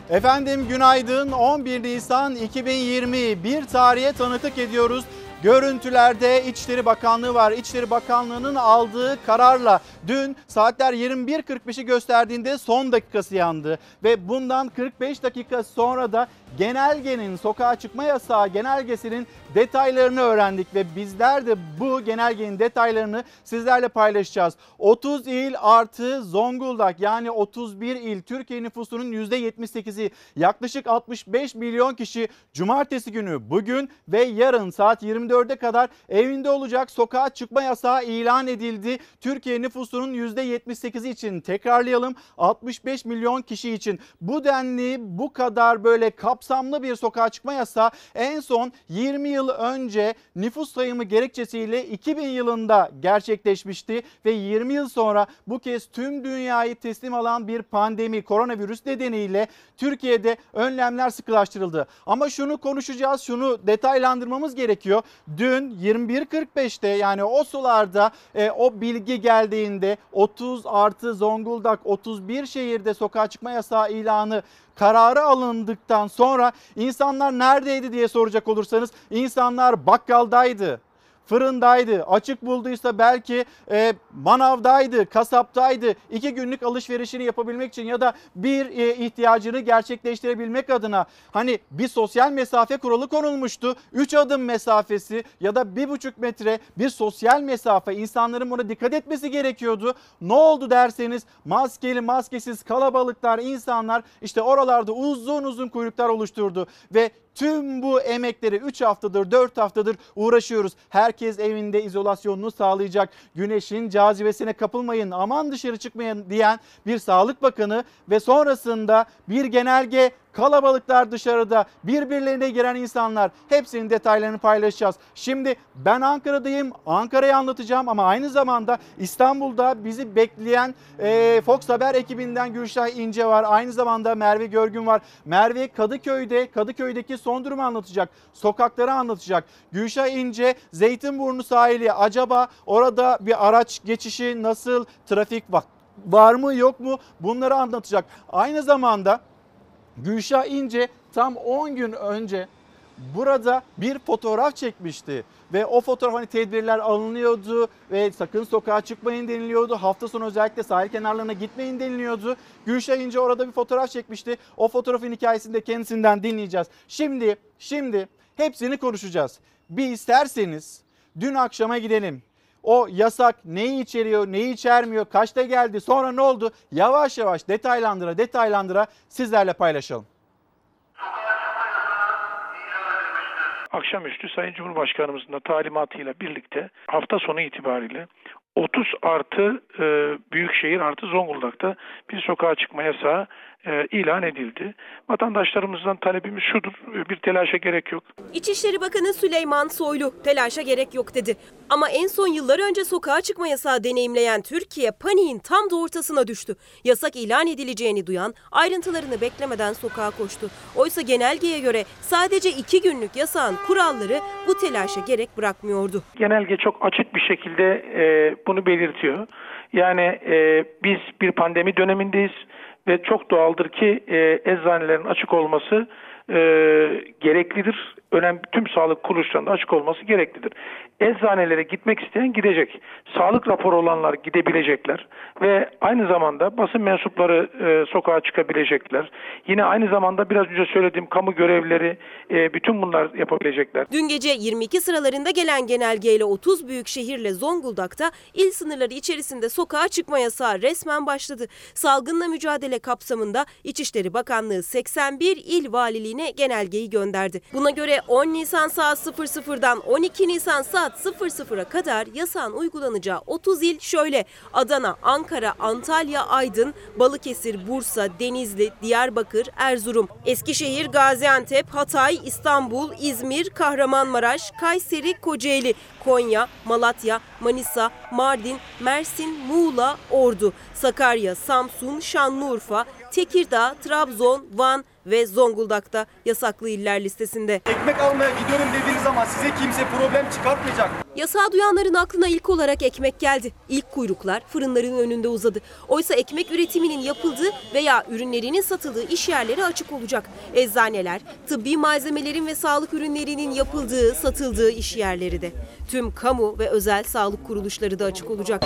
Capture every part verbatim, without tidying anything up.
Efendim günaydın. on bir Nisan iki bin yirmi bir tarihe tanıklık ediyoruz. Görüntülerde İçişleri Bakanlığı var. İçişleri Bakanlığı'nın aldığı kararla dün saatler yirmi bir kırk beşi gösterdiğinde son dakikası yandı. Ve bundan kırk beş dakika sonra da genelgenin, sokağa çıkma yasağı genelgesinin detaylarını öğrendik. Ve bizler de bu genelgenin detaylarını sizlerle paylaşacağız. otuz il artı Zonguldak, yani otuz bir il, Türkiye nüfusunun yüzde yetmiş sekizi, yaklaşık altmış beş milyon kişi cumartesi günü, bugün ve yarın saat yirmi dörde kadar evinde olacak. Sokağa çıkma yasağı ilan edildi. Türkiye nüfusunun yüzde yetmiş sekizi için, tekrarlayalım, altmış beş milyon kişi için. Bu denli, bu kadar böyle kapsamlı bir sokağa çıkma yasağı en son yirmi yıl önce nüfus sayımı gerekçesiyle iki bin yılında gerçekleşmişti ve yirmi yıl sonra bu kez tüm dünyayı teslim alan bir pandemi, koronavirüs nedeniyle Türkiye'de önlemler sıkılaştırıldı. Ama şunu konuşacağız, şunu detaylandırmamız gerekiyor. Dün yirmi bir kırk beşte, yani o sularda e, o bilgi geldiğinde otuz artı Zonguldak, otuz bir şehirde sokağa çıkma yasağı ilanı kararı alındıktan sonra insanlar neredeydi diye soracak olursanız, insanlar bakkaldaydı, fırındaydı, açık bulduysa belki e, manavdaydı, kasaptaydı. İki günlük alışverişini yapabilmek için ya da bir e, ihtiyacını gerçekleştirebilmek adına hani bir sosyal mesafe kuralı konulmuştu. üç adım mesafesi ya da bir buçuk metre bir sosyal mesafe, insanların buna dikkat etmesi gerekiyordu. Ne oldu derseniz, maskeli maskesiz kalabalıklar, insanlar işte oralarda uzun uzun kuyruklar oluşturdu ve tüm bu emekleri üç haftadır, dört haftadır uğraşıyoruz. Herkes evinde izolasyonunu sağlayacak. Güneşin cazibesine kapılmayın, aman dışarı çıkmayın diyen bir Sağlık Bakanı ve sonrasında bir genelge, kalabalıklar dışarıda, birbirlerine giren insanlar, hepsinin detaylarını paylaşacağız. Şimdi ben Ankara'dayım, Ankara'yı anlatacağım ama aynı zamanda İstanbul'da bizi bekleyen e, Fox Haber ekibinden Gülşah İnce var. Aynı zamanda Merve Görgün var. Merve Kadıköy'de, Kadıköy'deki son durumu anlatacak, sokakları anlatacak. Gülşah İnce, Zeytinburnu sahili, acaba orada bir araç geçişi nasıl, trafik var, var mı yok mu, bunları anlatacak. Aynı zamanda Gülşah İnce tam on gün önce burada bir fotoğraf çekmişti ve o fotoğraf, hani tedbirler alınıyordu ve sakın sokağa çıkmayın deniliyordu. Hafta sonu özellikle sahil kenarlarına gitmeyin deniliyordu. Gülşah İnce orada bir fotoğraf çekmişti. O fotoğrafın hikayesini de kendisinden dinleyeceğiz. Şimdi, şimdi hepsini konuşacağız. Bir isterseniz dün akşama gidelim. O yasak neyi içeriyor, neyi içermiyor, kaçta geldi, sonra ne oldu? Yavaş yavaş detaylandıra detaylandıra sizlerle paylaşalım. Akşamüstü Sayın Cumhurbaşkanımızın da talimatıyla birlikte hafta sonu itibariyle otuz artı e, Büyükşehir artı Zonguldak'ta bir sokağa çıkma yasağı e, ilan edildi. Vatandaşlarımızdan talebimiz şudur: bir telaşa gerek yok. İçişleri Bakanı Süleyman Soylu telaşa gerek yok dedi. Ama en son yıllar önce sokağa çıkma yasağı deneyimleyen Türkiye paniğin tam da ortasına düştü. Yasak ilan edileceğini duyan ayrıntılarını beklemeden sokağa koştu. Oysa genelgeye göre sadece iki günlük yasağın kuralları bu telaşa gerek bırakmıyordu. Genelge çok açık bir şekilde e, bunu belirtiyor. Yani e, biz bir pandemi dönemindeyiz ve çok doğaldır ki e, eczanelerin açık olması e, gereklidir. Önemli, tüm sağlık kuruluşlarında açık olması gereklidir. Eczanelere gitmek isteyen gidecek. Sağlık raporu olanlar gidebilecekler ve aynı zamanda basın mensupları e, sokağa çıkabilecekler. Yine aynı zamanda biraz önce söylediğim kamu görevlileri, e, bütün bunlar yapabilecekler. Dün gece yirmi iki sıralarında gelen genelgeyle otuz büyük şehirle Zonguldak'ta il sınırları içerisinde sokağa çıkma yasağı resmen başladı. Salgınla mücadele kapsamında İçişleri Bakanlığı seksen bir il valiliğine genelgeyi gönderdi. Buna göre on Nisan saat sıfır sıfırdan on iki Nisan saat sıfır sıfıra kadar yasağın uygulanacağı otuz il şöyle: Adana, Ankara, Antalya, Aydın, Balıkesir, Bursa, Denizli, Diyarbakır, Erzurum, Eskişehir, Gaziantep, Hatay, İstanbul, İzmir, Kahramanmaraş, Kayseri, Kocaeli, Konya, Malatya, Manisa, Mardin, Mersin, Muğla, Ordu, Sakarya, Samsun, Şanlıurfa, Tekirdağ, Trabzon, Van ve Zonguldak'ta yasaklı iller listesinde. Ekmek almaya gidiyorum dediğiniz zaman size kimse problem çıkartmayacak. Yasağı duyanların aklına ilk olarak ekmek geldi. İlk kuyruklar fırınların önünde uzadı. Oysa ekmek üretiminin yapıldığı veya ürünlerinin satıldığı iş yerleri açık olacak. Eczaneler, tıbbi malzemelerin ve sağlık ürünlerinin yapıldığı, satıldığı iş yerleri de. Tüm kamu ve özel sağlık kuruluşları da açık olacak.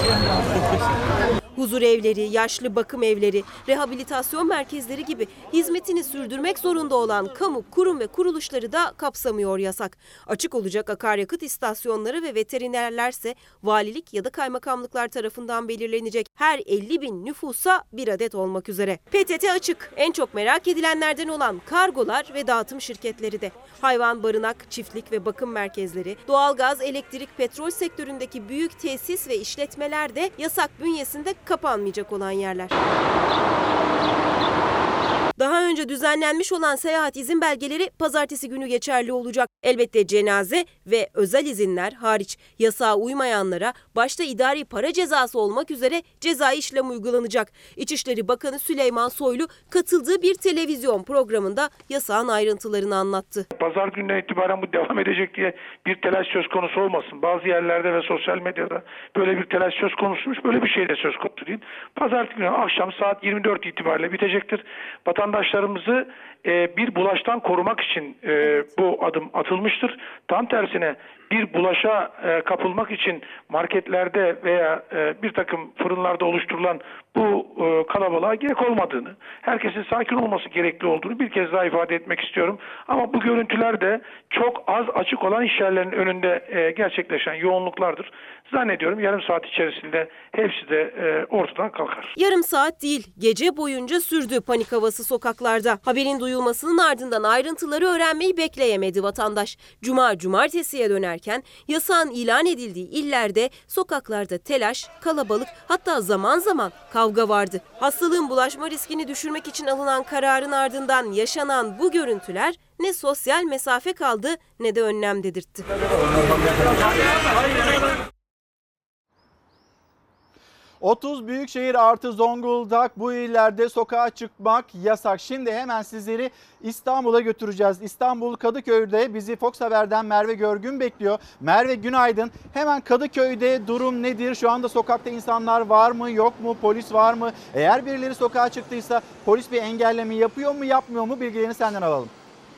Huzur evleri, yaşlı bakım evleri, rehabilitasyon merkezleri gibi hizmetini sürdürmek zorunda olan kamu, kurum ve kuruluşları da kapsamıyor yasak. Açık olacak akaryakıt istasyonları ve veterinerlerse valilik ya da kaymakamlıklar tarafından belirlenecek. Her elli bin nüfusa bir adet olmak üzere. P T T açık. En çok merak edilenlerden olan kargolar ve dağıtım şirketleri de. Hayvan, barınak, çiftlik ve bakım merkezleri, doğalgaz, elektrik, petrol sektöründeki büyük tesis ve işletmeler de yasak bünyesinde kapanmayacak olan yerler. Daha önce düzenlenmiş olan seyahat izin belgeleri pazartesi günü geçerli olacak. Elbette cenaze ve özel izinler hariç yasağa uymayanlara başta idari para cezası olmak üzere cezai işlem uygulanacak. İçişleri Bakanı Süleyman Soylu katıldığı bir televizyon programında yasağın ayrıntılarını anlattı. Pazar gününden itibaren bu devam edecek diye bir telaş söz konusu olmasın. Bazı yerlerde ve sosyal medyada böyle bir telaş söz konusuymuş. Böyle bir şey de söz konusu değil. Pazartesi günü akşam saat yirmi dört itibariyle bitecektir. Vatandaşlarımızı e, bir bulaştan korumak için e, bu adım atılmıştır. Tam tersine bir bulaşa e, kapılmak için marketlerde veya e, bir takım fırınlarda oluşturulan bu e, kalabalığa gerek olmadığını, herkesin sakin olması gerekli olduğunu bir kez daha ifade etmek istiyorum. Ama bu görüntüler de çok az açık olan iş yerlerinin önünde e, gerçekleşen yoğunluklardır. Zannediyorum yarım saat içerisinde hepsi de e, ortadan kalkar. Yarım saat değil, gece boyunca sürdü panik havası sokaklarda. Haberin duyulmasının ardından ayrıntıları öğrenmeyi bekleyemedi vatandaş. Cuma, cumartesiye dönerken yasağın ilan edildiği illerde sokaklarda telaş, kalabalık, hatta zaman zaman kavga vardı. Hastalığın bulaşma riskini düşürmek için alınan kararın ardından yaşanan bu görüntüler ne sosyal mesafe kaldı ne de önlem dedirtti. otuz büyükşehir artı Zonguldak, bu illerde sokağa çıkmak yasak. Şimdi hemen sizleri İstanbul'a götüreceğiz. İstanbul Kadıköy'de bizi Fox Haber'den Merve Görgün bekliyor. Merve günaydın. Hemen Kadıköy'de durum nedir? Şu anda sokakta insanlar var mı, yok mu? Polis var mı? Eğer birileri sokağa çıktıysa polis bir engelleme yapıyor mu, yapmıyor mu? Bilgilerini senden alalım.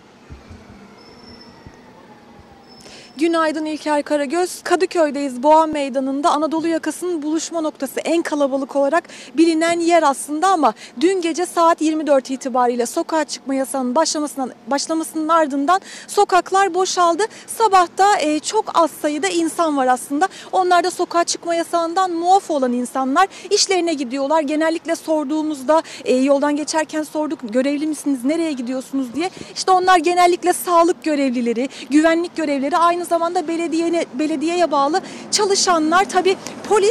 Günaydın İlker Karagöz. Kadıköy'deyiz. Boğa Meydanı'nda Anadolu yakasının buluşma noktası, en kalabalık olarak bilinen yer aslında, ama dün gece saat yirmi dört itibariyle sokağa çıkma yasağının başlamasının, başlamasının ardından sokaklar boşaldı. Sabahta e, çok az sayıda insan var aslında. Onlar da sokağa çıkma yasağından muaf olan insanlar, işlerine gidiyorlar. Genellikle sorduğumuzda e, yoldan geçerken sorduk, görevli misiniz, nereye gidiyorsunuz diye. İşte onlar genellikle sağlık görevlileri, güvenlik görevlileri, aynı zamanda belediye, belediyeye bağlı çalışanlar. Tabii polis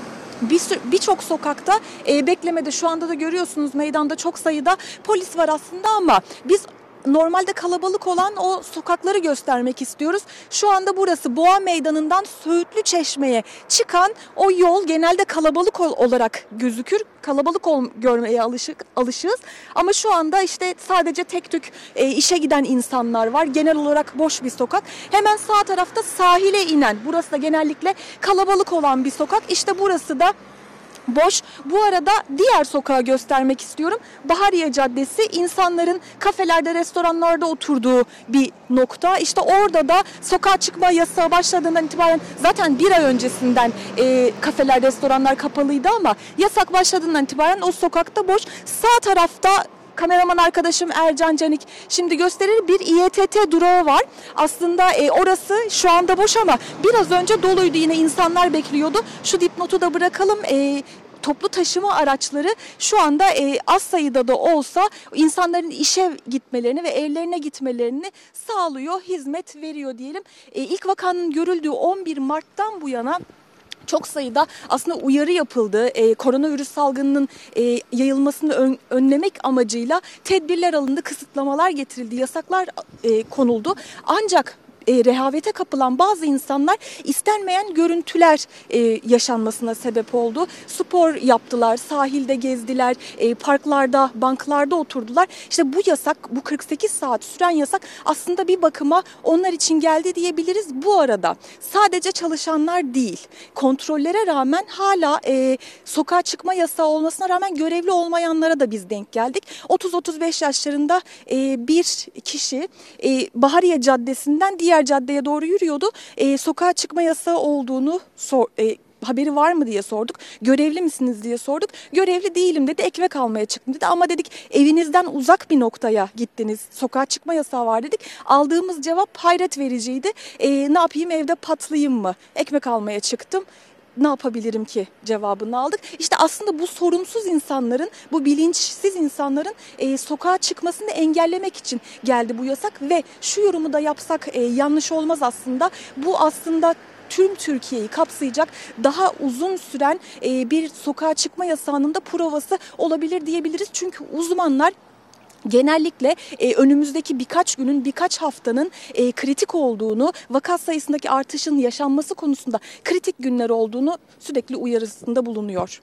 birçok sokakta e, beklemede. Şu anda da görüyorsunuz, meydanda çok sayıda polis var aslında, ama biz normalde kalabalık olan o sokakları göstermek istiyoruz. Şu anda burası Boğa Meydanı'ndan Söğütlü Çeşme'ye çıkan o yol genelde kalabalık olarak gözükür. Kalabalık ol, görmeye alışık, alışığız. Ama şu anda işte sadece tek tük e, işe giden insanlar var. Genel olarak boş bir sokak. Hemen sağ tarafta sahile inen, burası da genellikle kalabalık olan bir sokak. İşte burası da boş. Bu arada diğer sokağı göstermek istiyorum. Bahariye Caddesi, insanların kafelerde, restoranlarda oturduğu bir nokta. İşte orada da sokağa çıkma yasağı başladığından itibaren, zaten bir ay öncesinden e, kafeler, restoranlar kapalıydı, ama yasak başladığından itibaren o sokakta boş. Sağ tarafta kameraman arkadaşım Ercan Canik şimdi gösterir, bir İ E T T durağı var. Aslında e, orası şu anda boş, ama biraz önce doluydu, yine insanlar bekliyordu. Şu dipnotu da bırakalım. E, Toplu taşıma araçları şu anda e, az sayıda da olsa insanların işe gitmelerini ve evlerine gitmelerini sağlıyor, hizmet veriyor diyelim. E, ilk vakanın görüldüğü on bir Mart'tan bu yana çok sayıda aslında uyarı yapıldı. E, koronavirüs salgınının e, yayılmasını ön, önlemek amacıyla tedbirler alındı, kısıtlamalar getirildi, yasaklar e, konuldu. Ancak e, rehavete kapılan bazı insanlar istenmeyen görüntüler e, yaşanmasına sebep oldu. Spor yaptılar, sahilde gezdiler, e, parklarda, banklarda oturdular. İşte bu yasak, bu kırk sekiz saat süren yasak aslında bir bakıma onlar için geldi diyebiliriz. Bu arada sadece çalışanlar değil, kontrollere rağmen hala e, sokağa çıkma yasağı olmasına rağmen görevli olmayanlara da biz denk geldik. otuz otuz beş yaşlarında e, bir kişi e, Bahariye Caddesi'nden diğer caddeye doğru yürüyordu. E, sokağa çıkma yasağı olduğunu sor, e, haberi var mı diye sorduk. Görevli misiniz diye sorduk. Görevli değilim dedi. Ekmek almaya çıktım dedi. Ama dedik evinizden uzak bir noktaya gittiniz. Sokağa çıkma yasağı var dedik. Aldığımız cevap hayret vericiydi. E, ne yapayım, evde patlayayım mı? Ekmek almaya çıktım. Ne yapabilirim ki cevabını aldık. İşte aslında bu sorumsuz insanların, bu bilinçsiz insanların e, sokağa çıkmasını engellemek için geldi bu yasak ve şu yorumu da yapsak e, yanlış olmaz aslında. Bu aslında tüm Türkiye'yi kapsayacak daha uzun süren e, bir sokağa çıkma yasağının da provası olabilir diyebiliriz. Çünkü uzmanlar genellikle e, önümüzdeki birkaç günün, birkaç haftanın e, kritik olduğunu, vaka sayısındaki artışın yaşanması konusunda kritik günler olduğunu sürekli uyarısında bulunuyor.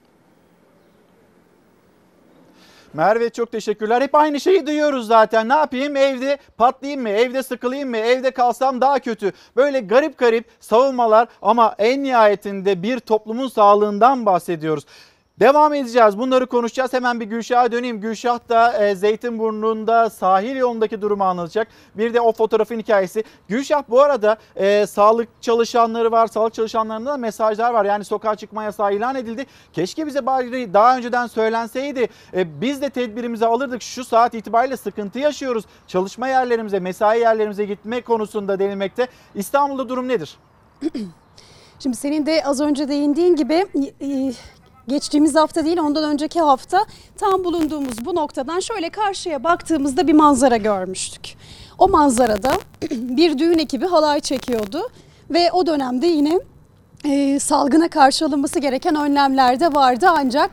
Merve çok teşekkürler. Hep aynı şeyi duyuyoruz zaten. Ne yapayım? Evde patlayayım mı? Evde sıkılayım mı? Evde kalsam daha kötü. Böyle garip garip savunmalar ama en nihayetinde bir toplumun sağlığından bahsediyoruz. Devam edeceğiz. Bunları konuşacağız. Hemen bir Gülşah'a döneyim. Gülşah da e, Zeytinburnu'nda sahil yolundaki durumu anlatacak. Bir de o fotoğrafın hikayesi. Gülşah, bu arada e, sağlık çalışanları var. Sağlık çalışanlarında da mesajlar var. Yani sokağa çıkma yasağı ilan edildi. Keşke bize bari daha önceden söylenseydi. E, biz de tedbirimizi alırdık. Şu saat itibariyle sıkıntı yaşıyoruz. Çalışma yerlerimize, mesai yerlerimize gitme konusunda denilmekte. İstanbul'da durum nedir? Şimdi senin de az önce değindiğin gibi E, geçtiğimiz hafta değil, ondan önceki hafta tam bulunduğumuz bu noktadan şöyle karşıya baktığımızda bir manzara görmüştük. O manzarada bir düğün ekibi halay çekiyordu ve o dönemde yine e, salgına karşı alınması gereken önlemler de vardı, ancak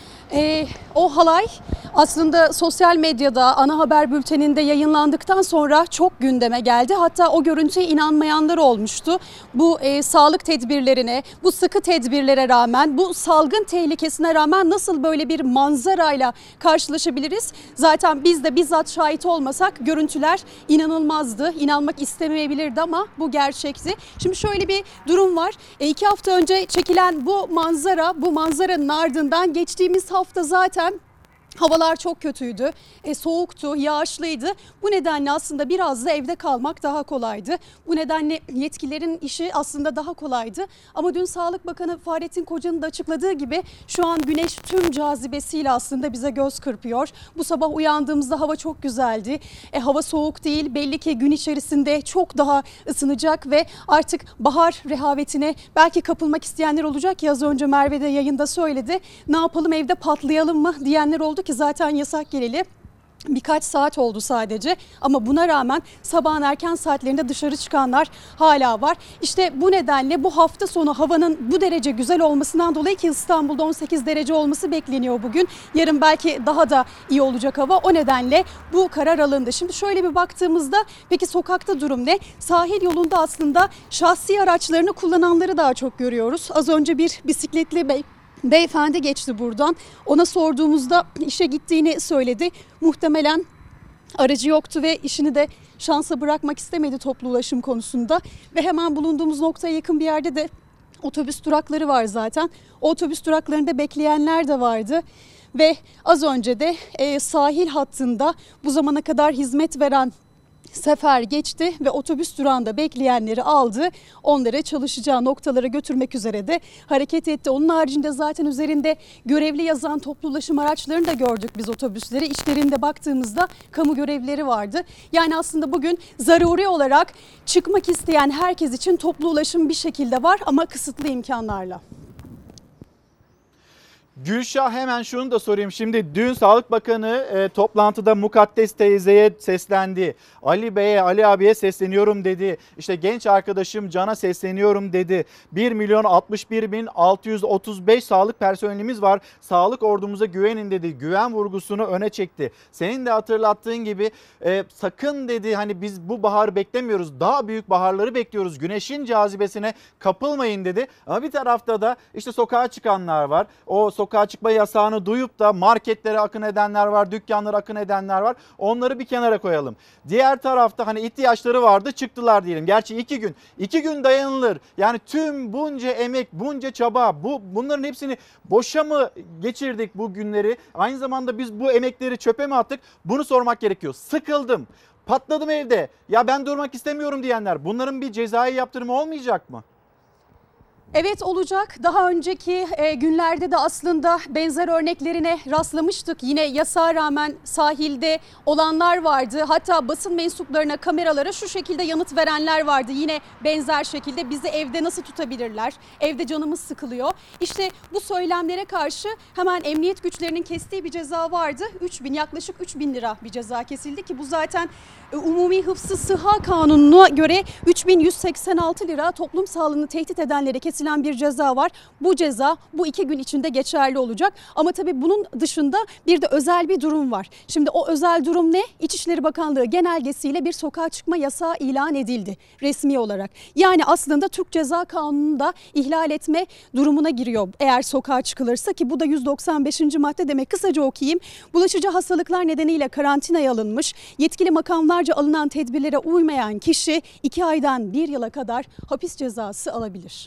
e, o halay aslında sosyal medyada, ana haber bülteninde yayınlandıktan sonra çok gündeme geldi. Hatta o görüntüye inanmayanlar olmuştu. Bu e, sağlık tedbirlerine, bu sıkı tedbirlere rağmen, bu salgın tehlikesine rağmen nasıl böyle bir manzarayla karşılaşabiliriz? Zaten biz de bizzat şahit olmasak görüntüler inanılmazdı. İnanmak istemeyebilirdi ama bu gerçekti. Şimdi şöyle bir durum var. E, iki hafta önce çekilen bu manzara, bu manzaranın ardından geçtiğimiz hafta zaten havalar çok kötüydü, e, soğuktu, yağışlıydı. Bu nedenle aslında biraz da evde kalmak daha kolaydı. Bu nedenle yetkililerin işi aslında daha kolaydı. Ama dün Sağlık Bakanı Fahrettin Koca'nın da açıkladığı gibi şu an güneş tüm cazibesiyle aslında bize göz kırpıyor. Bu sabah uyandığımızda hava çok güzeldi. E, hava soğuk değil, belli ki gün içerisinde çok daha ısınacak ve artık bahar rehavetine belki kapılmak isteyenler olacak ki az önce Merve de yayında söyledi. Ne yapalım, evde patlayalım mı diyenler oldu ki zaten yasak geleli birkaç saat oldu sadece, ama buna rağmen sabahın erken saatlerinde dışarı çıkanlar hala var. İşte bu nedenle bu hafta sonu havanın bu derece güzel olmasından dolayı, ki İstanbul'da on sekiz derece olması bekleniyor bugün. Yarın belki daha da iyi olacak hava. O nedenle bu karar alındı. Şimdi şöyle bir baktığımızda peki sokakta durum ne? Sahil yolunda aslında şahsi araçlarını kullananları daha çok görüyoruz. Az önce bir bisikletli bey Beyefendi geçti buradan. Ona sorduğumuzda işe gittiğini söyledi. Muhtemelen aracı yoktu ve işini de şansa bırakmak istemedi toplu ulaşım konusunda. Ve hemen bulunduğumuz noktaya yakın bir yerde de otobüs durakları var zaten. O otobüs duraklarında bekleyenler de vardı. Ve az önce de e, sahil hattında bu zamana kadar hizmet veren sefer geçti ve otobüs durağında bekleyenleri aldı. Onları çalışacağı noktalara götürmek üzere de hareket etti. Onun haricinde zaten üzerinde görevli yazan toplu ulaşım araçlarını da gördük biz otobüsleri. İçlerinde baktığımızda kamu görevlileri vardı. Yani aslında bugün zaruri olarak çıkmak isteyen herkes için toplu ulaşım bir şekilde var ama kısıtlı imkanlarla. Gülşah, hemen şunu da sorayım. Şimdi dün Sağlık Bakanı e, toplantıda Mukaddes teyzeye seslendi. Ali Bey'e, Ali abiye sesleniyorum dedi. İşte genç arkadaşım Can'a sesleniyorum dedi. bir milyon altmış bir bin altı yüz otuz beş sağlık personelimiz var. Sağlık ordumuza güvenin dedi. Güven vurgusunu öne çekti. Senin de hatırlattığın gibi e, sakın dedi, hani biz bu baharı beklemiyoruz. Daha büyük baharları bekliyoruz. Güneşin cazibesine kapılmayın dedi. Ama bir tarafta da işte sokağa çıkanlar var. O sokağa çıkma yasağını duyup da marketlere akın edenler var, dükkanlara akın edenler var. Onları bir kenara koyalım. Diğer tarafta hani ihtiyaçları vardı, çıktılar diyelim. Gerçi iki gün, iki gün dayanılır. Yani tüm bunca emek, bunca çaba, bu bunların hepsini boşa mı geçirdik bu günleri? Aynı zamanda biz bu emekleri çöpe mi attık? Bunu sormak gerekiyor. Sıkıldım, patladım evde, ya ben durmak istemiyorum diyenler, bunların bir cezai yaptırımı olmayacak mı? Evet, olacak. Daha önceki e, günlerde de aslında benzer örneklerine rastlamıştık. Yine yasağa rağmen sahilde olanlar vardı. Hatta basın mensuplarına, kameralara şu şekilde yanıt verenler vardı. Yine benzer şekilde bizi evde nasıl tutabilirler? Evde canımız sıkılıyor. İşte bu söylemlere karşı hemen emniyet güçlerinin kestiği bir ceza vardı. üç bin, yaklaşık üç bin lira bir ceza kesildi ki bu zaten e, Umumi Hıfzı Sıha Kanunu'na göre üç bin yüz seksen altı lira toplum sağlığını tehdit edenlere kesilen bir ceza var. Bu ceza bu iki gün içinde geçerli olacak. Ama tabii bunun dışında bir de özel bir durum var. Şimdi o özel durum ne? İçişleri Bakanlığı genelgesiyle bir sokağa çıkma yasağı ilan edildi resmi olarak. Yani aslında Türk Ceza Kanunu'nda ihlal etme durumuna giriyor eğer sokağa çıkılırsa, ki bu da yüz doksan beşinci madde demek. Kısaca okuyayım. Bulaşıcı hastalıklar nedeniyle karantinaya alınmış, yetkili makamlarca alınan tedbirlere uymayan kişi iki aydan bir yıla kadar hapis cezası alabilir.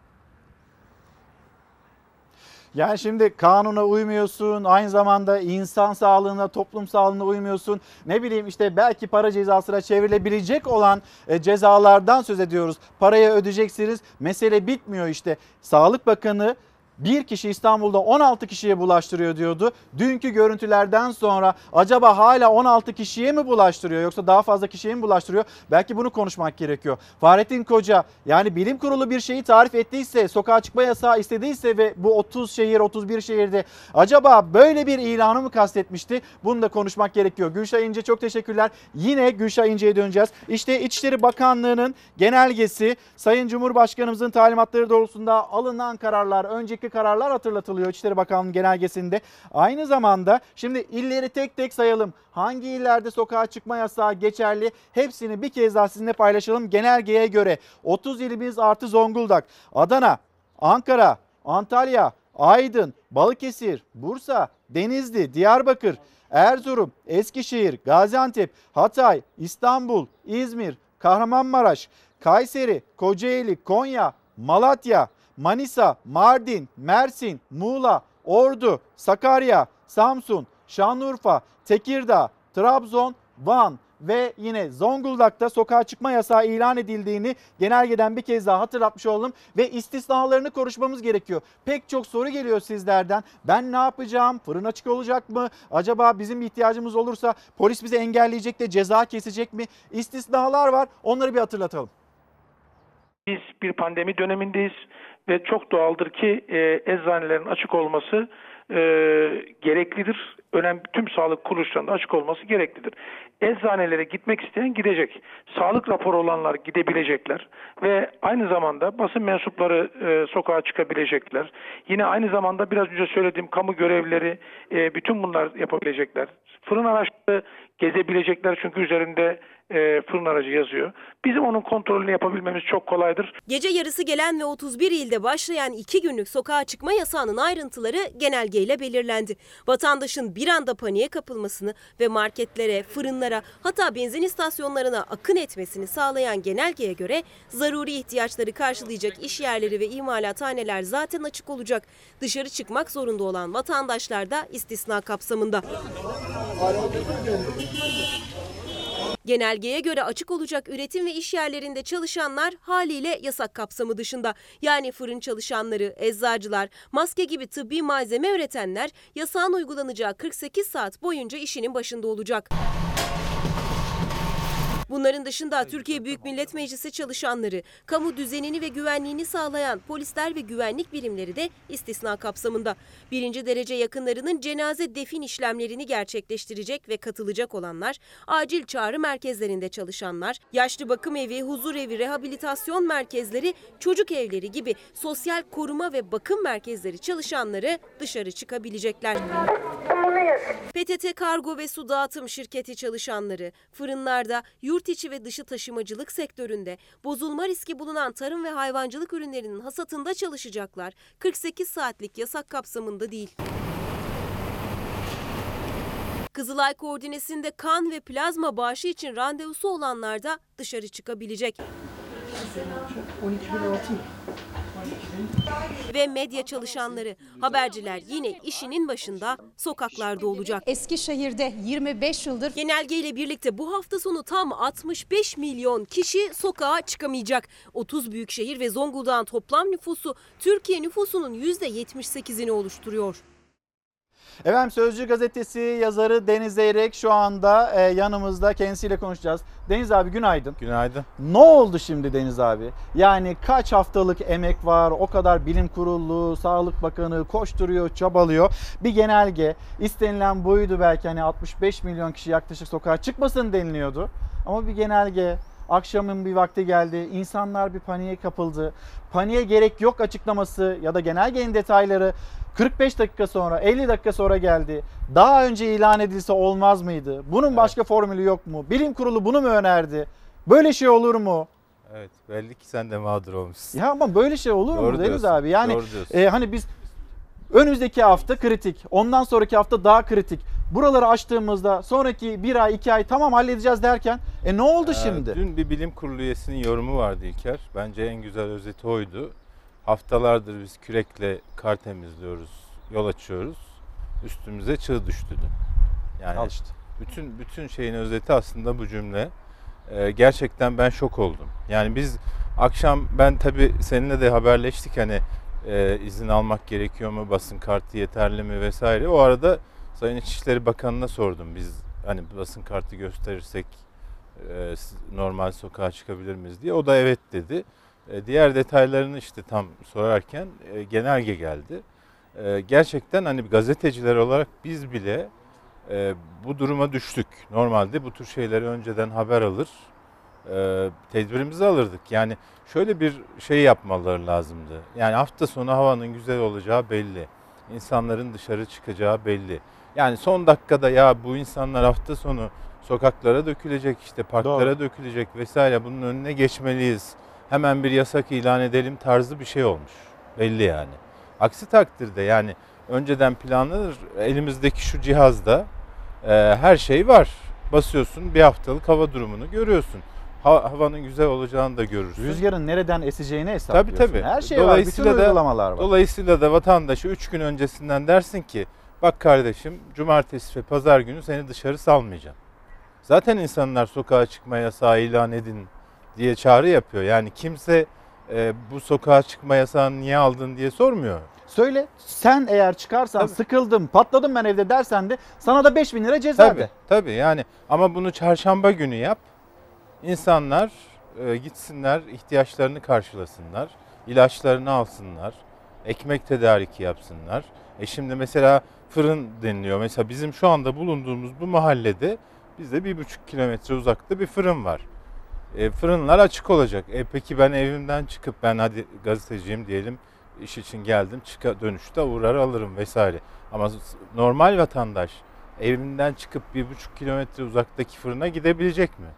Yani şimdi kanuna uymuyorsun, aynı zamanda insan sağlığına, toplum sağlığına uymuyorsun. Ne bileyim işte belki para cezasına çevrilebilecek olan e, cezalardan söz ediyoruz. Parayı ödeyeceksiniz, mesele bitmiyor işte. Sağlık Bakanı bir kişi İstanbul'da on altı kişiye bulaştırıyor diyordu. Dünkü görüntülerden sonra acaba hala on altı kişiye mi bulaştırıyor, yoksa daha fazla kişiye mi bulaştırıyor? Belki bunu konuşmak gerekiyor. Fahrettin Koca, yani bilim kurulu bir şeyi tarif ettiyse, sokağa çıkma yasağı istediyse ve bu otuz şehir, otuz bir şehirde acaba böyle bir ilanı mı kastetmişti? Bunu da konuşmak gerekiyor. Gülşah İnce, çok teşekkürler. Yine Gülşah İnce'ye döneceğiz. İşte İçişleri Bakanlığı'nın genelgesi, Sayın Cumhurbaşkanımızın talimatları doğrultusunda alınan kararlar, önceki kararlar hatırlatılıyor İçişleri Bakanlığı'nın genelgesinde. Aynı zamanda şimdi illeri tek tek sayalım. Hangi illerde sokağa çıkma yasağı geçerli? Hepsini bir kez daha sizinle paylaşalım. Genelgeye göre otuz ilimiz artı Zonguldak, Adana, Ankara, Antalya, Aydın, Balıkesir, Bursa, Denizli, Diyarbakır, Erzurum, Eskişehir, Gaziantep, Hatay, İstanbul, İzmir, Kahramanmaraş, Kayseri, Kocaeli, Konya, Malatya, Manisa, Mardin, Mersin, Muğla, Ordu, Sakarya, Samsun, Şanlıurfa, Tekirdağ, Trabzon, Van ve yine Zonguldak'ta sokağa çıkma yasağı ilan edildiğini genelgeden bir kez daha hatırlatmış oldum ve istisnalarını konuşmamız gerekiyor. Pek çok soru geliyor sizlerden. Ben ne yapacağım? Fırın açık olacak mı? Acaba bizim ihtiyacımız olursa polis bizi engelleyecek de ceza kesecek mi? İstisnalar var. Onları bir hatırlatalım. Biz bir pandemi dönemindeyiz ve çok doğaldır ki e, eczanelerin açık olması e, gereklidir. Önemli, tüm sağlık kuruluşlarında açık olması gereklidir. Eczanelere gitmek isteyen gidecek. Sağlık raporu olanlar gidebilecekler ve aynı zamanda basın mensupları e, sokağa çıkabilecekler. Yine aynı zamanda biraz önce söylediğim kamu görevlileri e, bütün bunlar yapabilecekler. Fırın araçları gezebilecekler çünkü üzerinde e, fırın aracı yazıyor. Bizim onun kontrolünü yapabilmemiz çok kolaydır. Gece yarısı gelen ve otuz bir ilde başlayan iki günlük sokağa çıkma yasağının ayrıntıları genelgeyle belirlendi. Vatandaşın bir anda paniğe kapılmasını ve marketlere, fırınlara, hatta benzin istasyonlarına akın etmesini sağlayan genelgeye göre zaruri ihtiyaçları karşılayacak iş yerleri ve imalathaneler zaten açık olacak. Dışarı çıkmak zorunda olan vatandaşlar da istisna kapsamında. Genelgeye göre açık olacak üretim ve iş yerlerinde çalışanlar haliyle yasak kapsamı dışında. Yani fırın çalışanları, eczacılar, maske gibi tıbbi malzeme üretenler yasağın uygulanacağı kırk sekiz saat boyunca işinin başında olacak. Bunların dışında Türkiye Büyük Millet Meclisi çalışanları, kamu düzenini ve güvenliğini sağlayan polisler ve güvenlik birimleri de istisna kapsamında. Birinci derece yakınlarının cenaze defin işlemlerini gerçekleştirecek ve katılacak olanlar, acil çağrı merkezlerinde çalışanlar, yaşlı bakım evi, huzur evi, rehabilitasyon merkezleri, çocuk evleri gibi sosyal koruma ve bakım merkezleri çalışanları dışarı çıkabilecekler. P T T Kargo ve Su Dağıtım Şirketi çalışanları, fırınlarda, yurt içi ve dışı taşımacılık sektöründe, bozulma riski bulunan tarım ve hayvancılık ürünlerinin hasatında çalışacaklar. kırk sekiz saatlik yasak kapsamında değil. Kızılay Koordinesi'nde kan ve plazma bağışı için randevusu olanlar da dışarı çıkabilecek. Ve medya çalışanları, haberciler yine işinin başında sokaklarda olacak. Eskişehir'de yirmi beş yıldır Genelgeyle birlikte bu hafta sonu tam altmış beş milyon kişi sokağa çıkamayacak. otuz büyükşehir ve Zonguldak'ın toplam nüfusu Türkiye nüfusunun yüzde yetmiş sekizini oluşturuyor. Efendim Sözcü gazetesi yazarı Deniz Zeyrek şu anda e, yanımızda, kendisiyle konuşacağız. Deniz abi günaydın. Günaydın. Ne oldu şimdi Deniz abi? Yani kaç haftalık emek var, o kadar bilim kurulu, Sağlık Bakanı koşturuyor, çabalıyor. Bir genelge, istenilen buydu belki, hani altmış beş milyon kişi yaklaşık sokağa çıkmasın deniliyordu. Ama bir genelge, akşamın bir vakti geldi, insanlar bir paniğe kapıldı. Paniğe gerek yok açıklaması ya da genelgenin detayları kırk beş dakika sonra, elli dakika sonra geldi. Daha önce ilan edilse olmaz mıydı? Bunun Evet. başka formülü yok mu? Bilim kurulu bunu mu önerdi? Böyle şey olur mu? Evet, belli ki sen de mağdur olmuşsun. Ya ama böyle şey olur Doğru mu Deniz diyorsun, abi? Yani doğru diyorsun. e, hani biz önümüzdeki hafta kritik, ondan sonraki hafta daha kritik. Buraları açtığımızda sonraki bir ay, iki ay tamam halledeceğiz derken e ne oldu Ee, şimdi? Dün bir bilim kurulu üyesinin yorumu vardı İlker. Bence en güzel özeti oydu. Haftalardır biz kürekle kar temizliyoruz, yol açıyoruz. Üstümüze çığ düştü dün. Yani Al işte. bütün bütün şeyin özeti aslında bu cümle. Ee, gerçekten ben şok oldum. Yani biz akşam, ben tabii seninle de haberleştik, hani e, izin almak gerekiyor mu, basın kartı yeterli mi vesaire. O arada Sayın İçişleri Bakanı'na sordum, biz hani basın kartı gösterirsek e, normal sokağa çıkabilir miyiz diye. O da evet dedi. E, diğer detaylarını işte tam sorarken e, genelge geldi. E, gerçekten hani gazeteciler olarak biz bile e, bu duruma düştük. Normalde bu tür şeyleri önceden haber alır, e, tedbirimizi alırdık. Yani şöyle bir şey yapmaları lazımdı. Yani hafta sonu havanın güzel olacağı belli. İnsanların dışarı çıkacağı belli. Yani son dakikada ya bu insanlar hafta sonu sokaklara dökülecek, işte parklara Doğru. dökülecek vesaire, bunun önüne geçmeliyiz. Hemen bir yasak ilan edelim tarzı bir şey olmuş. Belli yani. Aksi takdirde yani önceden planlanır, elimizdeki şu cihazda e, her şey var. Basıyorsun, bir haftalık hava durumunu görüyorsun. Ha, havanın güzel olacağını da görürsün. Rüzgarın nereden eseceğini hesaplıyorsun. Tabii tabii. Her şey var, bütün Dolayısıyla da- uygulamalar var. Dolayısıyla da vatandaşı üç gün öncesinden dersin ki bak kardeşim, cumartesi ve pazar günü seni dışarı salmayacağım. Zaten insanlar sokağa çıkma yasağı ilan edin diye çağrı yapıyor. Yani kimse e, bu sokağa çıkma yasağını niye aldın diye sormuyor. Söyle, sen eğer çıkarsan Tabii. sıkıldım, patladım ben evde dersen de sana da beş bin lira ceza Tabii de. tabii yani, ama bunu çarşamba günü yap. İnsanlar e, gitsinler, ihtiyaçlarını karşılasınlar, ilaçlarını alsınlar, ekmek tedariki yapsınlar. E şimdi mesela fırın deniliyor. Mesela bizim şu anda bulunduğumuz bu mahallede bizde bir buçuk kilometre uzakta bir fırın var. E, fırınlar açık olacak. E peki ben evimden çıkıp, ben hadi gazeteciyim diyelim, iş için geldim, çıka, dönüşte uğrar alırım vesaire. Ama normal vatandaş evinden çıkıp bir buçuk kilometre uzaktaki fırına gidebilecek mi?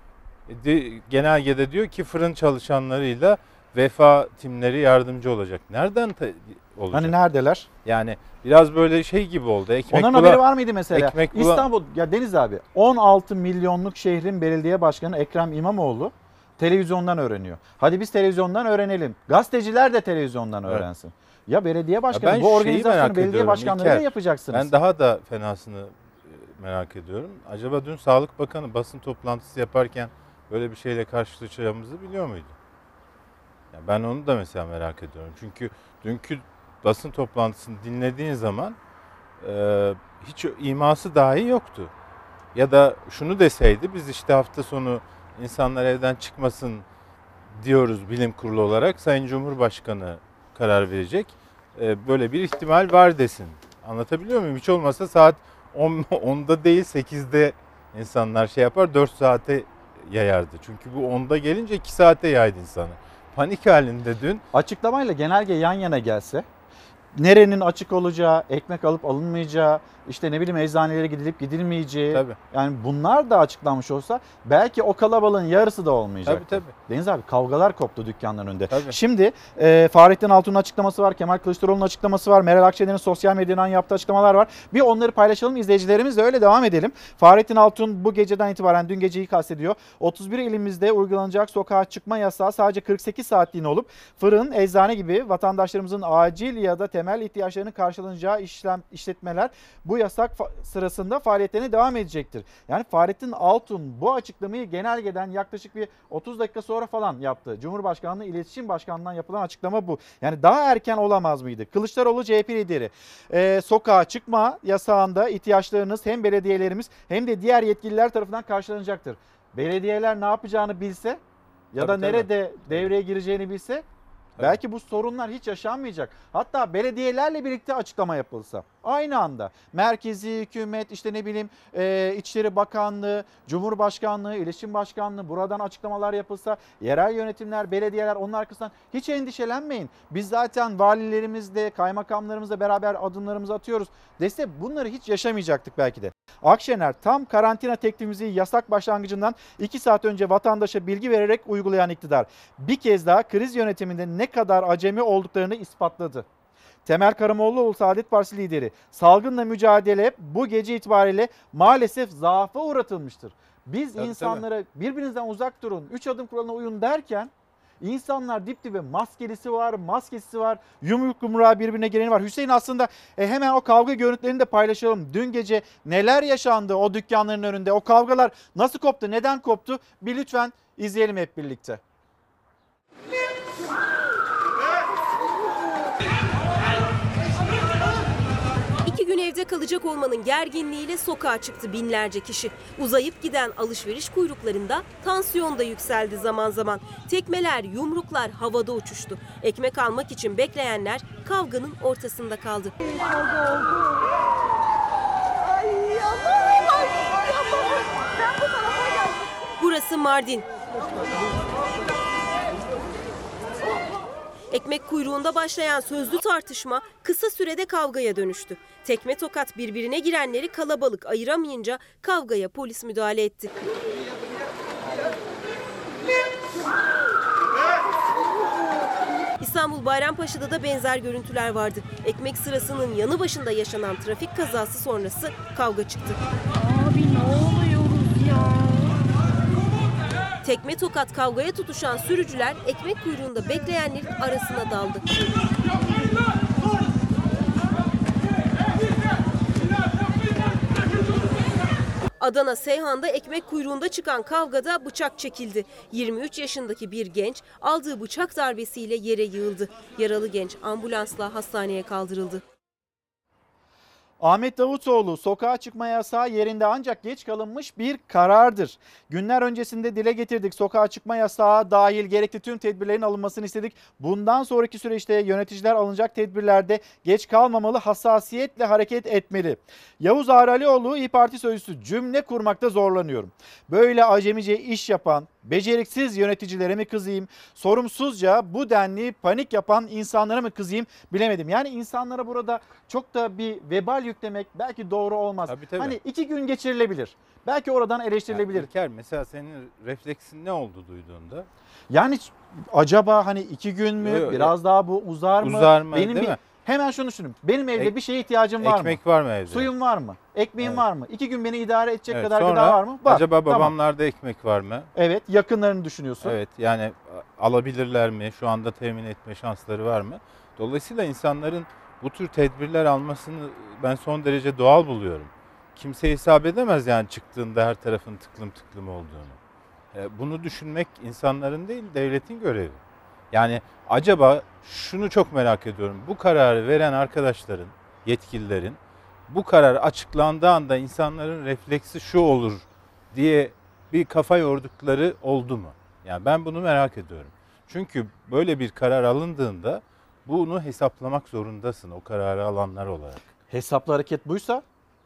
E, de, genelgede diyor ki fırın çalışanlarıyla vefa timleri yardımcı olacak. Nereden ta- olacak? Hani neredeler? Yani biraz böyle şey gibi oldu. Ekmek Onların bula- haberi var mıydı mesela? ekmek bula- İstanbul, ya Deniz abi, on altı milyonluk şehrin belediye başkanı Ekrem İmamoğlu televizyondan öğreniyor. Hadi biz televizyondan öğrenelim. Gazeteciler de televizyondan Evet. öğrensin. Ya belediye başkanı, ben bu şeyi organizasyonu merak belediye ediyorum, başkanlarıyla İlker. yapacaksınız. Ben daha da fenasını e, merak ediyorum. Acaba dün Sağlık Bakanı basın toplantısı yaparken böyle bir şeyle karşılaşacağımızı biliyor muydu? Ya ben onu da mesela merak ediyorum. Çünkü dünkü basın toplantısını dinlediğin zaman e, hiç iması dahi yoktu. Ya da şunu deseydi, biz işte hafta sonu insanlar evden çıkmasın diyoruz bilim kurulu olarak. Sayın Cumhurbaşkanı karar verecek. Ee, böyle bir ihtimal var desin. Anlatabiliyor muyum? Hiç olmazsa saat onda değil sekizde insanlar şey yapar, dört saate yayardı. Çünkü bu onda gelince iki saate yaydı insanı. Panik halinde dün. Açıklamayla genelge yan yana gelse, nerenin açık olacağı, ekmek alıp alınmayacağı, işte ne bileyim eczanelere gidilip gidilmeyeceği, Tabii. yani bunlar da açıklanmış olsa belki o kalabalığın yarısı da olmayacak. Tabii tabii. Deniz abi, kavgalar koptu dükkanların önünde. Tabii. Şimdi e, Fahrettin Altun'un açıklaması var, Kemal Kılıçdaroğlu'nun açıklaması var, Meral Akşener'in sosyal medyadan yaptığı açıklamalar var. Bir onları paylaşalım, izleyicilerimizle öyle devam edelim. Fahrettin Altun bu geceden itibaren, dün geceyi kastediyor, otuz bir ilimizde uygulanacak sokağa çıkma yasağı sadece kırk sekiz saatliğine olup fırın, eczane gibi vatandaşlarımızın acil ya da temel ihtiyaçlarının karşılanacağı işlem, işletmeler bu yasak sırasında faaliyetlerine devam edecektir. Yani Fahrettin Altun bu açıklamayı genelgeden yaklaşık bir otuz dakika sonra falan yaptı. Cumhurbaşkanlığı İletişim Başkanlığı'ndan yapılan açıklama bu. Yani daha erken olamaz mıydı? Kılıçdaroğlu C H P lideri. Ee, sokağa çıkma yasağında ihtiyaçlarınız hem belediyelerimiz hem de diğer yetkililer tarafından karşılanacaktır. Belediyeler ne yapacağını bilse ya Tabii, da tabii. nerede devreye gireceğini bilse belki bu sorunlar hiç yaşanmayacak. Hatta belediyelerle birlikte açıklama yapılsa aynı anda merkezi hükümet, işte ne bileyim e, İçişleri Bakanlığı, Cumhurbaşkanlığı, İletişim Başkanlığı buradan açıklamalar yapılsa, yerel yönetimler, belediyeler onun arkasından hiç endişelenmeyin. Biz zaten valilerimizle, kaymakamlarımızla beraber adımlarımızı atıyoruz dese bunları hiç yaşamayacaktık belki de. Akşener tam karantina teklifimizi yasak başlangıcından iki saat önce vatandaşa bilgi vererek uygulayan iktidar bir kez daha kriz yönetiminde ne kadar acemi olduklarını ispatladı. Temel Karamollaoğlu Saadet Partisi lideri, salgınla mücadele bu gece itibariyle maalesef zaafa uğratılmıştır. Biz Tabii, insanlara tabii. birbirinizden uzak durun, üç adım kuralına uyun derken İnsanlar dip dibe, maskelisi var, maskesi var, yumruk yumruğa birbirine geleni var. Hüseyin, aslında e, hemen o kavga görüntülerini de paylaşalım. Dün gece neler yaşandı o dükkanların önünde, o kavgalar nasıl koptu, neden koptu? Bir lütfen izleyelim hep birlikte. İki gün evde kalacak olmanın gerginliğiyle sokağa çıktı binlerce kişi. Uzayıp giden alışveriş kuyruklarında tansiyon da yükseldi zaman zaman. Tekmeler, yumruklar havada uçuştu. Ekmek almak için bekleyenler kavganın ortasında kaldı. Burası Mardin. Ekmek kuyruğunda başlayan sözlü tartışma kısa sürede kavgaya dönüştü. Tekme tokat birbirine girenleri kalabalık ayıramayınca kavgaya polis müdahale etti. İstanbul Bayrampaşa'da da benzer görüntüler vardı. Ekmek sırasının yanı başında yaşanan trafik kazası sonrası kavga çıktı. Abi ne oluyoruz ya? Tekme tokat kavgaya tutuşan sürücüler ekmek kuyruğunda bekleyenlerin arasına daldı. Adana Seyhan'da ekmek kuyruğunda çıkan kavgada bıçak çekildi. yirmi üç yaşındaki bir genç aldığı bıçak darbesiyle yere yığıldı. Yaralı genç ambulansla hastaneye kaldırıldı. Ahmet Davutoğlu, sokağa çıkma yasağı yerinde ancak geç kalınmış bir karardır. Günler öncesinde dile getirdik, sokağa çıkma yasağı dahil gerekli tüm tedbirlerin alınmasını istedik. Bundan sonraki süreçte yöneticiler alınacak tedbirlerde geç kalmamalı, hassasiyetle hareket etmeli. Yavuz Ağralioğlu, İYİ Parti sözcüsü, cümle kurmakta zorlanıyorum. Böyle acemice iş yapan, beceriksiz yöneticilere mi kızayım, sorumsuzca bu denli panik yapan insanlara mı kızayım bilemedim. Yani insanlara burada çok da bir vebal yüklemek belki doğru olmaz. Tabii, tabii. Hani iki gün geçirilebilir. Belki oradan eleştirilebilir. Yani İlker, mesela senin refleksin ne oldu duyduğunda? Yani acaba hani iki gün mü, Yok, yok. biraz daha bu uzar mı? Uzar mı, Benim değil bir, mi? Hemen şunu düşünün. Benim evde Ek- bir şeye ihtiyacım var mı? Ekmek var mı evde? Suyum var mı? Ekmeğim Evet. var mı? İki gün beni idare edecek Evet, kadar sonra gıda var mı? Var. acaba Tamam. babamlarda ekmek var mı? Evet, yakınlarını düşünüyorsun. Evet, yani alabilirler mi? Şu anda temin etme şansları var mı? Dolayısıyla insanların bu tür tedbirler almasını ben son derece doğal buluyorum. Kimse hesap edemez yani çıktığında her tarafın tıklım tıklım olduğunu. E, Bunu düşünmek insanların değil, devletin görevi. Yani acaba şunu çok merak ediyorum. Bu kararı veren arkadaşların, yetkililerin bu karar açıklandığı anda insanların refleksi şu olur diye bir kafa yordukları oldu mu? Yani ben bunu merak ediyorum. Çünkü böyle bir karar alındığında bunu hesaplamak zorundasın o kararı alanlar olarak. Hesaplı hareket buysa?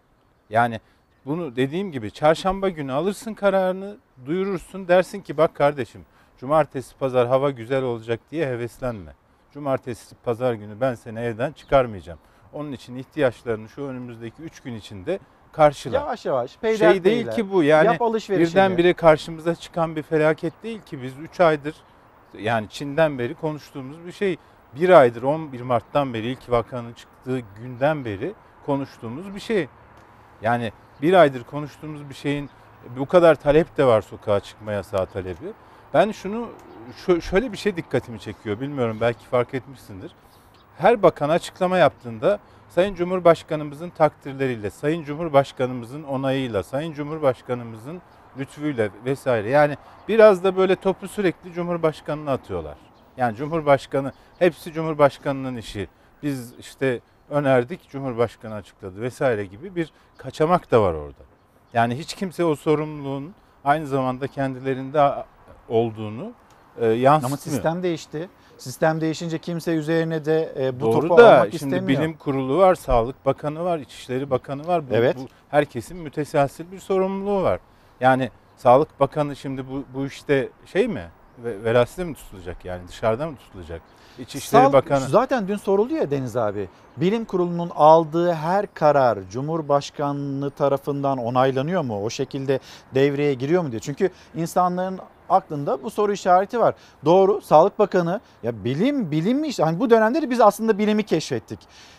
Yani bunu dediğim gibi çarşamba günü alırsın kararını, duyurursun, dersin ki bak kardeşim cumartesi pazar hava güzel olacak diye heveslenme. Cumartesi pazar günü ben seni evden çıkarmayacağım. Onun için ihtiyaçlarını şu önümüzdeki üç gün içinde karşıla. Yavaş yavaş. Peyder Şey değil peyder. ki bu yani Yap alışverişini. birdenbire karşımıza çıkan bir felaket değil ki. Biz üç aydır yani Çin'den beri konuştuğumuz bir şey. Bir aydır on bir Mart'tan beri ilk vakanın çıktığı günden beri konuştuğumuz bir şey. Yani bir aydır konuştuğumuz bir şeyin bu kadar talep de var, sokağa çıkma yasağı talebi. Ben şunu şöyle bir şey dikkatimi çekiyor, bilmiyorum belki fark etmişsindir. Her bakan açıklama yaptığında Sayın Cumhurbaşkanımızın takdirleriyle, Sayın Cumhurbaşkanımızın onayıyla, Sayın Cumhurbaşkanımızın lütfuyla vesaire. Yani biraz da böyle topu sürekli Cumhurbaşkanı'na atıyorlar. Yani Cumhurbaşkanı, hepsi Cumhurbaşkanı'nın işi. Biz işte önerdik, Cumhurbaşkanı açıkladı vesaire gibi bir kaçamak da var orada. Yani hiç kimse o sorumluluğun aynı zamanda kendilerinde olduğunu e, yansıtmıyor. Ama sistem değişti. Sistem değişince kimse üzerine de e, bu Doğru topu da almak şimdi istemiyor. bilim kurulu var, Sağlık Bakanı var, İçişleri Bakanı var. Bu, Evet. bu herkesin müteselsil bir sorumluluğu var. Yani Sağlık Bakanı şimdi bu, bu işte şey mi? Verasete mi tutulacak, yani dışarıda mı tutulacak? İçişleri Sağlık, Bakanı. zaten dün soruldu ya Deniz abi. Bilim kurulunun aldığı her karar Cumhurbaşkanlığı tarafından onaylanıyor mu? O şekilde devreye giriyor mu diye. Çünkü insanların aklında bu soru işareti var. Doğru, Sağlık Bakanı ya bilim bilim mi işte, hani bu dönemde de biz aslında bilimi keşfettik.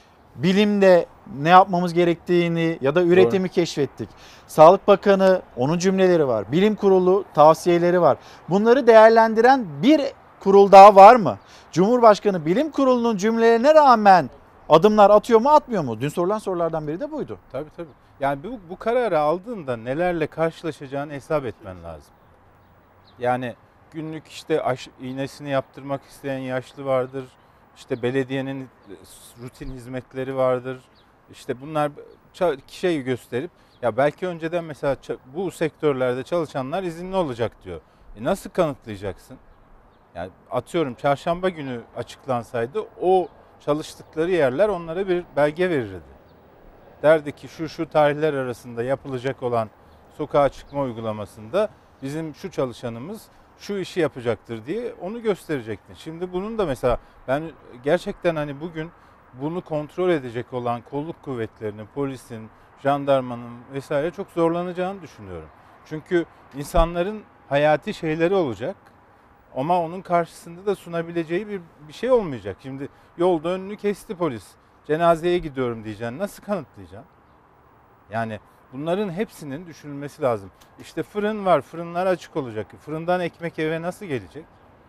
Bilimde ne yapmamız gerektiğini ya da üretimi Doğru. keşfettik. Sağlık Bakanı, onun cümleleri var. Bilim Kurulu tavsiyeleri var. Bunları değerlendiren bir kurul daha var mı? Cumhurbaşkanı Bilim Kurulu'nun cümlelerine rağmen adımlar atıyor mu, atmıyor mu? Dün sorulan sorulardan biri de buydu. Tabii tabii. Yani bu, bu kararı aldığında nelerle karşılaşacağını hesap etmen lazım. Yani günlük işte aş, iğnesini yaptırmak isteyen yaşlı vardır. İşte belediyenin rutin hizmetleri vardır. İşte bunlar şey gösterip ya belki önceden mesela bu sektörlerde çalışanlar izinli olacak diyor. E nasıl kanıtlayacaksın? Yani atıyorum çarşamba günü açıklansaydı o çalıştıkları yerler onlara bir belge verirdi. Derdi ki şu şu tarihler arasında yapılacak olan sokağa çıkma uygulamasında bizim şu çalışanımız şu işi yapacaktır diye onu gösterecektin. Şimdi bunun da mesela ben gerçekten hani bugün bunu kontrol edecek olan kolluk kuvvetlerinin, polisin, jandarmanın vesaire çok zorlanacağını düşünüyorum. Çünkü insanların hayati şeyleri olacak ama onun karşısında da sunabileceği bir, bir şey olmayacak. Şimdi yolda önünü kesti polis. Cenazeye gidiyorum diyeceksin. Nasıl kanıtlayacaksın? Yani bunların hepsinin düşünülmesi lazım. İşte fırın var, fırınlar açık olacak. Fırından ekmek eve nasıl gelecek?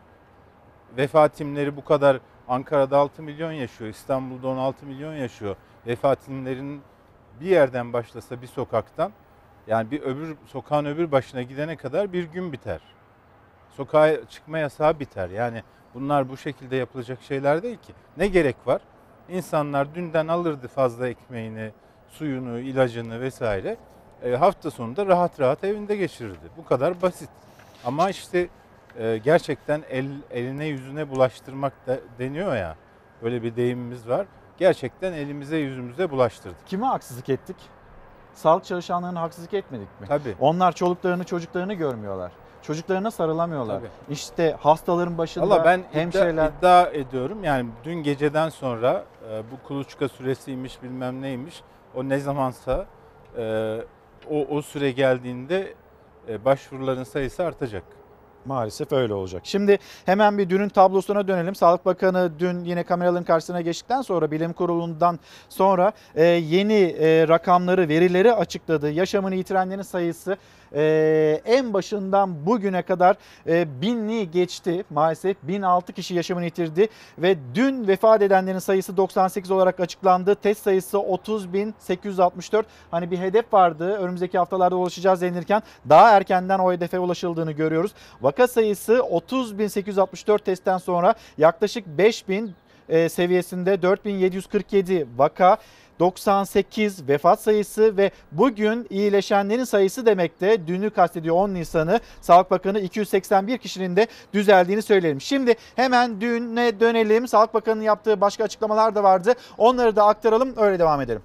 Vefat timleri bu kadar, Ankara'da altı milyon yaşıyor, İstanbul'da on altı milyon yaşıyor. Vefat timlerinin bir yerden başlasa bir sokaktan, yani bir öbür sokağın öbür başına gidene kadar bir gün biter. Sokağa çıkma yasağı biter. Yani bunlar bu şekilde yapılacak şeyler değil ki. Ne gerek var? İnsanlar dünden alırdı fazla ekmeğini, suyunu, ilacını vesaire. E, hafta sonunda rahat rahat evinde geçirirdi. Bu kadar basit. Ama işte e, gerçekten el, eline yüzüne bulaştırmak da deniyor ya. Böyle bir deyimimiz var. Gerçekten elimize yüzümüze bulaştırdık. Kime haksızlık ettik? Sağlık çalışanlarına haksızlık etmedik mi? Tabii. Onlar çoluklarını çocuklarını görmüyorlar. Çocuklarına sarılamıyorlar. Tabii. İşte hastaların başında Vallahi ben hemşireler... iddia, iddia ediyorum. Yani dün geceden sonra e, bu kuluçka süresiymiş bilmem neymiş. O ne zamansa e, o, o süre geldiğinde e, başvuruların sayısı artacak. Maalesef öyle olacak. Şimdi hemen bir dünün tablosuna dönelim. Sağlık Bakanı dün yine kameraların karşısına geçtikten sonra Bilim Kurulu'ndan sonra e, yeni e, rakamları, verileri açıkladı. Yaşamını yitirenlerin sayısı e, en başından bugüne kadar e, binliği geçti. Maalesef bin altı kişi yaşamını yitirdi ve dün vefat edenlerin sayısı doksan sekiz olarak açıklandı. Test sayısı otuz bin sekiz yüz altmış dört. Hani bir hedef vardı. Önümüzdeki haftalarda ulaşacağız denilirken daha erkenden o hedefe ulaşıldığını görüyoruz. Vaka sayısı otuz bin sekiz yüz altmış dört testten sonra yaklaşık beş bin e, seviyesinde, dört bin yedi yüz kırk yedi vaka. doksan sekiz vefat sayısı ve bugün iyileşenlerin sayısı demekte. Dünü kastediyor, on Nisan'ı. Sağlık Bakanı iki yüz seksen bir kişinin de düzeldiğini söyleyelim. Şimdi hemen düne dönelim. Sağlık Bakanı'nın yaptığı başka açıklamalar da vardı. Onları da aktaralım, öyle devam edelim.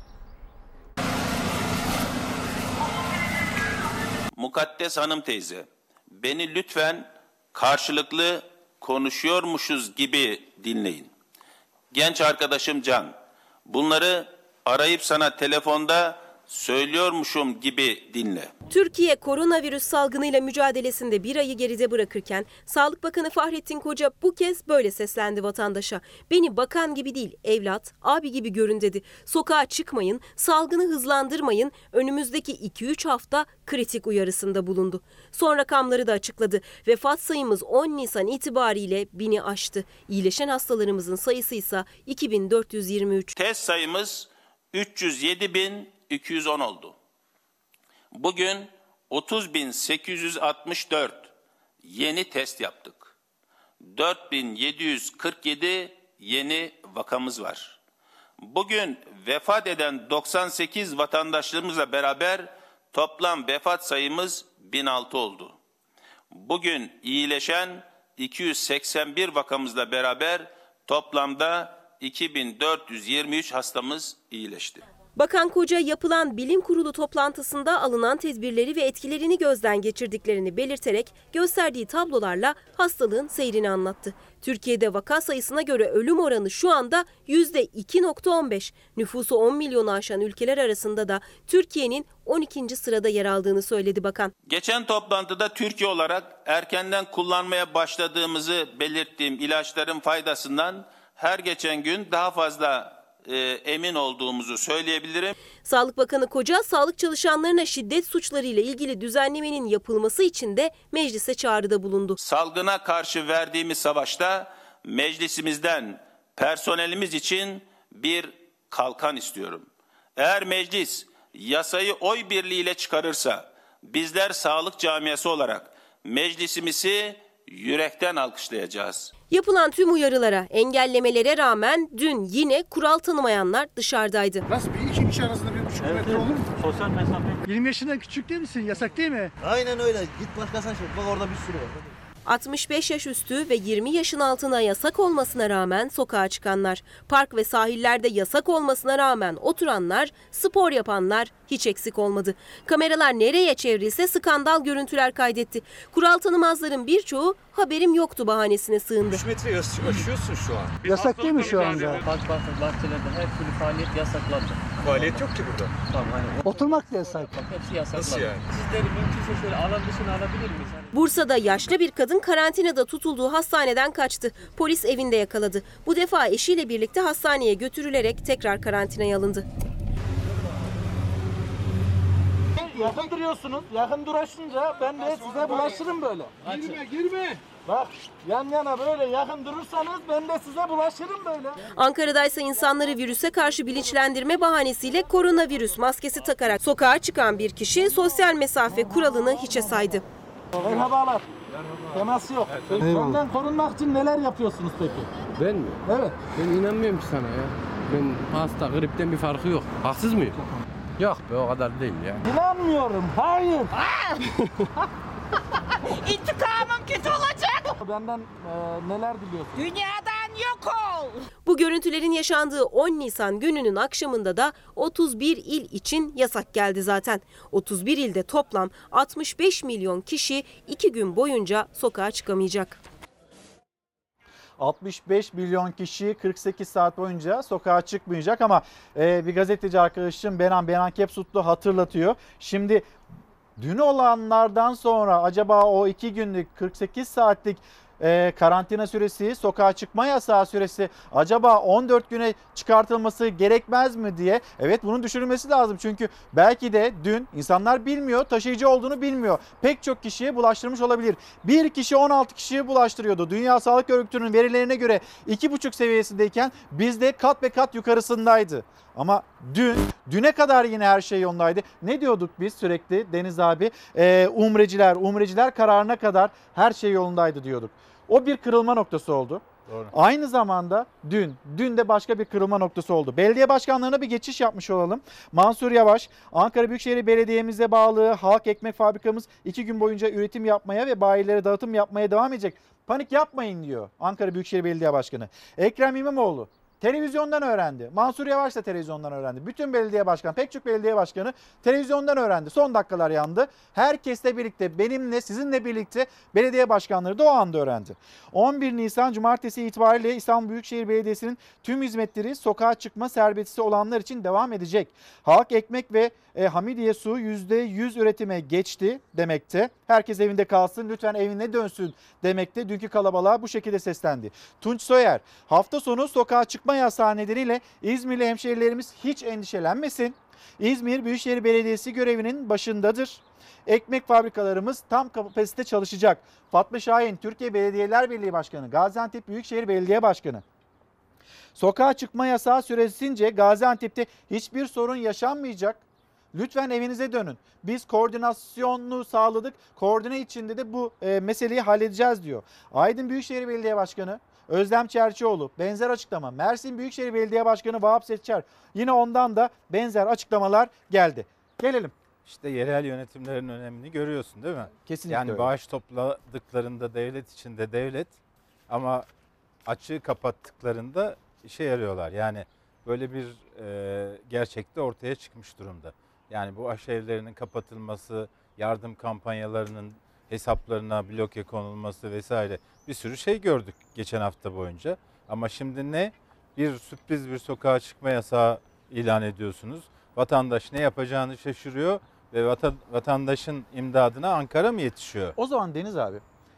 Mukaddes hanım teyze, beni lütfen karşılıklı konuşuyormuşuz gibi dinleyin. Genç arkadaşım Can, bunları arayıp sana telefonda söylüyormuşum gibi dinle. Türkiye koronavirüs salgınıyla mücadelesinde bir ayı geride bırakırken Sağlık Bakanı Fahrettin Koca bu kez böyle seslendi vatandaşa. Beni bakan gibi değil, evlat, abi gibi görün dedi. Sokağa çıkmayın, salgını hızlandırmayın, önümüzdeki iki üç hafta kritik uyarısında bulundu. Son rakamları da açıkladı. Vefat sayımız on Nisan itibariyle bini aştı. İyileşen hastalarımızın sayısı ise iki bin dört yüz yirmi üç. Test sayımız üç yüz yedi bin iki yüz on oldu. Bugün otuz bin sekiz yüz altmış dört yeni test yaptık. dört bin yedi yüz kırk yedi yeni vakamız var. Bugün vefat eden doksan sekiz vatandaşlarımızla beraber toplam vefat sayımız bin altı oldu. Bugün iyileşen iki yüz seksen bir vakamızla beraber toplamda iki bin dört yüz yirmi üç hastamız iyileşti. Bakan Koca yapılan bilim kurulu toplantısında alınan tedbirleri ve etkilerini gözden geçirdiklerini belirterek gösterdiği tablolarla hastalığın seyrini anlattı. Türkiye'de vaka sayısına göre ölüm oranı şu anda yüzde iki nokta on beş. Nüfusu on milyonu aşan ülkeler arasında da Türkiye'nin on ikinci sırada yer aldığını söyledi bakan. Geçen toplantıda Türkiye olarak erkenden kullanmaya başladığımızı belirttiğim ilaçların faydasından her geçen gün daha fazla e, emin olduğumuzu söyleyebilirim. Sağlık Bakanı Koca, sağlık çalışanlarına şiddet suçlarıyla ilgili düzenlemenin yapılması için de meclise çağrıda bulundu. Salgına karşı verdiğimiz savaşta meclisimizden personelimiz için bir kalkan istiyorum. Eğer meclis yasayı oy birliğiyle çıkarırsa bizler sağlık camiası olarak meclisimizi yürekten alkışlayacağız. Yapılan tüm uyarılara, engellemelere rağmen dün yine kural tanımayanlar dışarıdaydı. Nasıl bir iki kişi arasında bir buçuk evet, metre olur mu? Sosyal mesafe. yirmi yaşından küçük değil misin? Yasak değil mi? Aynen öyle. Git başkasına şey. Bak orada bir sürü var. altmış beş yaş üstü ve yirmi yaşın altına yasak olmasına rağmen sokağa çıkanlar, park ve sahillerde yasak olmasına rağmen oturanlar, spor yapanlar hiç eksik olmadı. Kameralar nereye çevrilse skandal görüntüler kaydetti. Kural tanımazların birçoğu haberim yoktu bahanesine sığındı. üç metre aşıyorsun şu an. Yasak değil mi şu anda? Park, park, bahçelerde her türlü faaliyet yasaklandı. Faaliyet yok ki burada. Tamam hani. Oturmak da yasak. Bak hepsi yasaklandı. Nasıl yani? Sizleri mümkünse şöyle alan dışına alabilir miyiz? Hani... Bursa'da yaşlı bir kadın karantinada tutulduğu hastaneden kaçtı. Polis evinde yakaladı. Bu defa eşiyle birlikte hastaneye götürülerek tekrar karantinaya alındı. Yakın duruyorsunuz. Yakın duraşınca ben de size bulaşırım böyle. Girme girme. Bak yan yana böyle yakın durursanız ben de size bulaşırım böyle. Ankara'daysa insanları virüse karşı bilinçlendirme bahanesiyle koronavirüs maskesi takarak sokağa çıkan bir kişi sosyal mesafe kuralını hiçe saydı. Merhabalar. Temas yok. Benden korunmak için neler yapıyorsunuz peki? Ben mi? Evet. Ben inanmıyorum ki sana ya. Ben hasta, gripten bir farkı yok. Haksız mıyım? Yok be o kadar değil ya. İnanmıyorum. Hayır. İntikamım kötü olacak. Benden e, neler diliyorsun? Dünyadan yok ol. Bu görüntülerin yaşandığı on Nisan gününün akşamında da otuz bir il için yasak geldi zaten. otuz bir ilde toplam altmış beş milyon kişi iki gün boyunca sokağa çıkamayacak. altmış beş milyon kişi kırk sekiz saat boyunca sokağa çıkmayacak ama e, bir gazeteci arkadaşım Benan Benan Kepsutlu hatırlatıyor. Şimdi dün olanlardan sonra acaba o iki günlük kırk sekiz saatlik e, karantina süresi, sokağa çıkma yasağı süresi acaba on dört güne çıkartılması gerekmez mi diye. Evet, bunun düşünülmesi lazım çünkü belki de dün insanlar bilmiyor, taşıyıcı olduğunu bilmiyor. Pek çok kişiye bulaştırmış olabilir. Bir kişi on altı kişiye bulaştırıyordu. Dünya Sağlık Örgütü'nün verilerine göre iki buçuk seviyesindeyken bizde kat be kat yukarısındaydı. Ama dün, düne kadar yine her şey yolundaydı. Ne diyorduk biz sürekli Deniz abi? Ee, umreciler, umreciler kararına kadar her şey yolundaydı diyorduk. O bir kırılma noktası oldu. Doğru. Aynı zamanda dün, dün de başka bir kırılma noktası oldu. Belediye başkanlığına bir geçiş yapmış olalım. Mansur Yavaş, Ankara Büyükşehir Belediye'mize bağlı Halk Ekmek Fabrikamız iki gün boyunca üretim yapmaya ve bayilere dağıtım yapmaya devam edecek. Panik yapmayın diyor Ankara Büyükşehir Belediye Başkanı. Ekrem İmamoğlu televizyondan öğrendi. Mansur Yavaş da televizyondan öğrendi. Bütün belediye başkanı, pek çok belediye başkanı televizyondan öğrendi. Son dakikalar yandı. Herkesle birlikte, benimle, sizinle birlikte belediye başkanları da o anda öğrendi. on bir Nisan Cumartesi itibariyle İstanbul Büyükşehir Belediyesi'nin tüm hizmetleri sokağa çıkma serbestisi olanlar için devam edecek. Halk Ekmek ve e, Hamidiye Su yüzde yüz üretime geçti demekte. Herkes evinde kalsın, lütfen evine dönsün demekte. Dünkü kalabalığa bu şekilde seslendi. Tunç Soyer, hafta sonu sokağa çıkma yasağı nedeniyle İzmirli hemşehrilerimiz hiç endişelenmesin. İzmir Büyükşehir Belediyesi görevinin başındadır. Ekmek fabrikalarımız tam kapasite çalışacak. Fatma Şahin, Türkiye Belediyeler Birliği Başkanı, Gaziantep Büyükşehir Belediye Başkanı. Sokağa çıkma yasağı süresince Gaziantep'te hiçbir sorun yaşanmayacak. Lütfen evinize dönün. Biz koordinasyonunu sağladık. Koordine içinde de bu e, meseleyi halledeceğiz diyor. Aydın Büyükşehir Belediye Başkanı Özlem Çerçioğlu benzer açıklama. Mersin Büyükşehir Belediye Başkanı Vahap Seçer, yine ondan da benzer açıklamalar geldi. Gelelim. İşte yerel yönetimlerin önemini görüyorsun değil mi? Kesinlikle Yani öyle. bağış topladıklarında devlet içinde devlet ama açığı kapattıklarında işe yarıyorlar. Yani böyle bir e, gerçekte ortaya çıkmış durumda. Yani bu aşevlerinin kapatılması, yardım kampanyalarının hesaplarına bloke konulması vesaire bir sürü şey gördük geçen hafta boyunca. Ama şimdi ne? Bir sürpriz bir sokağa çıkma yasağı ilan ediyorsunuz. Vatandaş ne yapacağını şaşırıyor ve vatan, vatandaşın imdadına Ankara mı yetişiyor? O zaman Deniz abi,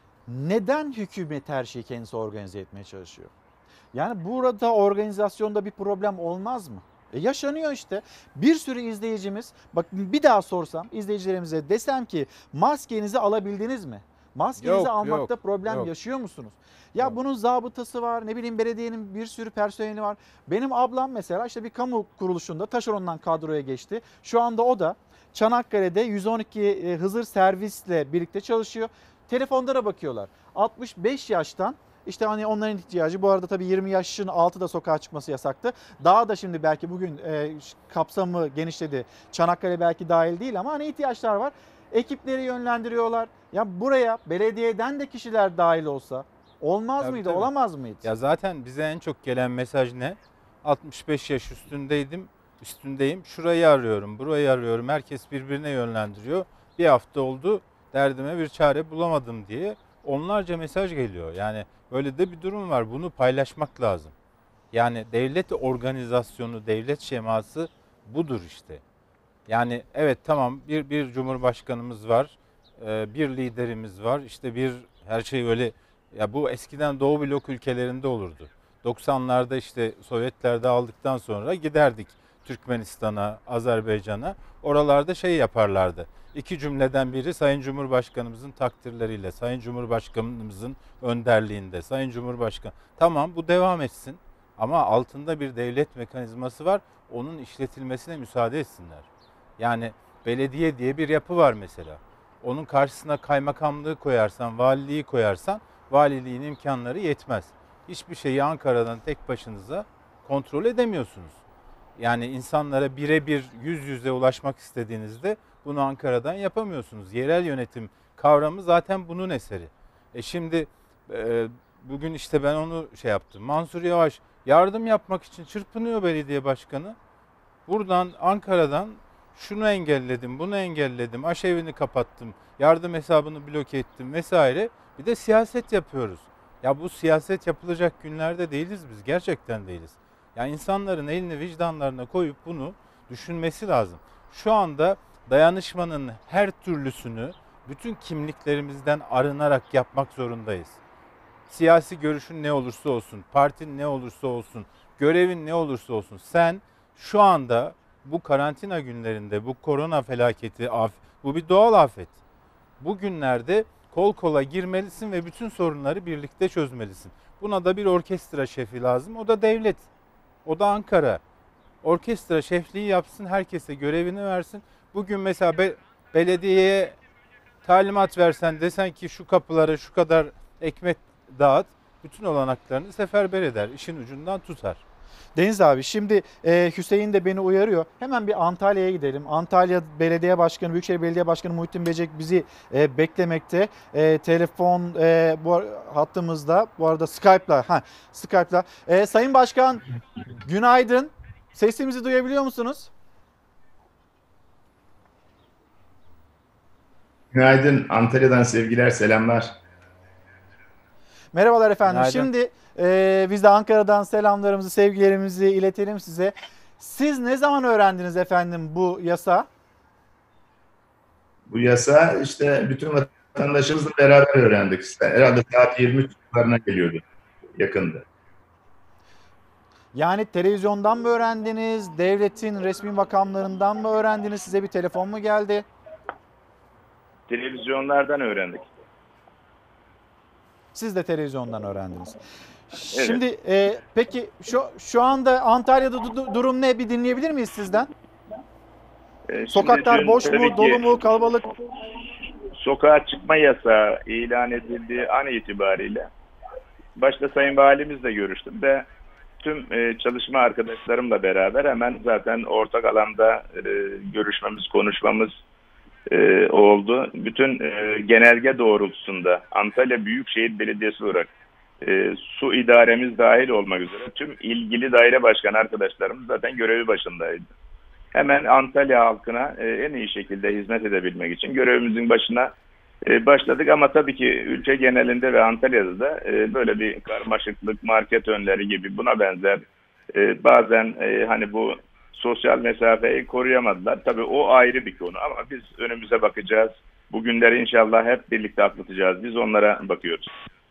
neden hükümet her şeyi kendisi organize etmeye çalışıyor? Yani burada organizasyonda bir problem olmaz mı? E yaşanıyor işte. Bir sürü izleyicimiz, bak bir daha sorsam izleyicilerimize, desem ki maskenizi alabildiniz mi? Maskenizi Yok, almakta yok, problem yok. yaşıyor musunuz? Ya Yok. bunun zabıtası var, ne bileyim belediyenin bir sürü personeli var. Benim ablam mesela işte bir kamu kuruluşunda taşerondan kadroya geçti. Şu anda o da Çanakkale'de yüz on iki Hızır servisle birlikte çalışıyor. Telefonlara bakıyorlar. altmış beş yaştan, İşte hani onların ihtiyacı, bu arada tabii yirmi yaşın altı da sokağa çıkması yasaktı. Daha da şimdi belki bugün e, kapsamı genişledi. Çanakkale belki dahil değil ama hani ihtiyaçlar var. Ekipleri yönlendiriyorlar. Ya buraya belediyeden de kişiler dahil olsa olmaz Tabii, mıydı, tabii. olamaz mıydı? Ya zaten bize en çok gelen mesaj ne? altmış beş yaş üstündeydim, üstündeyim. Şurayı arıyorum, burayı arıyorum. Herkes birbirine yönlendiriyor. Bir hafta oldu, derdime bir çare bulamadım diye onlarca mesaj geliyor. Yani böyle de bir durum var. Bunu paylaşmak lazım. Yani devlet organizasyonu, devlet şeması budur işte. Yani evet tamam bir bir cumhurbaşkanımız var, bir liderimiz var. İşte bir her şey öyle. Ya bu eskiden Doğu blok ülkelerinde olurdu. doksanlarda işte Sovyetler'de aldıktan sonra giderdik Türkmenistan'a, Azerbaycan'a. Oralarda şey yaparlardı. İki cümleden biri Sayın Cumhurbaşkanımızın takdirleriyle, Sayın Cumhurbaşkanımızın önderliğinde, Sayın Cumhurbaşkanı. Tamam bu devam etsin ama altında bir devlet mekanizması var. Onun işletilmesine müsaade etsinler. Yani belediye diye bir yapı var mesela. Onun karşısına kaymakamlığı koyarsan, valiliği koyarsan valiliğin imkanları yetmez. Hiçbir şeyi Ankara'dan tek başınıza kontrol edemiyorsunuz. Yani insanlara birebir yüz yüze ulaşmak istediğinizde bunu Ankara'dan yapamıyorsunuz. Yerel yönetim kavramı zaten bunun eseri. E şimdi e, bugün işte ben onu şey yaptım. Mansur Yavaş yardım yapmak için çırpınıyor belediye başkanı. Buradan Ankara'dan şunu engelledim, bunu engelledim, aşevini kapattım, yardım hesabını bloke ettim vesaire. Bir de siyaset yapıyoruz. Ya bu siyaset yapılacak günlerde değiliz biz. Gerçekten değiliz. Yani insanların elini vicdanlarına koyup bunu düşünmesi lazım. Şu anda dayanışmanın her türlüsünü bütün kimliklerimizden arınarak yapmak zorundayız. Siyasi görüşün ne olursa olsun, partin ne olursa olsun, görevin ne olursa olsun sen şu anda bu karantina günlerinde, bu korona felaketi, bu bir doğal afet. Bu günlerde kol kola girmelisin ve bütün sorunları birlikte çözmelisin. Buna da bir orkestra şefi lazım. O da devlet. O da Ankara. Orkestra şefliği yapsın, herkese görevini versin. Bugün mesela be, belediyeye talimat versen, desen ki şu kapılara şu kadar ekmek dağıt. bütün olanaklarını seferber eder, işin ucundan tutar. Deniz abi şimdi e, Hüseyin de beni uyarıyor. Hemen bir Antalya'ya gidelim. Antalya Belediye Başkanı, Büyükşehir Belediye Başkanı Muhittin Becek bizi e, beklemekte. E, telefon e, bu hattımızda. Bu arada Skype'la. Ha, Skype'la. E, Sayın Başkan günaydın. Sesimizi duyabiliyor musunuz? Günaydın. Antalya'dan sevgiler, selamlar. Merhabalar efendim. Günaydın. Şimdi e, biz de Ankara'dan selamlarımızı, sevgilerimizi iletelim size. Siz ne zaman öğrendiniz efendim bu yasa? Bu yasa işte bütün vatandaşımızla beraber öğrendik. İşte herhalde saat yirmi üç civarına geliyordu. Yakındı. Yani televizyondan mı öğrendiniz? Devletin resmi makamlarından mı öğrendiniz? Size bir telefon mu geldi? Televizyonlardan öğrendik. Siz de televizyondan öğrendiniz. Evet. Şimdi e, peki şu şu anda Antalya'da du- durum ne? Bir dinleyebilir miyiz sizden? Ee, şimdi Sokaklar dün boş tabii mu, ki dolu mu, kalabalık? Sokağa çıkma yasağı ilan edildiği an itibariyle başta Sayın Valimizle görüştüm ve tüm e, çalışma arkadaşlarımla beraber hemen zaten ortak alanda e, görüşmemiz, konuşmamız e, oldu. Bütün e, genelge doğrultusunda Antalya Büyükşehir Belediyesi olarak e, su idaremiz dahil olmak üzere tüm ilgili daire başkanı arkadaşlarımız zaten görevi başındaydı. Hemen Antalya halkına e, en iyi şekilde hizmet edebilmek için görevimizin başına e, başladık. Ama tabii ki ülke genelinde ve Antalya'da da e, böyle bir karmaşıklık, market önleri gibi buna benzer e, bazen e, hani bu sosyal mesafeyi koruyamadılar. Tabii o ayrı bir konu ama biz önümüze bakacağız. Bu günleri inşallah hep birlikte atlatacağız. Biz onlara bakıyoruz.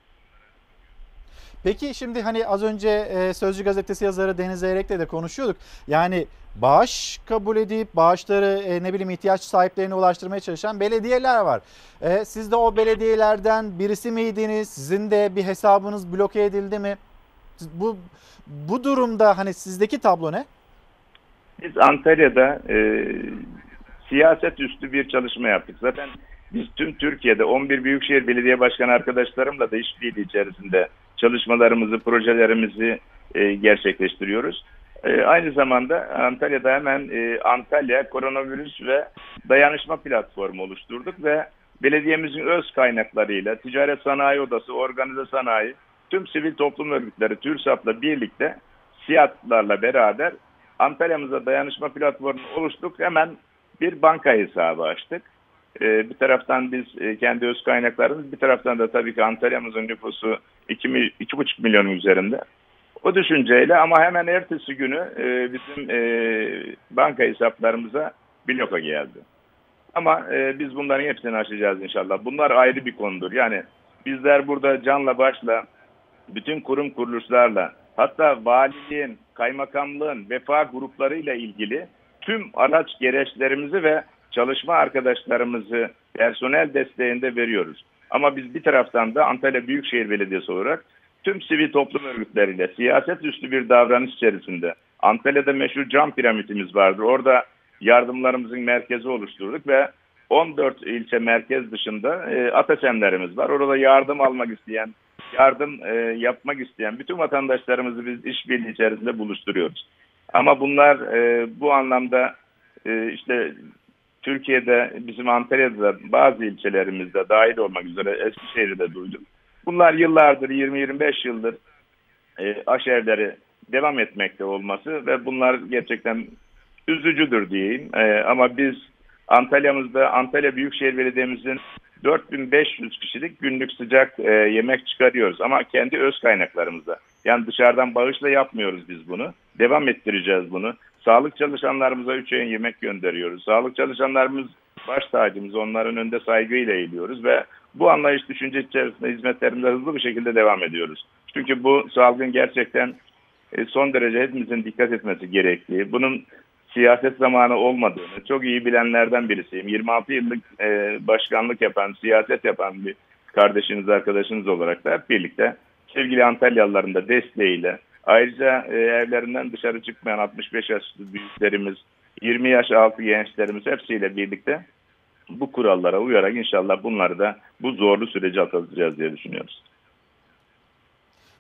Peki şimdi hani az önce e, Sözcü Gazetesi yazarı Deniz Zeyrek'le de konuşuyorduk. Yani bağış kabul edip bağışları e, ne bileyim ihtiyaç sahiplerine ulaştırmaya çalışan belediyeler var. E, siz de o belediyelerden birisi miydiniz? Sizin de bir hesabınız bloke edildi mi? Bu bu durumda hani sizdeki tablo ne? Biz Antalya'da e, siyaset üstü bir çalışma yaptık. Zaten biz tüm Türkiye'de on bir Büyükşehir Belediye Başkanı arkadaşlarımla da işbirliği içerisinde çalışmalarımızı, projelerimizi e, gerçekleştiriyoruz. E, aynı zamanda Antalya'da hemen e, Antalya Koronavirüs ve Dayanışma Platformu oluşturduk ve belediyemizin öz kaynaklarıyla Ticaret Sanayi Odası, Organize Sanayi, tüm sivil toplum örgütleri, TÜRSAP'la birlikte SİAD'larla beraber Antalya'mıza dayanışma platformu oluştuk. Hemen bir banka hesabı açtık. Ee, bir taraftan biz e, kendi öz kaynaklarımız, bir taraftan da tabii ki Antalya'mızın nüfusu iki buçuk milyonun üzerinde. O düşünceyle ama hemen ertesi günü e, bizim e, banka hesaplarımıza bloka geldi. Ama e, biz bunların hepsini aşacağız inşallah. Bunlar ayrı bir konudur. Yani bizler burada canla başla bütün kurum kuruluşlarla, hatta valiliğin, kaymakamlığın, vefa gruplarıyla ilgili tüm araç gereçlerimizi ve çalışma arkadaşlarımızı personel desteğinde veriyoruz. Ama biz bir taraftan da Antalya Büyükşehir Belediyesi olarak tüm sivil toplum örgütleriyle siyaset üstü bir davranış içerisinde Antalya'da meşhur cam piramitimiz vardır. Orada yardımlarımızın merkezi oluşturduk ve on dört ilçe merkez dışında e, ATASEM'lerimiz var. Orada yardım almak isteyen, yardım e, yapmak isteyen bütün vatandaşlarımızı biz işbirliği içerisinde buluşturuyoruz. Ama bunlar e, bu anlamda e, işte Türkiye'de bizim Antalya'da bazı ilçelerimizde dahil olmak üzere Eskişehir'de duydum. Bunlar yıllardır, yirmi yirmi beş yıldır e, aşevleri devam etmekte olması ve bunlar gerçekten üzücüdür diyeyim. E, ama biz Antalya'mızda, Antalya Büyükşehir Belediye'mizin dört bin beş yüz kişilik günlük sıcak e, yemek çıkarıyoruz. Ama kendi öz kaynaklarımızda. Yani dışarıdan bağışla yapmıyoruz biz bunu. Devam ettireceğiz bunu. Sağlık çalışanlarımıza üç öğün yemek gönderiyoruz. Sağlık çalışanlarımız baş tacımız. Onların önünde saygıyla eğiliyoruz ve bu anlayış düşünce içerisinde hizmetlerimize hızlı bir şekilde devam ediyoruz. Çünkü bu salgın gerçekten e, son derece hepimizin dikkat etmesi gerektiği, bunun siyaset zamanı olmadığını çok iyi bilenlerden birisiyim. yirmi altı yıllık e, başkanlık yapan, siyaset yapan bir kardeşiniz, arkadaşınız olarak da hep birlikte sevgili Antalyalıların da desteğiyle, ayrıca e, evlerinden dışarı çıkmayan altmış beş yaş üstü büyüklerimiz, yirmi yaş altı gençlerimiz hepsiyle birlikte bu kurallara uyarak inşallah bunları da bu zorlu süreci atlatacağız diye düşünüyoruz.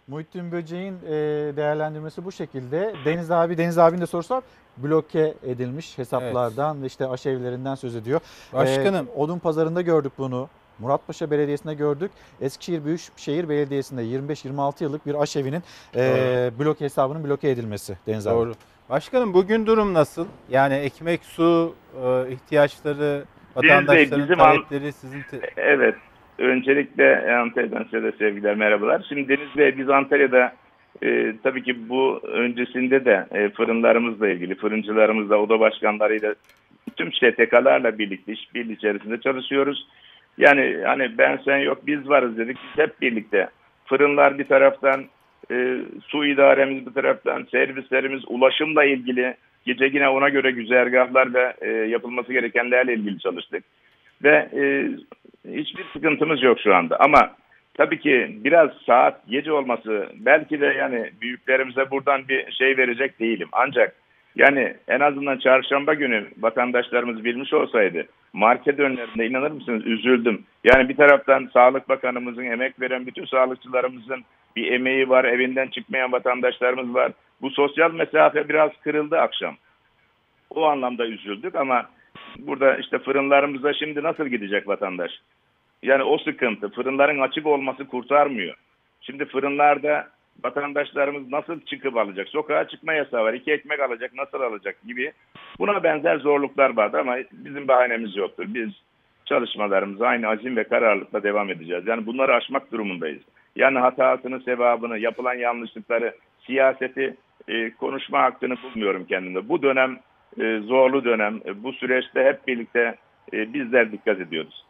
Muhittin Böceğin e, değerlendirmesi bu şekilde. Deniz abi, Deniz abinin de sorusu var. Bloke edilmiş hesaplardan, evet. işte aşevlerinden söz ediyor. Başkanım. E, Odun Pazarı'nda gördük bunu. Muratpaşa Belediyesi'nde gördük. Eskişehir Büyükşehir Belediyesi'nde yirmi beş yirmi altı yıllık bir aşevinin e, bloke hesabının bloke edilmesi. Deniz abi. Doğru. Başkanım bugün durum nasıl? Yani ekmek, su e, ihtiyaçları, vatandaşların bizim talepleri an... sizin... Te... Evet. Öncelikle Antalya'dan size de sevgiler, merhabalar. Şimdi Deniz Bey, biz Antalya'da e, tabii ki bu öncesinde de e, fırınlarımızla ilgili, fırıncılarımızla, oda başkanlarıyla, tüm S T K'larla birlikte, işbirliği içerisinde çalışıyoruz. Yani hani ben sen yok biz varız dedik, biz hep birlikte. Fırınlar bir taraftan, e, su idaremiz bir taraftan, servislerimiz, ulaşımla ilgili gece yine ona göre güzergahlar ve e, yapılması gerekenlerle ilgili çalıştık. Ve e, hiçbir sıkıntımız yok şu anda. Ama tabii ki biraz saat gece olması belki de yani büyüklerimize buradan bir şey verecek değilim. Ancak yani en azından çarşamba günü vatandaşlarımız bilmiş olsaydı market önlerinde inanır mısınız üzüldüm. Yani bir taraftan Sağlık Bakanımızın, emek veren bütün sağlıkçılarımızın bir emeği var, evinden çıkmayan vatandaşlarımız var. Bu sosyal mesafe biraz kırıldı akşam. O anlamda üzüldük ama burada işte fırınlarımızda şimdi nasıl gidecek vatandaş? Yani o sıkıntı. Fırınların açık olması kurtarmıyor. Şimdi fırınlarda vatandaşlarımız nasıl çıkıp alacak? Sokağa çıkma yasağı var. İki ekmek alacak, nasıl alacak gibi. Buna benzer zorluklar vardı ama bizim bahanemiz yoktur. Biz çalışmalarımıza aynı azim ve kararlılıkla devam edeceğiz. Yani bunları aşmak durumundayız. Yani hatasını, sevabını, yapılan yanlışlıkları, siyaseti e, konuşma hakkını bulmuyorum kendimde. Bu dönem e, zorlu dönem. E, bu süreçte hep birlikte e, bizler dikkat ediyoruz.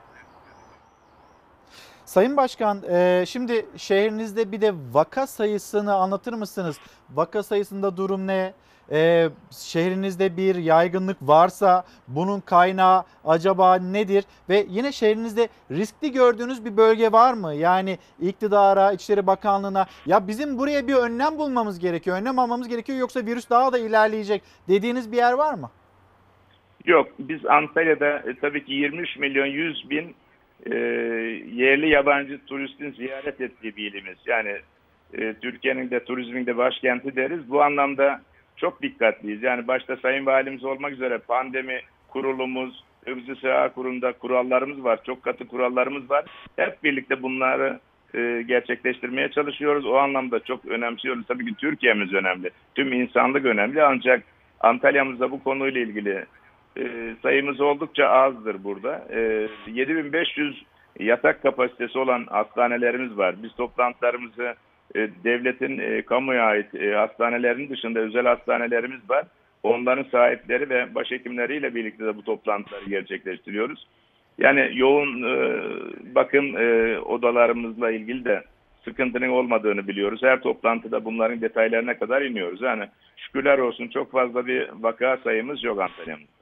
Sayın Başkan, e, şimdi şehrinizde bir de vaka sayısını anlatır mısınız? Vaka sayısında durum ne? E, şehrinizde bir yaygınlık varsa bunun kaynağı acaba nedir? Ve yine şehrinizde riskli gördüğünüz bir bölge var mı? Yani iktidara, İçişleri Bakanlığı'na ya bizim buraya bir önlem bulmamız gerekiyor, önlem almamız gerekiyor yoksa virüs daha da ilerleyecek dediğiniz bir yer var mı? Yok, biz Antalya'da e, tabii ki yirmi üç milyon yüz bin e, yerli yabancı turistin ziyaret ettiği bir ilimiz. Yani e, Türkiye'nin de turizmin de başkenti deriz. Bu anlamda çok dikkatliyiz. Yani başta Sayın Valimiz olmak üzere pandemi kurulumuz, Hıfzı Sıha Kurulu'nda kurallarımız var. Çok katı kurallarımız var. Hep birlikte bunları e, gerçekleştirmeye çalışıyoruz. O anlamda çok önemsiyoruz. Tabii ki Türkiye'miz önemli. Tüm insanlık önemli. Ancak Antalya'mızda bu konuyla ilgili e, sayımız oldukça azdır burada. E, yedi bin beş yüz yatak kapasitesi olan hastanelerimiz var. Biz toplantılarımızı e, devletin e, kamuya ait e, hastanelerinin dışında özel hastanelerimiz var. Onların sahipleri ve başhekimleriyle birlikte de bu toplantıları gerçekleştiriyoruz. Yani yoğun e, bakım e, odalarımızla ilgili de sıkıntının olmadığını biliyoruz. Her toplantıda bunların detaylarına kadar iniyoruz. Yani şükürler olsun çok fazla bir vaka sayımız yok Antalya'mızda.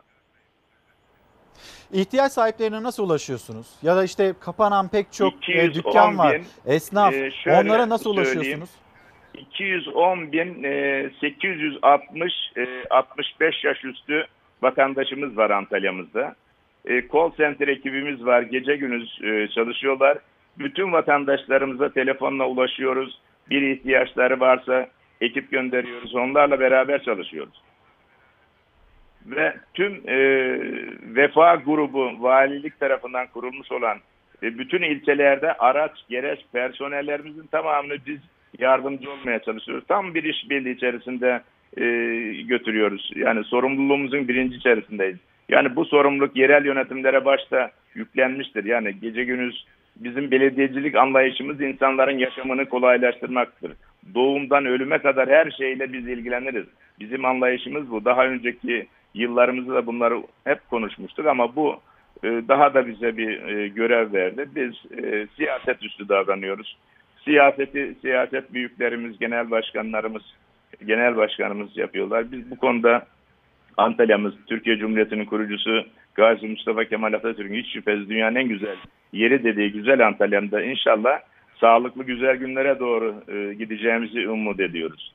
İhtiyaç sahiplerine nasıl ulaşıyorsunuz? Ya da işte kapanan pek çok iki yüz on dükkan var, bin, esnaf. e, şöyle Onlara nasıl söyleyeyim. ulaşıyorsunuz? iki yüz on bin sekiz yüz altmış altmış beş yaş üstü vatandaşımız var Antalya'mızda. E, call center ekibimiz var. Gece gündüz e, çalışıyorlar. Bütün vatandaşlarımıza telefonla ulaşıyoruz. Bir ihtiyaçları varsa ekip gönderiyoruz. Onlarla beraber çalışıyoruz. Ve tüm e, Vefa grubu valilik tarafından kurulmuş olan e, bütün ilçelerde araç, gereç, personellerimizin tamamını biz yardımcı olmaya çalışıyoruz. Tam bir işbirliği içerisinde e, götürüyoruz. Yani sorumluluğumuzun birinci içerisindeyiz. Yani bu sorumluluk yerel yönetimlere başta yüklenmiştir. Yani gece gündüz bizim belediyecilik anlayışımız insanların yaşamını kolaylaştırmaktır. Doğumdan ölüme kadar her şeyle biz ilgileniriz. Bizim anlayışımız bu. Daha önceki yıllarımızda da bunları hep konuşmuştuk ama bu e, daha da bize bir e, görev verdi. Biz e, siyaset üstü davranıyoruz. Siyaseti siyaset büyüklerimiz, genel başkanlarımız, genel başkanımız yapıyorlar. Biz bu konuda Antalya'mız, Türkiye Cumhuriyeti'nin kurucusu Gazi Mustafa Kemal Atatürk'ün hiç şüphesiz dünyanın en güzel yeri dediği güzel Antalya'mda inşallah sağlıklı güzel günlere doğru e, gideceğimizi umut ediyoruz.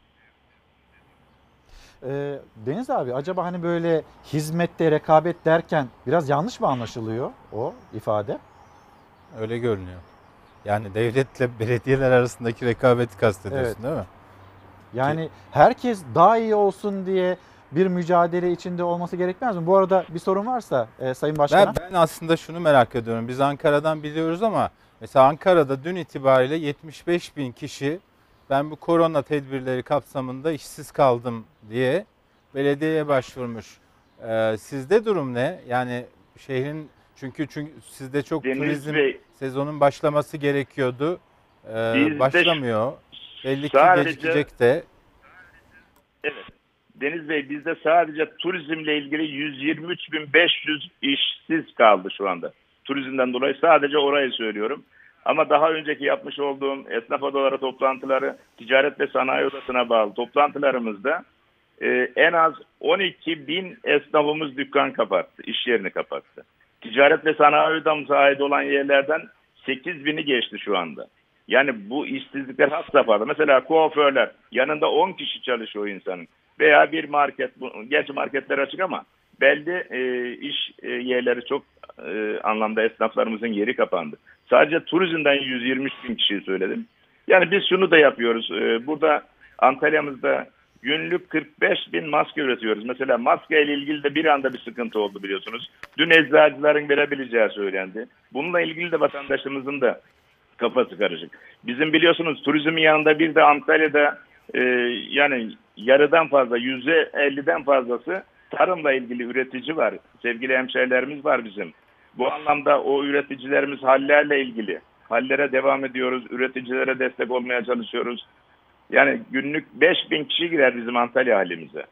Ee, Deniz abi acaba hani böyle hizmette rekabet derken biraz yanlış mı anlaşılıyor o ifade? Öyle görünüyor. Yani devletle belediyeler arasındaki rekabeti kastediyorsun Evet. değil mi? Yani herkes daha iyi olsun diye bir mücadele içinde olması gerekmez mi? Bu arada bir sorun varsa e, Sayın Başkan'a. Ben, ben aslında şunu merak ediyorum. Biz Ankara'dan biliyoruz ama mesela Ankara'da dün itibariyle yetmiş beş bin kişi ben bu korona tedbirleri kapsamında işsiz kaldım diye belediyeye başvurmuş. Ee, sizde durum ne? Yani şehrin çünkü çünkü sizde çok Deniz turizm Bey, sezonun başlaması gerekiyordu. Ee, Bizde başlamıyor. Belli ki sadece- gecikecek de. Evet. Deniz Bey, bizde sadece turizmle ilgili yüz yirmi üç bin beş yüz işsiz kaldı şu anda. Turizmden dolayı sadece orayı söylüyorum. Ama daha önceki yapmış olduğum esnaf odaları toplantıları, ticaret ve sanayi odasına bağlı toplantılarımızda e, en az on iki bin esnafımız dükkan kapattı, iş yerini kapattı. Ticaret ve sanayi odamıza ait olan yerlerden sekiz bini geçti şu anda. Yani bu işsizlikler had safhada. Mesela kuaförler, yanında on kişi çalışıyor o insanın. Veya bir market, bu- gerçi marketler açık ama belli e, iş e, yerleri çok e, anlamda esnaflarımızın yeri kapandı. Sadece turizmden yüz yirmi üç bin kişiyi söyledim. Yani biz şunu da yapıyoruz. E, burada Antalya'mızda günlük kırk beş bin maske üretiyoruz. Mesela maske ile ilgili de bir anda bir sıkıntı oldu biliyorsunuz. Dün eczacıların verebileceği söylendi. Bununla ilgili de vatandaşımızın da kafası karışık. Bizim biliyorsunuz turizmin yanında bir de Antalya'da e, yani yarıdan fazla, yüzde elliden fazlası tarımla ilgili üretici var. Sevgili hemşehrilerimiz var bizim. Bu anlamda o üreticilerimiz hallerle ilgili. Hallere devam ediyoruz. Üreticilere destek olmaya çalışıyoruz. Yani günlük beş bin kişi girer bizim Antalya halimize.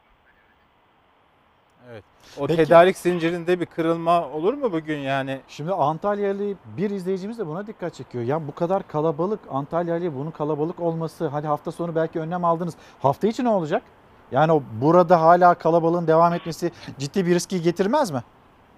Evet. O Peki- tedarik zincirinde bir kırılma olur mu bugün yani? Şimdi Antalyalı bir izleyicimiz de buna dikkat çekiyor. Ya bu kadar kalabalık, Antalyalı bunun kalabalık olması, hadi hafta sonu belki önlem aldınız. Hafta içi ne olacak? Yani o burada hala kalabalığın devam etmesi ciddi bir riski getirmez mi?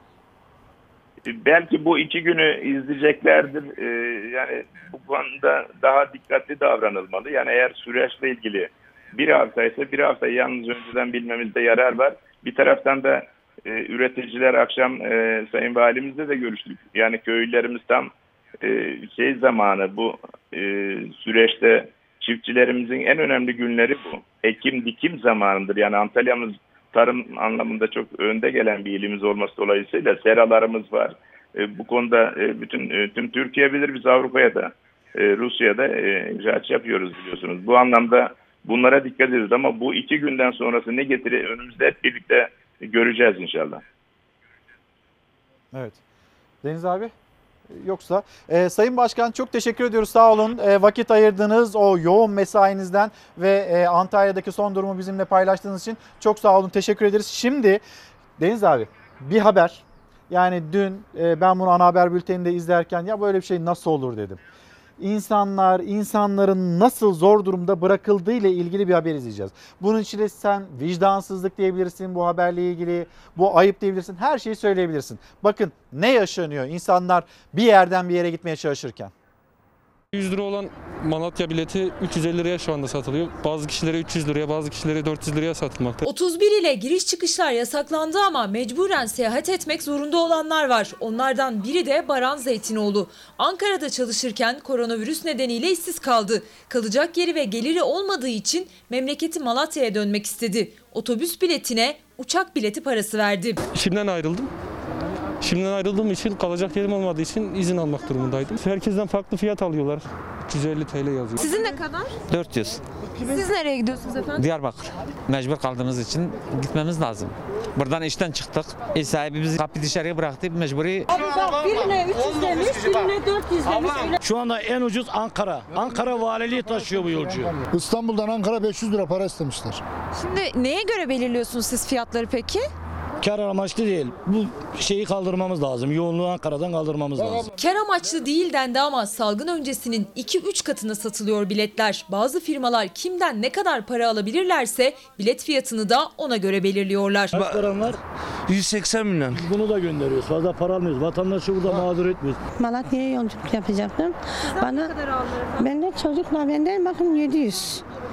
Belki bu iki günü izleyeceklerdir. Ee, yani bu konuda daha dikkatli davranılmalı. Yani eğer süreçle ilgili bir hafta ise bir haftayı yalnız önceden bilmemizde yarar var. Bir taraftan da e, üreticiler akşam e, Sayın Valimizle de görüştük. Yani köylülerimiz tam e, şey zamanı bu e, süreçte çiftçilerimizin en önemli günleri bu. Ekim dikim zamanıdır. Yani Antalya'mız tarım anlamında çok önde gelen bir ilimiz olması dolayısıyla seralarımız var. E, bu konuda e, bütün e, tüm Türkiye bilir, biz Avrupa'ya da e, Rusya'da e, ihraç yapıyoruz biliyorsunuz. Bu anlamda bunlara dikkat ediyoruz ama bu iki günden sonrası ne getirir önümüzde hep birlikte göreceğiz inşallah. Evet. Deniz abi? Yoksa e, Sayın Başkan çok teşekkür ediyoruz, sağ olun. E, vakit ayırdığınız o yoğun mesainizden ve e, Antalya'daki son durumu bizimle paylaştığınız için çok sağ olun, teşekkür ederiz. Şimdi Deniz abi bir haber, yani dün e, ben bunu ana haber bülteninde izlerken ya böyle bir şey nasıl olur dedim. İnsanlar, insanların nasıl zor durumda bırakıldığı ile ilgili bir haber izleyeceğiz. Bunun için de sen vicdansızlık diyebilirsin bu haberle ilgili, bu ayıp diyebilirsin, her şeyi söyleyebilirsin. Bakın ne yaşanıyor insanlar bir yerden bir yere gitmeye çalışırken. yüz lira olan Malatya bileti üç yüz elli liraya şu anda satılıyor. Bazı kişilere üç yüz liraya, bazı kişilere dört yüz liraya satılmakta. otuz bir ile giriş çıkışlar yasaklandı ama mecburen seyahat etmek zorunda olanlar var. Onlardan biri de Baran Zeytinoğlu. Ankara'da çalışırken koronavirüs nedeniyle işsiz kaldı. Kalacak yeri ve geliri olmadığı için memleketi Malatya'ya dönmek istedi. Otobüs biletine uçak bileti parası verdi. Şimdiden ayrıldım. Şimdiden ayrıldığım için kalacak yerim olmadığı için izin almak durumundaydım. Herkesten farklı fiyat alıyorlar. üç yüz elli TL yazıyor. Sizin ne kadar? dört yüz. Siz nereye gidiyorsunuz efendim? Diyarbakır. Mecbur kaldığımız için gitmemiz lazım. Buradan işten çıktık. İş sahibi bizi kapı dışarıya bıraktı. Mecburi. Abi bak birine üç yüz demiş, birine dört yüz demiş. Şu anda en ucuz Ankara. Ankara valiliği taşıyor bu yolcuyu. İstanbul'dan Ankara beş yüz lira para istemişler. Şimdi neye göre belirliyorsunuz siz fiyatları peki? Kar amaçlı değil. Bu şeyi kaldırmamız lazım. Yoğunluğu Ankara'dan kaldırmamız lazım. Kar amaçlı değil dendi ama salgın öncesinin iki üç katına satılıyor biletler. Bazı firmalar kimden ne kadar para alabilirlerse bilet fiyatını da ona göre belirliyorlar. Aktaranlar yüz seksen milyon. Bunu da gönderiyoruz. Fazla para almıyoruz. Vatandaşı burada mağdur etmiyoruz. Malatya'ya yolculuk yapacaktım. Bana ben de çocukla benden bakın yedi yüz.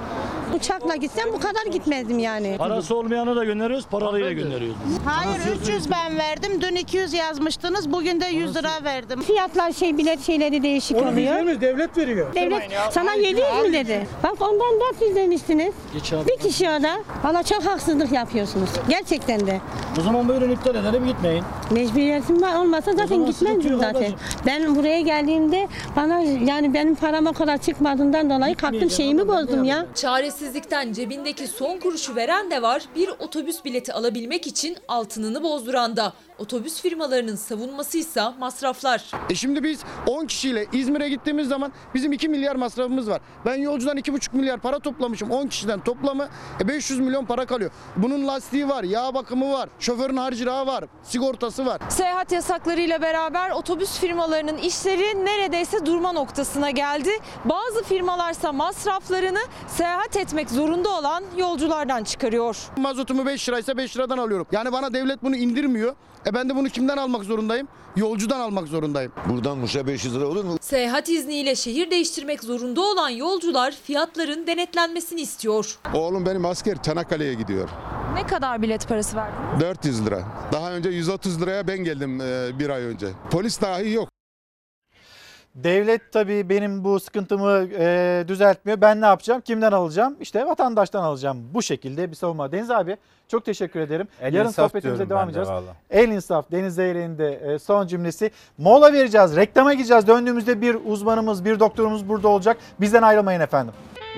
Uçakla gitsem bu kadar gitmezdim yani. Parası olmayanı da gönderiyoruz, paralıyla gönderiyoruz. Hayır üç yüz ben verdim. Dün iki yüz yazmıştınız. Bugün de yüz lira verdim. Fiyatlar şey bilet şeyleri değişik Onu oluyor. biz devlet veriyor. Devlet sana yedi yüz mü dedi? Bak ondan dört yüz demiştiniz. Bir kişi o da. Valla çok haksızlık yapıyorsunuz. Gerçekten de. O zaman buyurun iptal edelim, gitmeyin. Mecburiyetim var olmasa zaten gitmezdim zaten. Ben buraya geldiğimde bana yani benim param o kadar çıkmadığından dolayı kalktım şeyimi bozdum ya. Çaresizlikten cebindeki son kuruşu veren de var, bir otobüs bileti alabilmek için altınını bozduran da. Otobüs firmalarının savunmasıysa masraflar. E şimdi biz on kişiyle İzmir'e gittiğimiz zaman bizim iki milyar masrafımız var. Ben yolcudan iki buçuk milyar para toplamışım. on kişiden toplamı e beş yüz milyon para kalıyor. Bunun lastiği var, yağ bakımı var, şoförün harcırahı var, sigortası var. Seyahat yasaklarıyla beraber otobüs firmalarının işleri neredeyse durma noktasına geldi. Bazı firmalarsa masraflarını seyahat etmek zorunda olan yolculardan çıkarıyor. Mazotumu beş liraysa beş liradan alıyorum. Yani bana devlet bunu indirmiyor. E ben de bunu kimden almak zorundayım? Yolcudan almak zorundayım. Buradan Muş'a beş yüz lira olur mu? Seyahat izniyle şehir değiştirmek zorunda olan yolcular fiyatların denetlenmesini istiyor. Oğlum benim asker Çanakkale'ye gidiyor. Ne kadar bilet parası verdiniz? dört yüz lira. Daha önce yüz otuz liraya ben geldim e, bir ay önce. Polis dahi yok. Devlet tabii benim bu sıkıntımı e, düzeltmiyor. Ben ne yapacağım? Kimden alacağım? İşte vatandaştan alacağım. Bu şekilde bir savunma. Deniz abi çok teşekkür ederim. El Yarın insaf sohbetimize diyorum devam ben de edeceğiz. valla. El insaf. Deniz Zeyrek'in de e, son cümlesi. Mola vereceğiz. Reklama gideceğiz. Döndüğümüzde bir uzmanımız, bir doktorumuz burada olacak. Bizden ayrılmayın efendim.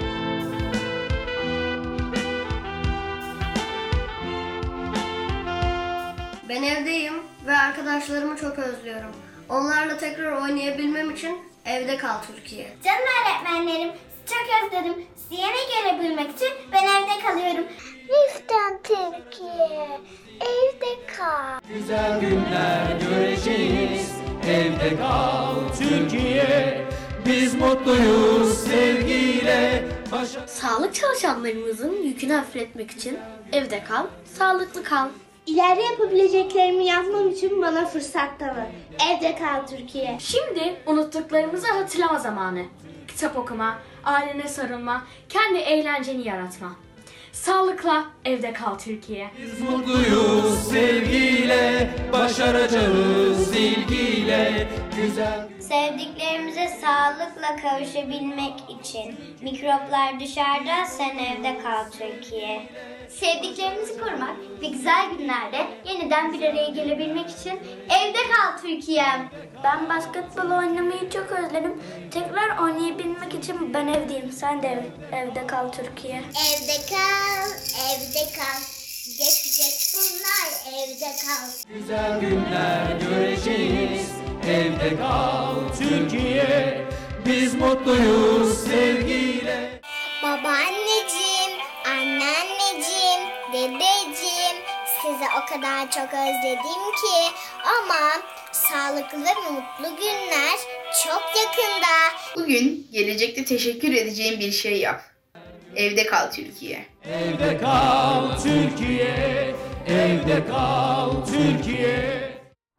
Ben evdeyim ve arkadaşlarımı çok özlüyorum. Onlarla tekrar oynayabilmem için evde kal Türkiye. Canım öğretmenlerim, çok özledim. Size gelebilmek için ben evde kalıyorum. Lütfen Türkiye, evde kal. Güzel günler göreceğiz, evde kal Türkiye. Biz mutluyuz sevgiyle. Başa... Sağlık çalışanlarımızın yükünü hafifletmek için evde kal, sağlıklı kal. İleride yapabileceklerimi yapmam için bana fırsat tanı. Evde kal Türkiye. Şimdi unuttuklarımızı hatırlama zamanı. Kitap okuma, ailene sarılma, kendi eğlenceni yaratma. Sağlıkla evde kal Türkiye. Biz mutluyuz sevgiyle, başaracağız ilgiyle. Güzel. Sevdiklerimize sağlıkla kavuşabilmek için mikroplar dışarıda, sen evde kal Türkiye. Sevdiklerimizi korumak ve güzel günlerde yeniden bir araya gelebilmek için evde kal Türkiye. Ben basketbol oynamayı çok özledim. Tekrar oynayabilmek için ben evdeyim. Sen de ev, evde kal Türkiye. Evde kal, evde kal. Geçecek bunlar, evde kal. Güzel günler göreceğiz, evde kal Türkiye. Biz mutluyuz sevgiyle. Babaanneciğim, anneanneciğim, dedeciğim, sizi o kadar çok özledim ki, ama sağlıklı ve mutlu günler çok yakında. Bugün gelecekte teşekkür edeceğim bir şey yap. Evde kal Türkiye. Evde kal Türkiye, evde kal Türkiye.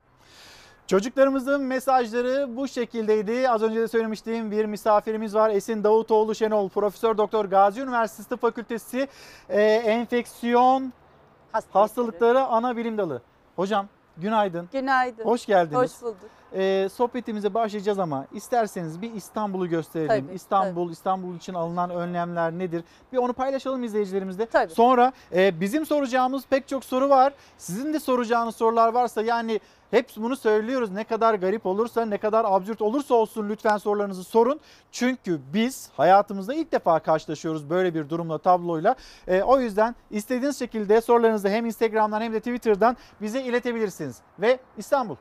Çocuklarımızın mesajları bu şekildeydi. Az önce de söylemiştiğim bir misafirimiz var. Esin Davutoğlu Şenol, Profesör Doktor Gazi Üniversitesi Tıp Fakültesi e, Enfeksiyon Hastalıkları. Hastalıkları Ana Bilim Dalı. Hocam günaydın. Günaydın. Hoş geldiniz. Hoş bulduk. E, sohbetimize başlayacağız ama isterseniz bir İstanbul'u gösterelim. Tabii, İstanbul, tabii. İstanbul için alınan önlemler nedir? Bir onu paylaşalım izleyicilerimizle. Tabii. Sonra e, bizim soracağımız pek çok soru var. Sizin de soracağınız sorular varsa, yani hep bunu söylüyoruz. Ne kadar garip olursa, ne kadar absürt olursa olsun lütfen sorularınızı sorun. Çünkü biz hayatımızda ilk defa karşılaşıyoruz böyle bir durumla, tabloyla. E, o yüzden istediğiniz şekilde sorularınızı hem Instagram'dan hem de Twitter'dan bize iletebilirsiniz. Ve İstanbul.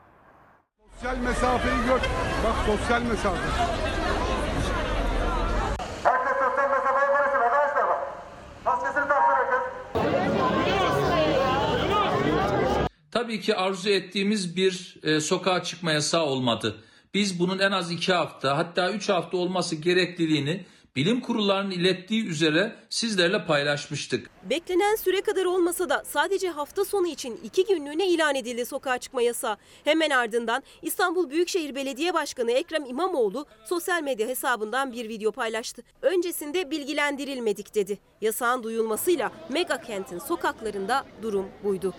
Sosyal mesafeyi gör. Bak sosyal mesafe. Herkes sosyal mesafeyi korusun arkadaşlar bak. Maskesini taksın herkes. Tabii ki arzu ettiğimiz bir e, sokağa çıkma yasağı olmadı. Biz bunun en az iki hafta, hatta üç hafta olması gerekliliğini bilim kurullarının ilettiği üzere sizlerle paylaşmıştık. Beklenen süre kadar olmasa da sadece hafta sonu için iki günlüğüne ilan edildi sokağa çıkma yasağı. Hemen ardından İstanbul Büyükşehir Belediye Başkanı Ekrem İmamoğlu sosyal medya hesabından bir video paylaştı. Öncesinde bilgilendirilmedik dedi. Yasağın duyulmasıyla mega kentin sokaklarında durum buydu.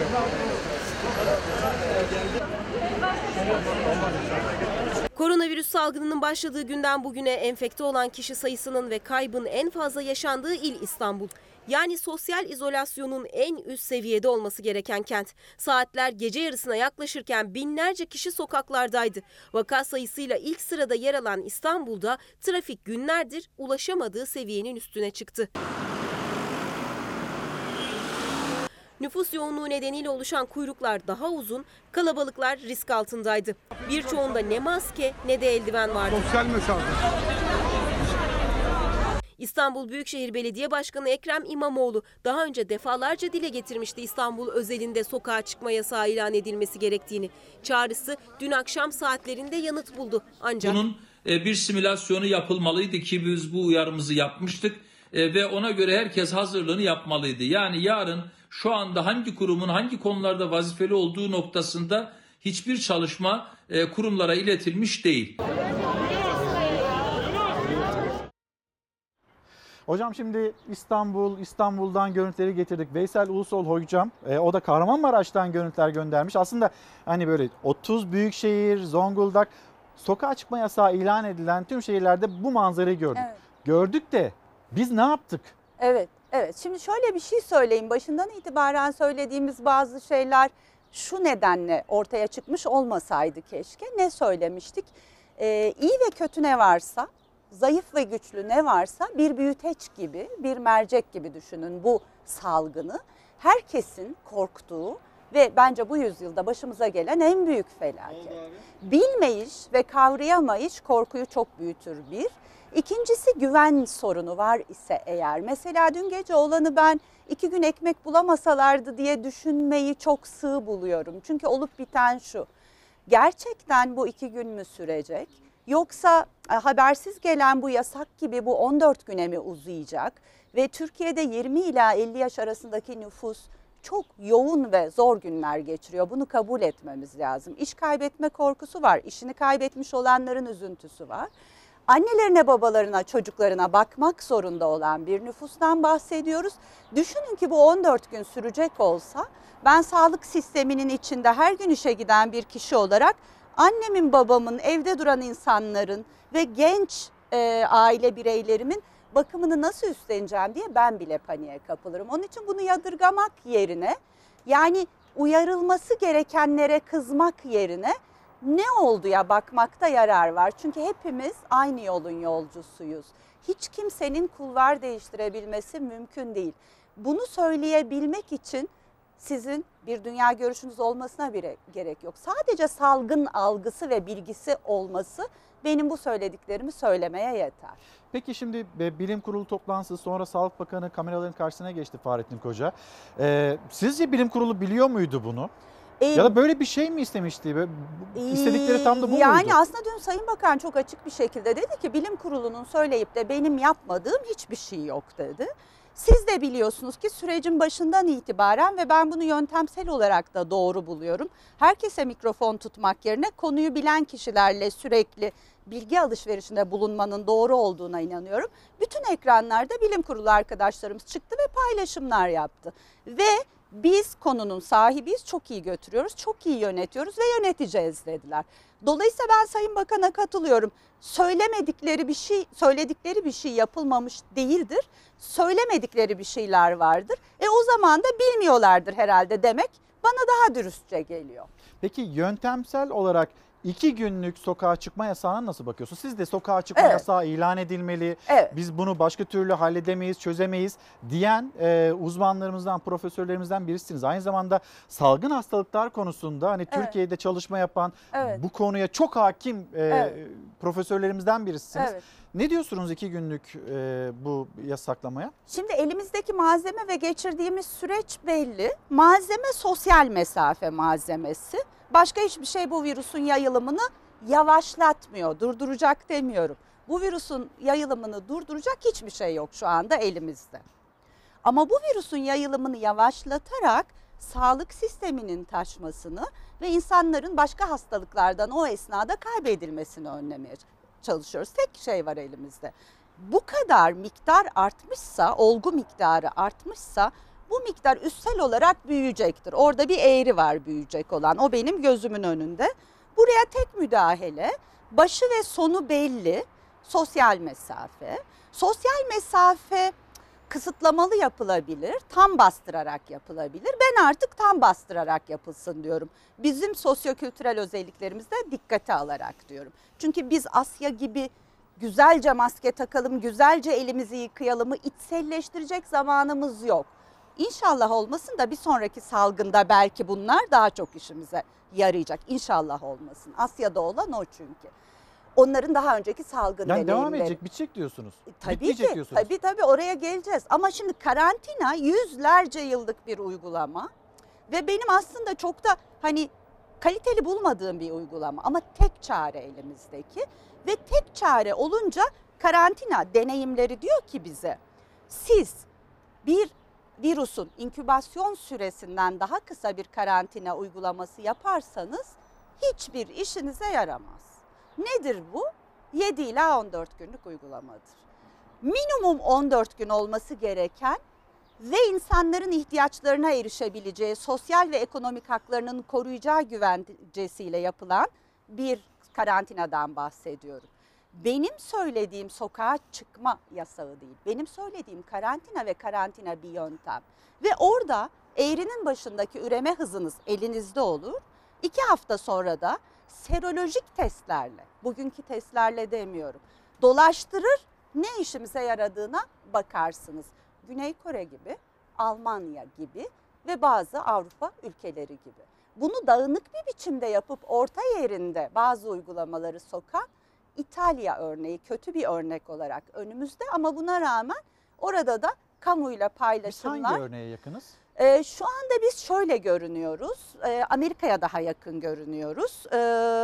Koronavirüs salgınının başladığı günden bugüne enfekte olan kişi sayısının ve kaybın en fazla yaşandığı il İstanbul. Yani sosyal izolasyonun en üst seviyede olması gereken kent. Saatler gece yarısına yaklaşırken binlerce kişi sokaklardaydı. Vaka sayısıyla ilk sırada yer alan İstanbul'da trafik günlerdir ulaşamadığı seviyenin üstüne çıktı. Nüfus yoğunluğu nedeniyle oluşan kuyruklar daha uzun, kalabalıklar risk altındaydı. Birçoğunda ne maske ne de eldiven vardı. Sosyal mesafe. İstanbul Büyükşehir Belediye Başkanı Ekrem İmamoğlu daha önce defalarca dile getirmişti İstanbul özelinde sokağa çıkma yasağı ilan edilmesi gerektiğini. Çağrısı dün akşam saatlerinde yanıt buldu. Ancak bunun bir simülasyonu yapılmalıydı ki biz bu uyarımızı yapmıştık ve ona göre herkes hazırlığını yapmalıydı. Yani yarın şu anda hangi kurumun hangi konularda vazifeli olduğu noktasında hiçbir çalışma kurumlara iletilmiş değil. Hocam şimdi İstanbul, İstanbul'dan görüntüleri getirdik. Veysel Ulusol hocam, e, o da Kahramanmaraş'tan görüntüler göndermiş. Aslında hani böyle otuz büyükşehir, Zonguldak, sokağa çıkma yasağı ilan edilen tüm şehirlerde bu manzarayı gördük. Evet. Gördük de biz ne yaptık? Evet, evet. Şimdi şöyle bir şey söyleyeyim. Başından itibaren söylediğimiz bazı şeyler şu nedenle ortaya çıkmış olmasaydı keşke. Ne söylemiştik? Ee, iyi ve kötü ne varsa, zayıf ve güçlü ne varsa bir büyüteç gibi, bir mercek gibi düşünün bu salgını. Herkesin korktuğu ve bence bu yüzyılda başımıza gelen en büyük felaket. Bilmeyiş ve kavrayamayış korkuyu çok büyütür bir. İkincisi güven sorunu var ise eğer. Mesela dün gece olanı ben iki gün ekmek bulamasalardı diye düşünmeyi çok sığ buluyorum. Çünkü olup biten şu. Gerçekten bu iki gün mü sürecek? Yoksa habersiz gelen bu yasak gibi bu on dört güne mi uzayacak? Ve Türkiye'de yirmi ila elli yaş arasındaki nüfus çok yoğun ve zor günler geçiriyor. Bunu kabul etmemiz lazım. İş kaybetme korkusu var. İşini kaybetmiş olanların üzüntüsü var. Annelerine, babalarına, çocuklarına bakmak zorunda olan bir nüfustan bahsediyoruz. Düşünün ki bu on dört gün sürecek olsa ben sağlık sisteminin içinde her gün işe giden bir kişi olarak annemin, babamın, evde duran insanların ve genç e, aile bireylerimin bakımını nasıl üstleneceğim diye ben bile paniğe kapılırım. Onun için bunu yadırgamak yerine, yani uyarılması gerekenlere kızmak yerine ne oldu ya bakmakta yarar var. Çünkü hepimiz aynı yolun yolcusuyuz. Hiç kimsenin kulvar değiştirebilmesi mümkün değil. Bunu söyleyebilmek için sizin bir dünya görüşünüz olmasına bile gerek yok. Sadece salgın algısı ve bilgisi olması benim bu söylediklerimi söylemeye yeter. Peki şimdi bilim kurulu toplantısı sonra Sağlık Bakanı kameraların karşısına geçti Fahrettin Koca. Ee, sizce bilim kurulu biliyor muydu bunu? Ee, ya da böyle bir şey mi istemişti? Böyle, istedikleri tam da bu yani muydu? Yani aslında dün Sayın Bakan çok açık bir şekilde dedi ki bilim kurulunun söyleyip de benim yapmadığım hiçbir şey yok dedi. Siz de biliyorsunuz ki sürecin başından itibaren ve ben bunu yöntemsel olarak da doğru buluyorum. Herkese mikrofon tutmak yerine konuyu bilen kişilerle sürekli bilgi alışverişinde bulunmanın doğru olduğuna inanıyorum. Bütün ekranlarda bilim kurulu arkadaşlarımız çıktı ve paylaşımlar yaptı. Ve biz konunun sahibiyiz, çok iyi götürüyoruz, çok iyi yönetiyoruz ve yöneteceğiz dediler. Dolayısıyla ben Sayın Bakan'a katılıyorum. Söylemedikleri bir şey, söyledikleri bir şey yapılmamış değildir. Söylemedikleri bir şeyler vardır. E o zaman da bilmiyorlardır herhalde demek bana daha dürüstçe geliyor. Peki yöntemsel olarak iki günlük sokağa çıkma yasağına nasıl bakıyorsunuz? Siz de sokağa çıkma Evet. yasağı ilan edilmeli, Evet. biz bunu başka türlü halledemeyiz, çözemeyiz diyen e, uzmanlarımızdan, profesörlerimizden birisiniz. Aynı zamanda salgın hastalıklar konusunda hani Evet. Türkiye'de çalışma yapan, Evet. bu konuya çok hakim e, Evet. profesörlerimizden birisiniz. Evet. Ne diyorsunuz iki günlük e, bu yasaklamaya? Şimdi elimizdeki malzeme ve geçirdiğimiz süreç belli. Malzeme sosyal mesafe malzemesi. Başka hiçbir şey bu virüsün yayılımını yavaşlatmıyor, durduracak demiyorum. Bu virüsün yayılımını durduracak hiçbir şey yok şu anda elimizde. Ama bu virüsün yayılımını yavaşlatarak sağlık sisteminin taşmasını ve insanların başka hastalıklardan o esnada kaybedilmesini önlemeye çalışıyoruz. Tek şey var elimizde. Bu kadar miktar artmışsa, olgu miktarı artmışsa bu miktar üssel olarak büyüyecektir. Orada bir eğri var büyüyecek olan. O benim gözümün önünde. Buraya tek müdahale, başı ve sonu belli. Sosyal mesafe. Sosyal mesafe kısıtlamalı yapılabilir, tam bastırarak yapılabilir. Ben artık tam bastırarak yapılsın diyorum. Bizim sosyokültürel özelliklerimizde dikkate alarak diyorum. Çünkü biz Asya gibi güzelce maske takalım, güzelce elimizi yıkayalımı içselleştirecek zamanımız yok. İnşallah olmasın da bir sonraki salgında belki bunlar daha çok işimize yarayacak. İnşallah olmasın. Asya'da olan o çünkü. Onların daha önceki salgın Yani deneyimleri. devam edecek, bitecek diyorsunuz. E, tabii Bitmeyecek ki, diyorsunuz. tabii tabii oraya geleceğiz. Ama şimdi karantina yüzlerce yıllık bir uygulama ve benim aslında çok da hani kaliteli bulmadığım bir uygulama ama tek çare elimizdeki ve tek çare olunca karantina deneyimleri diyor ki bize siz bir virüsün inkübasyon süresinden daha kısa bir karantina uygulaması yaparsanız hiçbir işinize yaramaz. Nedir bu? yedi ila on dört günlük uygulamadır. Minimum on dört gün olması gereken ve insanların ihtiyaçlarına erişebileceği, sosyal ve ekonomik haklarının koruyacağı güvencesiyle yapılan bir karantinadan bahsediyorum. Benim söylediğim sokağa çıkma yasağı değil. Benim söylediğim karantina ve karantina bir yöntem. Ve orada eğrinin başındaki üreme hızınız elinizde olur. İki hafta sonra da serolojik testlerle, bugünkü testlerle demiyorum, dolaştırır, ne işimize yaradığına bakarsınız. Güney Kore gibi, Almanya gibi ve bazı Avrupa ülkeleri gibi. Bunu dağınık bir biçimde yapıp orta yerinde bazı uygulamaları sokan İtalya örneği kötü bir örnek olarak önümüzde ama buna rağmen orada da kamuyla paylaşımlar. Biz hangi örneğe yakınız? Ee, şu anda biz şöyle görünüyoruz, ee, Amerika'ya daha yakın görünüyoruz. Ee,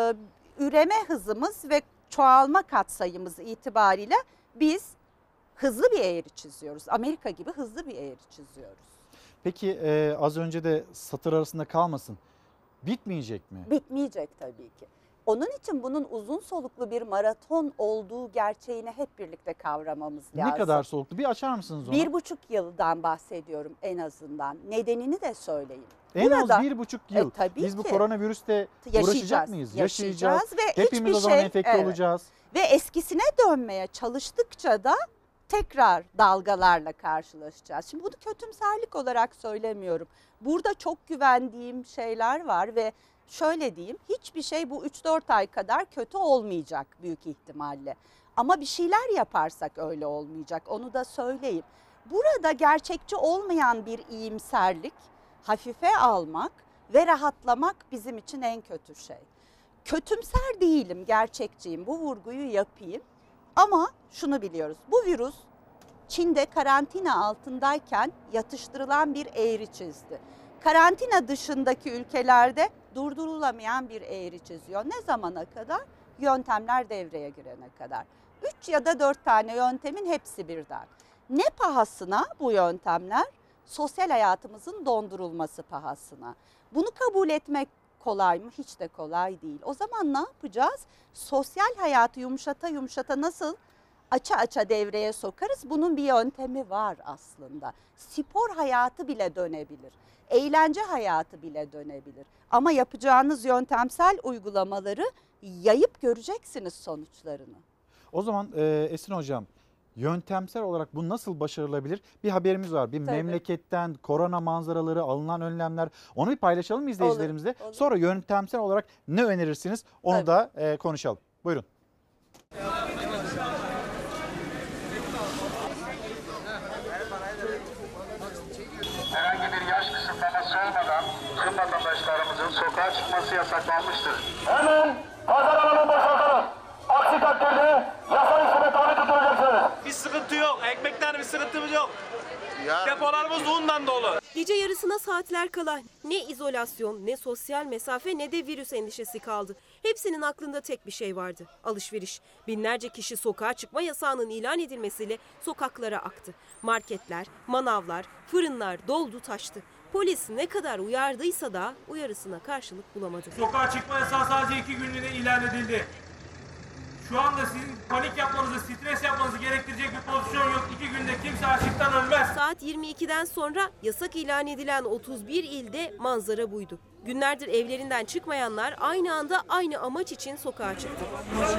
üreme hızımız ve çoğalma katsayımız itibariyle biz hızlı bir eğri çiziyoruz. Amerika gibi hızlı bir eğri çiziyoruz. Peki e, az önce de satır arasında kalmasın. Bitmeyecek mi? Bitmeyecek tabii ki. Onun için bunun uzun soluklu bir maraton olduğu gerçeğini hep birlikte kavramamız lazım. Ne kadar soluklu? Bir açar mısınız onu? Bir buçuk yıldan bahsediyorum en azından. Nedenini de söyleyeyim. En Burada, az bir buçuk yıl. E, tabii Biz bu ki. koronavirüste uğraşacak mıyız? Yaşayacağız. Yaşayacağız. Ve Hepimiz hiçbir o zaman şey, enfekte evet. olacağız. Ve eskisine dönmeye çalıştıkça da tekrar dalgalarla karşılaşacağız. Şimdi bunu kötümserlik olarak söylemiyorum. Burada çok güvendiğim şeyler var ve şöyle diyeyim, hiçbir şey bu üç dört ay kadar kötü olmayacak büyük ihtimalle. Ama bir şeyler yaparsak öyle olmayacak, onu da söyleyeyim. Burada gerçekçi olmayan bir iyimserlik, hafife almak ve rahatlamak bizim için en kötü şey. Kötümser değilim, gerçekçiyim, bu vurguyu yapayım. Ama şunu biliyoruz, bu virüs Çin'de karantina altındayken yatıştırılan bir eğri çizdi. Karantina dışındaki ülkelerde durdurulamayan bir eğri çiziyor. Ne zamana kadar? Yöntemler devreye girene kadar. Üç ya da dört tane yöntemin hepsi birden. Ne pahasına bu yöntemler? Sosyal hayatımızın dondurulması pahasına. Bunu kabul etmek kolay mı? Hiç de kolay değil. O zaman ne yapacağız? Sosyal hayatı yumuşata yumuşata nasıl aça aça devreye sokarız? Bunun bir yöntemi var aslında. Spor hayatı bile dönebilir. Eğlence hayatı bile dönebilir. Ama yapacağınız yöntemsel uygulamaları yayıp göreceksiniz sonuçlarını. O zaman e, Esin Hocam, yöntemsel olarak bu nasıl başarılabilir? Bir haberimiz var. Bir Tabii. memleketten korona manzaraları, alınan önlemler. Onu bir paylaşalım mı izleyicilerimizle? Olur, olur. Sonra yöntemsel olarak ne önerirsiniz? Onu Tabii. da e, konuşalım. Buyurun. Herhangi bir yaş kısıtlaması olmadan tüm vatandaşlarımızın sokağa çıkması yasaklanmıştır. Hemen pazar alanı boşaltalım. Aksi takdirde yasal hüküme tabi tutulacaksınız. Bir sıkıntı yok. Ekmekten bir sıkıntımız yok. Ya. Depolarımız undan dolu. Gece yarısına saatler kala ne izolasyon, ne sosyal mesafe, ne de virüs endişesi kaldı. Hepsinin aklında tek bir şey vardı: alışveriş. Binlerce kişi sokağa çıkma yasağının ilan edilmesiyle sokaklara aktı. Marketler, manavlar, fırınlar doldu taştı. Polis ne kadar uyardıysa da uyarısına karşılık bulamadı. Sokağa çıkma yasağı sadece iki günlüğüne ilan edildi. Şu anda sizin panik yapmanızı, stres yapmanızı gerektirecek bir pozisyon yok. İki günde kimse açlıktan ölmez. Saat yirmi ikiden sonra yasak ilan edilen otuz bir ilde manzara buydu. Günlerdir evlerinden çıkmayanlar aynı anda aynı amaç için sokağa çıktı.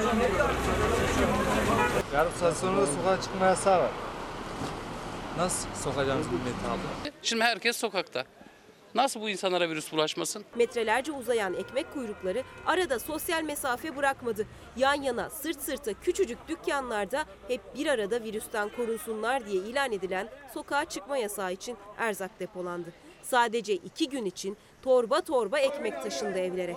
Yarım saat sonra sokağa çıkma yasağı var. Nasıl sokacağımız milleti abla? Şimdi herkes sokakta. Nasıl bu insanlara virüs bulaşmasın? Metrelerce uzayan ekmek kuyrukları arada sosyal mesafe bırakmadı. Yan yana, sırt sırta küçücük dükkanlarda hep bir arada virüsten korunsunlar diye ilan edilen sokağa çıkma yasağı için erzak depolandı. Sadece iki gün için torba torba ekmek taşındı evlere.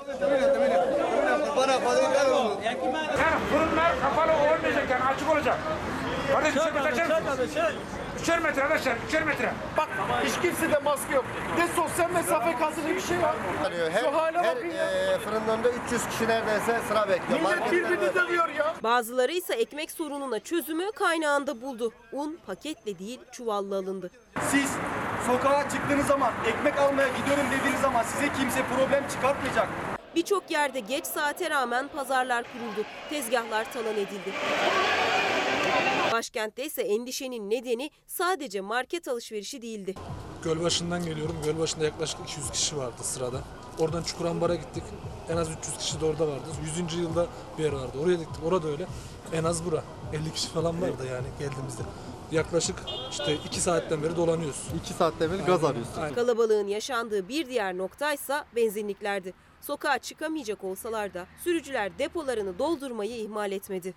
Yani fırınlar kapalı olmayacak, yani açık olacak. Kardeşim şöyle açar mısın? Üçer metre arkadaşlar, üçer metre. Bak hiç kimsede maske yok. Ne sosyal mesafe kalsın bir şey var. Her, Şu hale her bakın ya. e, fırının önünde üç yüz kişi neredeyse sıra bekliyor. Millet birbirini dövüyor ya. Bazıları ise ekmek sorununa çözümü kaynağında buldu. Un paketle değil çuvalla alındı. Siz sokağa çıktığınız zaman, ekmek almaya gidiyorum dediğiniz zaman size kimse problem çıkartmayacak. Birçok yerde geç saate rağmen pazarlar kuruldu. Tezgahlar talan edildi. Başkentte ise endişenin nedeni sadece market alışverişi değildi. Gölbaşı'ndan geliyorum. Gölbaşı'nda yaklaşık iki yüz kişi vardı sırada. Oradan Çukurambar'a gittik. En az üç yüz kişi de orada vardı. yüzüncü yılda bir yer vardı. Oraya gittik. Orada öyle. En az bura. elli kişi falan vardı yani geldiğimizde. Yaklaşık işte iki saatten beri dolanıyoruz. iki saatten beri gaz arıyorsun. Kalabalığın yaşandığı bir diğer noktaysa benzinliklerdi. Sokağa çıkamayacak olsalar da sürücüler depolarını doldurmayı ihmal etmedi.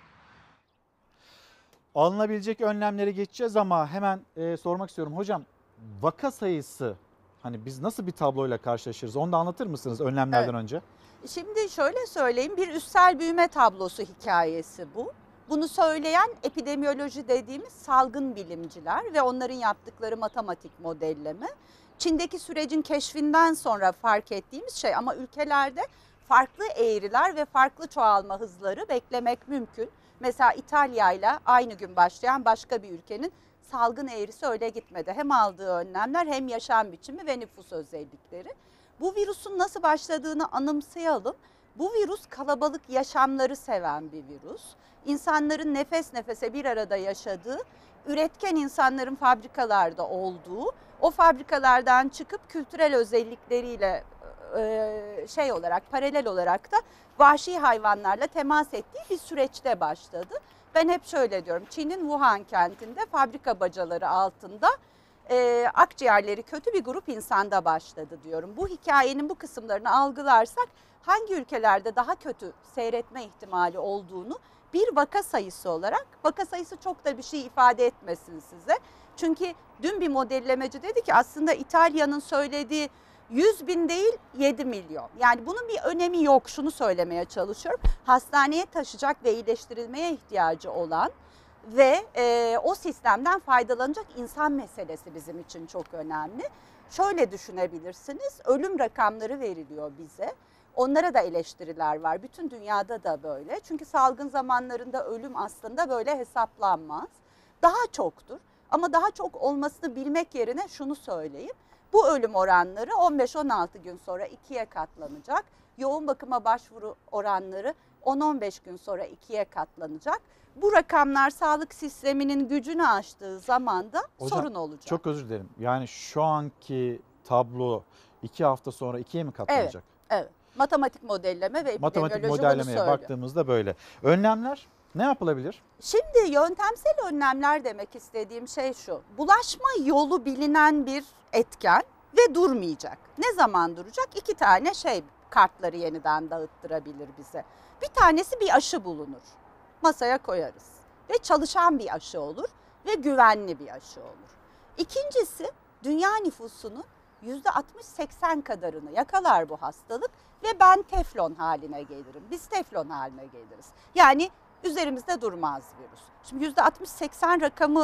Alınabilecek önlemleri geçeceğiz ama hemen e, sormak istiyorum. Hocam, vaka sayısı, hani biz nasıl bir tabloyla karşılaşırız? Onu da anlatır mısınız önlemlerden Evet. önce? Şimdi şöyle söyleyeyim, bir üstsel büyüme tablosu hikayesi bu. Bunu söyleyen epidemiyoloji dediğimiz salgın bilimciler ve onların yaptıkları matematik modelleme. Çin'deki sürecin keşfinden sonra fark ettiğimiz şey, ama ülkelerde farklı eğriler ve farklı çoğalma hızları beklemek mümkün. Mesela İtalya ile aynı gün başlayan başka bir ülkenin salgın eğrisi öyle gitmedi. Hem aldığı önlemler hem yaşam biçimi ve nüfus özellikleri. Bu virüsün nasıl başladığını anımsayalım. Bu virüs kalabalık yaşamları seven bir virüs. İnsanların nefes nefese bir arada yaşadığı, üretken insanların fabrikalarda olduğu, o fabrikalardan çıkıp kültürel özellikleriyle şey olarak, paralel olarak da vahşi hayvanlarla temas ettiği bir süreçte başladı. Ben hep şöyle diyorum, Çin'in Wuhan kentinde fabrika bacaları altında e, akciğerleri kötü bir grup insanda başladı diyorum. Bu hikayenin bu kısımlarını algılarsak hangi ülkelerde daha kötü seyretme ihtimali olduğunu bir vaka sayısı olarak, vaka sayısı çok da bir şey ifade etmesin size. Çünkü dün bir modellemeci dedi ki aslında İtalya'nın söylediği yüz bin değil yedi milyon. Yani bunun bir önemi yok, şunu söylemeye çalışıyorum. Hastaneye taşıyacak ve iyileştirilmeye ihtiyacı olan ve e, o sistemden faydalanacak insan meselesi bizim için çok önemli. Şöyle düşünebilirsiniz, ölüm rakamları veriliyor bize. Onlara da eleştiriler var. Bütün dünyada da böyle. Çünkü salgın zamanlarında ölüm aslında böyle hesaplanmaz. Daha çoktur. Ama daha çok olmasını bilmek yerine şunu söyleyeyim. Bu ölüm oranları on beş on altı gün sonra ikiye katlanacak. Yoğun bakıma başvuru oranları on on beş gün sonra ikiye katlanacak. Bu rakamlar sağlık sisteminin gücünü aştığı zaman da Hocam, sorun olacak. Çok özür dilerim. Yani şu anki tablo iki hafta sonra ikiye mi katlanacak? Evet, evet. Matematik modelleme ve Matematik epidemiyoloji bunu modellemeye söylüyor. baktığımızda böyle. Önlemler ne yapılabilir? Şimdi yöntemsel önlemler demek istediğim şey şu. Bulaşma yolu bilinen bir etken ve durmayacak. Ne zaman duracak? İki tane şey kartları yeniden dağıttırabilir bize. Bir tanesi bir aşı bulunur. Masaya koyarız. Ve çalışan bir aşı olur ve güvenli bir aşı olur. İkincisi, dünya nüfusunun yüzde altmış seksen kadarını yakalar bu hastalık ve ben teflon haline gelirim. Biz teflon haline geliriz. Yani üzerimizde durmaz virüs. Şimdi yüzde altmış seksen rakamı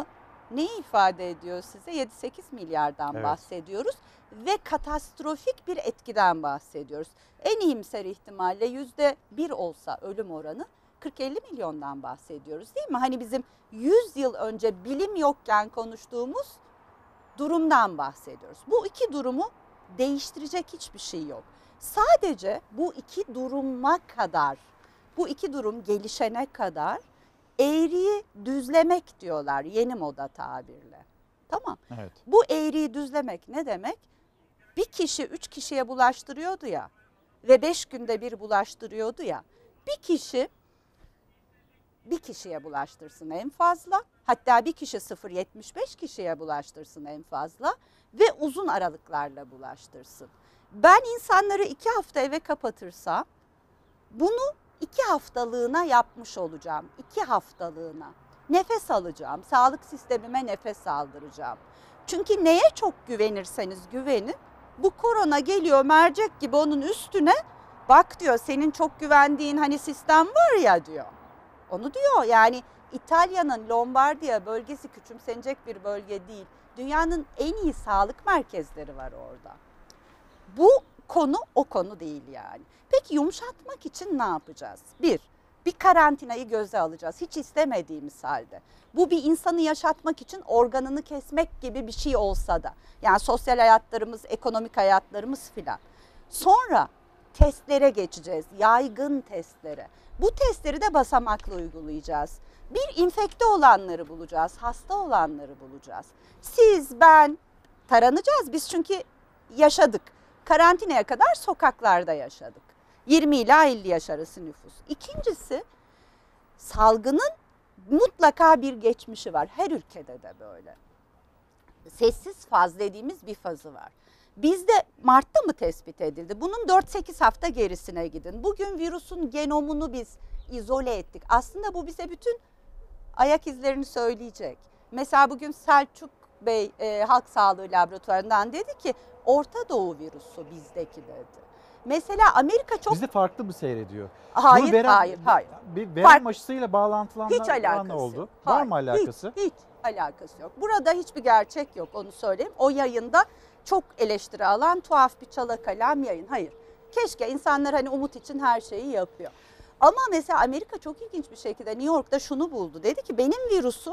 neyi ifade ediyor size? yedi sekiz milyardan Evet. bahsediyoruz ve katastrofik bir etkiden bahsediyoruz. En iyimser ihtimalle yüzde bir olsa ölüm oranı kırk elli milyondan bahsediyoruz değil mi? Hani bizim yüz yıl önce bilim yokken konuştuğumuz durumdan bahsediyoruz. Bu iki durumu değiştirecek hiçbir şey yok. Sadece bu iki duruma kadar, bu iki durum gelişene kadar eğriyi düzlemek diyorlar yeni moda tabirle. Tamam. Evet. Bu eğriyi düzlemek ne demek? Bir kişi üç kişiye bulaştırıyordu ya ve beş günde bir bulaştırıyordu ya. Bir kişi bir kişiye bulaştırsın en fazla. Hatta bir kişi sıfır virgül yetmiş beş kişiye bulaştırsın en fazla ve uzun aralıklarla bulaştırsın. Ben insanları iki hafta eve kapatırsam bunu iki haftalığına yapmış olacağım. İki haftalığına. Nefes alacağım. Sağlık sistemime nefes aldıracağım. Çünkü neye çok güvenirseniz güvenin, bu korona geliyor mercek gibi onun üstüne, bak diyor senin çok güvendiğin hani sistem var ya diyor. Onu diyor yani İtalya'nın Lombardiya bölgesi küçümsenecek bir bölge değil. Dünyanın en iyi sağlık merkezleri var orada. Bu konu o konu değil yani. Peki yumuşatmak için ne yapacağız? Bir, bir karantinayı göze alacağız. Hiç istemediğimiz halde. Bu bir insanı yaşatmak için organını kesmek gibi bir şey olsa da. Yani sosyal hayatlarımız, ekonomik hayatlarımız filan. Sonra testlere geçeceğiz. Yaygın testlere. Bu testleri de basamaklı uygulayacağız. Bir, infekte olanları bulacağız. Hasta olanları bulacağız. Siz, ben taranacağız. Biz çünkü yaşadık. Karantinaya kadar sokaklarda yaşadık. yirmi ila elli yaş arası nüfus. İkincisi, salgının mutlaka bir geçmişi var. Her ülkede de böyle. Sessiz faz dediğimiz bir fazı var. Bizde Mart'ta mı tespit edildi? Bunun dört sekiz hafta gerisine gidin. Bugün virüsün genomunu biz izole ettik. Aslında bu bize bütün ayak izlerini söyleyecek. Mesela bugün Selçuk Bey e, Halk Sağlığı Laboratuvarı'ndan dedi ki Orta Doğu virüsü bizdeki dedi. Mesela Amerika çok... Bizde farklı mı seyrediyor? Hayır, Bunu verem, hayır, hayır. Bir verem Fark... aşısıyla bağlantılanlar hiç alakası ne oldu? yok. Var Hayır, mı alakası? Hiç, hiç alakası yok. Burada hiçbir gerçek yok, onu söyleyeyim. O yayında çok eleştiri alan tuhaf bir çalakalem yayın. Hayır. Keşke insanlar hani umut için her şeyi yapıyor. Ama mesela Amerika çok ilginç bir şekilde New York'ta şunu buldu. Dedi ki benim virüsüm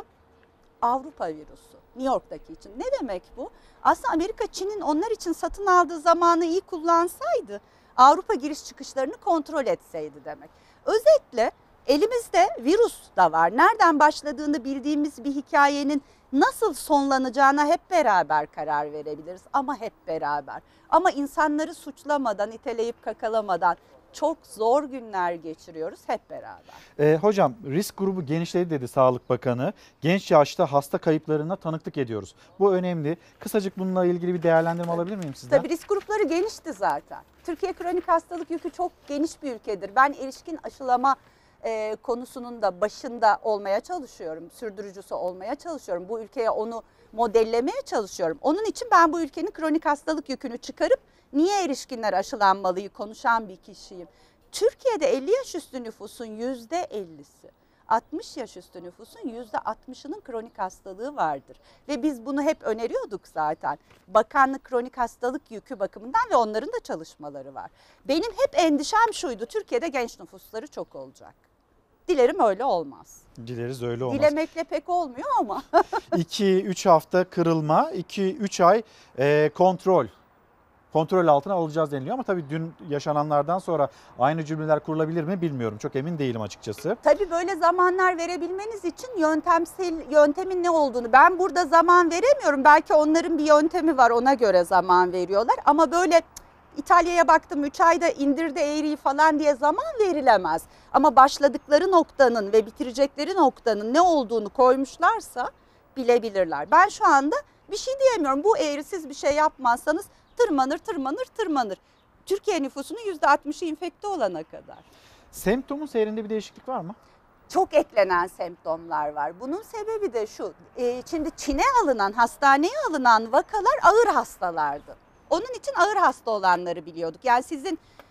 Avrupa virüsü. New York'taki için. Ne demek bu? Aslında Amerika Çin'in onlar için satın aldığı zamanı iyi kullansaydı, Avrupa giriş çıkışlarını kontrol etseydi demek. Özetle elimizde virüs de var. Nereden başladığını bildiğimiz bir hikayenin nasıl sonlanacağına hep beraber karar verebiliriz. Ama hep beraber. Ama insanları suçlamadan, iteleyip kakalamadan çok zor günler geçiriyoruz hep beraber. Ee, hocam risk grubu genişledi dedi Sağlık Bakanı. Genç yaşta hasta kayıplarına tanıklık ediyoruz. Bu önemli. Kısacık bununla ilgili bir değerlendirme alabilir miyim sizden? Tabii risk grupları genişti zaten. Türkiye kronik hastalık yükü çok geniş bir ülkedir. Ben erişkin aşılama e, konusunun da başında olmaya çalışıyorum. Sürdürücüsü olmaya çalışıyorum. Bu ülkeye onu modellemeye çalışıyorum. Onun için ben bu ülkenin kronik hastalık yükünü çıkarıp niye erişkinler aşılanmalıyı konuşan bir kişiyim. Türkiye'de elli yaş üstü nüfusun yüzde ellisi, altmış yaş üstü nüfusun yüzde altmışının kronik hastalığı vardır. Ve biz bunu hep öneriyorduk zaten. Bakanlık kronik hastalık yükü bakımından ve onların da çalışmaları var. Benim hep endişem şuydu, Türkiye'de genç nüfusları çok olacak. Dilerim öyle olmaz. Dileriz öyle olmaz. Dilemekle pek olmuyor ama. iki üç hafta kırılma, iki üç ay e, kontrol. Kontrol altına alacağız deniliyor ama tabii dün yaşananlardan sonra aynı cümleler kurulabilir mi bilmiyorum. Çok emin değilim açıkçası. Tabii böyle zamanlar verebilmeniz için yöntemsel yöntemin ne olduğunu ben burada zaman veremiyorum. Belki onların bir yöntemi var, ona göre zaman veriyorlar. Ama böyle İtalya'ya baktım üç ayda indirdi eğriyi falan diye zaman verilemez. Ama başladıkları noktanın ve bitirecekleri noktanın ne olduğunu koymuşlarsa bilebilirler. Ben şu anda bir şey diyemiyorum. Bu eğri siz bir şey yapmazsanız tırmanır tırmanır tırmanır. Türkiye nüfusunun yüzde altmışı infekte olana kadar. Semptomun seyrinde bir değişiklik var mı? Çok eklenen semptomlar var. Bunun sebebi de şu. E, şimdi Çin'e alınan, hastaneye alınan vakalar ağır hastalardı. Onun için ağır hasta olanları biliyorduk. Yani sizin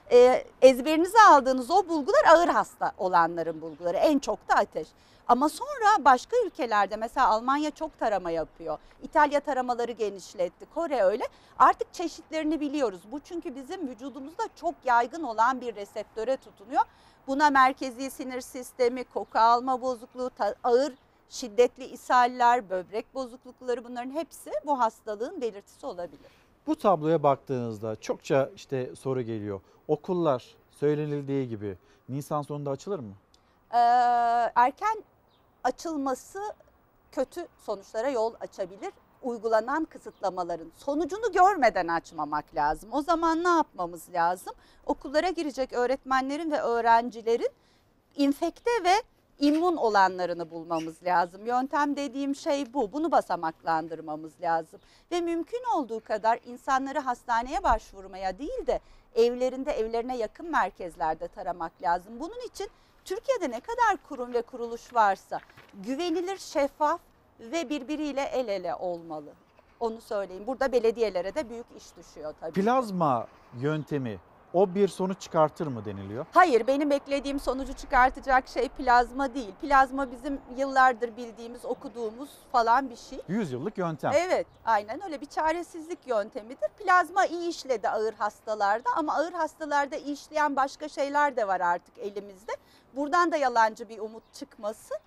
e, ezberinize aldığınız o bulgular ağır hasta olanların bulguları, en çok da ateş. Ama sonra başka ülkelerde mesela Almanya çok tarama yapıyor. İtalya taramaları genişletti, Kore öyle. Artık çeşitlerini biliyoruz. Bu çünkü bizim vücudumuzda çok yaygın olan bir reseptöre tutunuyor. Buna merkezi sinir sistemi, koku alma bozukluğu, ağır şiddetli ishaller, böbrek bozuklukları, bunların hepsi bu hastalığın belirtisi olabilir. Bu tabloya baktığınızda çokça işte soru geliyor. Okullar söylenildiği gibi Nisan sonunda açılır mı? Ee, erken açılması kötü sonuçlara yol açabilir. Uygulanan kısıtlamaların sonucunu görmeden açmamak lazım. O zaman ne yapmamız lazım? Okullara girecek öğretmenlerin ve öğrencilerin infekte ve immün olanlarını bulmamız lazım. Yöntem dediğim şey bu. Bunu basamaklandırmamız lazım. Ve mümkün olduğu kadar insanları hastaneye başvurmaya değil de evlerinde, evlerine yakın merkezlerde taramak lazım. Bunun için Türkiye'de ne kadar kurum ve kuruluş varsa güvenilir, şeffaf ve birbiriyle el ele olmalı. Onu söyleyeyim. Burada belediyelere de büyük iş düşüyor tabii. Plazma yöntemi o bir sonuç çıkartır mı deniliyor? Hayır, benim beklediğim sonucu çıkartacak şey plazma değil. Plazma bizim yıllardır bildiğimiz, okuduğumuz falan bir şey. yüz yıllık yöntem. Evet, aynen öyle bir çaresizlik yöntemidir. Plazma iyi işledi ağır hastalarda ama ağır hastalarda iyi işleyen başka şeyler de var artık elimizde. Buradan da yalancı bir umut çıkmasın.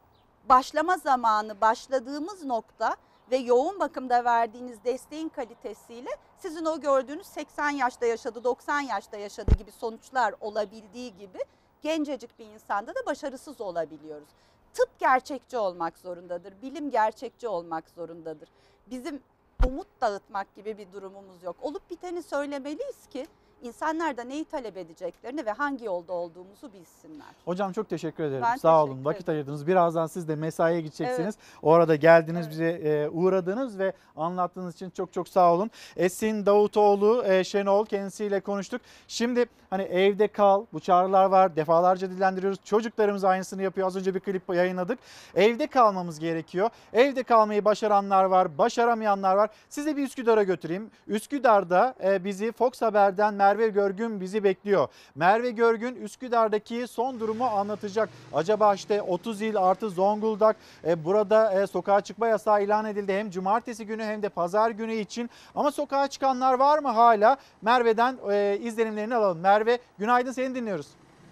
Başlama zamanı, başladığımız nokta ve yoğun bakımda verdiğiniz desteğin kalitesiyle sizin o gördüğünüz seksen yaşta yaşadı, doksan yaşta yaşadı gibi sonuçlar olabildiği gibi gencecik bir insanda da başarısız olabiliyoruz. Tıp gerçekçi olmak zorundadır, bilim gerçekçi olmak zorundadır. Bizim umut dağıtmak gibi bir durumumuz yok. Olup biteni söylemeliyiz ki insanlar da neyi talep edeceklerini ve hangi yolda olduğumuzu bilsinler. Hocam çok teşekkür ederim. Ben Sağ teşekkür olun. Vakit ederim. ayırdınız. Birazdan siz de mesaiye gideceksiniz. Evet. Orada geldiniz, bize e, uğradınız ve anlattığınız için çok çok sağ olun. Esin Davutoğlu, e, Şenol, kendisiyle konuştuk. Şimdi hani evde kal, bu çağrılar var. Defalarca dillendiriyoruz. Çocuklarımız aynısını yapıyor. Az önce bir klip yayınladık. Evde kalmamız gerekiyor. Evde kalmayı başaranlar var, başaramayanlar var. Size bir Üsküdar'a götüreyim. Üsküdar'da e, bizi Fox Haber'den Merve Görgün bizi bekliyor. Merve Görgün Üsküdar'daki son durumu anlatacak. Acaba işte otuz il artı Zonguldak e, burada e, sokağa çıkma yasağı ilan edildi. Hem cumartesi günü hem de pazar günü için. Ama sokağa çıkanlar var mı hala? Merve'den e, izlenimlerini alalım. Merve, günaydın, seni dinliyoruz.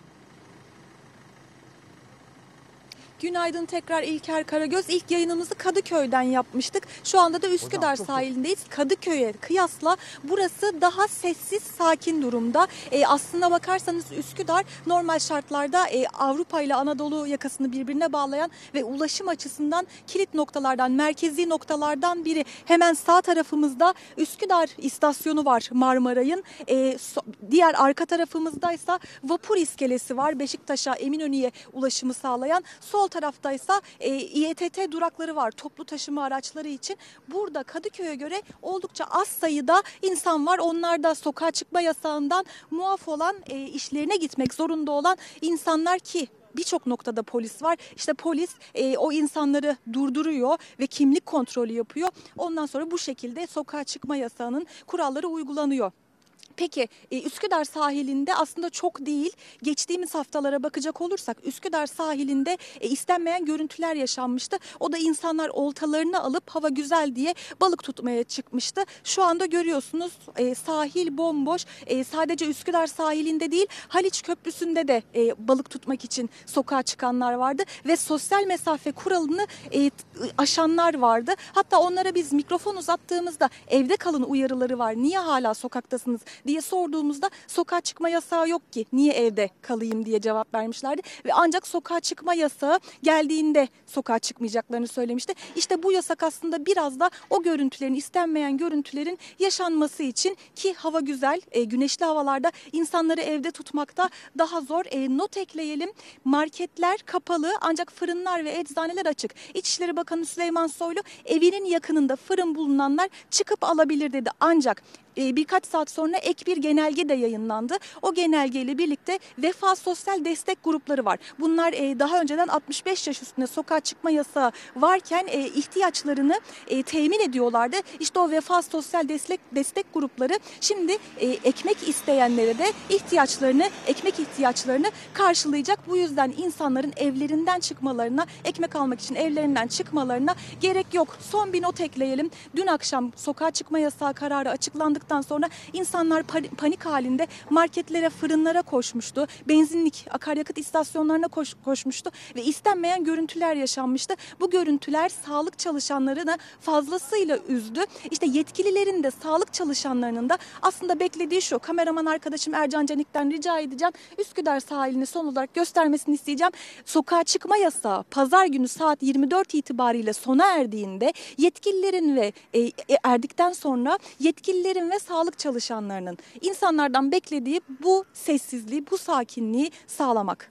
Günaydın tekrar İlker Karagöz. İlk yayınımızı Kadıköy'den yapmıştık. Şu anda da Üsküdar Hocam, çok sahilindeyiz. Kadıköy'e kıyasla burası daha sessiz, sakin durumda. E, aslına bakarsanız Üsküdar normal şartlarda e, Avrupa ile Anadolu yakasını birbirine bağlayan ve ulaşım açısından kilit noktalardan, merkezi noktalardan biri. Hemen sağ tarafımızda Üsküdar istasyonu var Marmaray'ın. E, so, diğer arka tarafımızdaysa vapur iskelesi var. Beşiktaş'a, Eminönü'ye ulaşımı sağlayan. Sol taraftaysa e, İ E T T durakları var toplu taşıma araçları için. Burada Kadıköy'e göre oldukça az sayıda insan var. Onlar da sokağa çıkma yasağından muaf olan, e, işlerine gitmek zorunda olan insanlar ki birçok noktada polis var. İşte polis e, o insanları durduruyor ve kimlik kontrolü yapıyor. Ondan sonra bu şekilde sokağa çıkma yasağının kuralları uygulanıyor. Peki Üsküdar sahilinde aslında çok değil, geçtiğimiz haftalara bakacak olursak Üsküdar sahilinde istenmeyen görüntüler yaşanmıştı. O da insanlar oltalarını alıp hava güzel diye balık tutmaya çıkmıştı. Şu anda görüyorsunuz sahil bomboş, sadece Üsküdar sahilinde değil Haliç Köprüsü'nde de balık tutmak için sokağa çıkanlar vardı. Ve sosyal mesafe kuralını aşanlar vardı. Hatta onlara biz mikrofon uzattığımızda evde kalın uyarıları var. Niye hala sokaktasınız diye sorduğumuzda sokağa çıkma yasağı yok ki niye evde kalayım diye cevap vermişlerdi. Ve ancak sokağa çıkma yasağı geldiğinde sokağa çıkmayacaklarını söylemişti. İşte bu yasak aslında biraz da o görüntülerin, istenmeyen görüntülerin yaşanması için ki hava güzel, e, güneşli havalarda insanları evde tutmakta daha zor. E, not ekleyelim, marketler kapalı ancak fırınlar ve eczaneler açık. İçişleri Bakanı Süleyman Soylu evinin yakınında fırın bulunanlar çıkıp alabilir dedi. Ancak e, birkaç saat sonra ek bir genelge de yayınlandı. O genelgeyle birlikte Vefa Sosyal Destek Grupları var. Bunlar e, daha önceden altmış beş yaş üstüne sokağa çıkma yasağı varken e, ihtiyaçlarını e, temin ediyorlardı. İşte o Vefa Sosyal Destek Destek Grupları şimdi e, ekmek isteyenlere de ihtiyaçlarını, ekmek ihtiyaçlarını karşılayacak. Bu yüzden insanların evlerinden çıkmalarına, ekmek almak için evlerinden çıkmalarına gerek yok. Son bir not ekleyelim. Dün akşam sokağa çıkma yasağı kararı açıklandıktan sonra insanlar panik halinde marketlere, fırınlara koşmuştu. Benzinlik, akaryakıt istasyonlarına koş, koşmuştu ve istenmeyen görüntüler yaşanmıştı. Bu görüntüler sağlık çalışanlarını fazlasıyla üzdü. İşte yetkililerin de sağlık çalışanlarının da aslında beklediği şu. Kameraman arkadaşım Ercan Canik'ten rica edeceğim. Üsküdar sahilini son olarak göstermesini isteyeceğim. Sokağa çıkma yasağı pazar günü saat yirmi dört itibariyle sona erdiğinde yetkililerin ve e, erdikten sonra yetkililerin ve sağlık çalışanlarının insanlardan beklediği bu sessizliği, bu sakinliği sağlamak.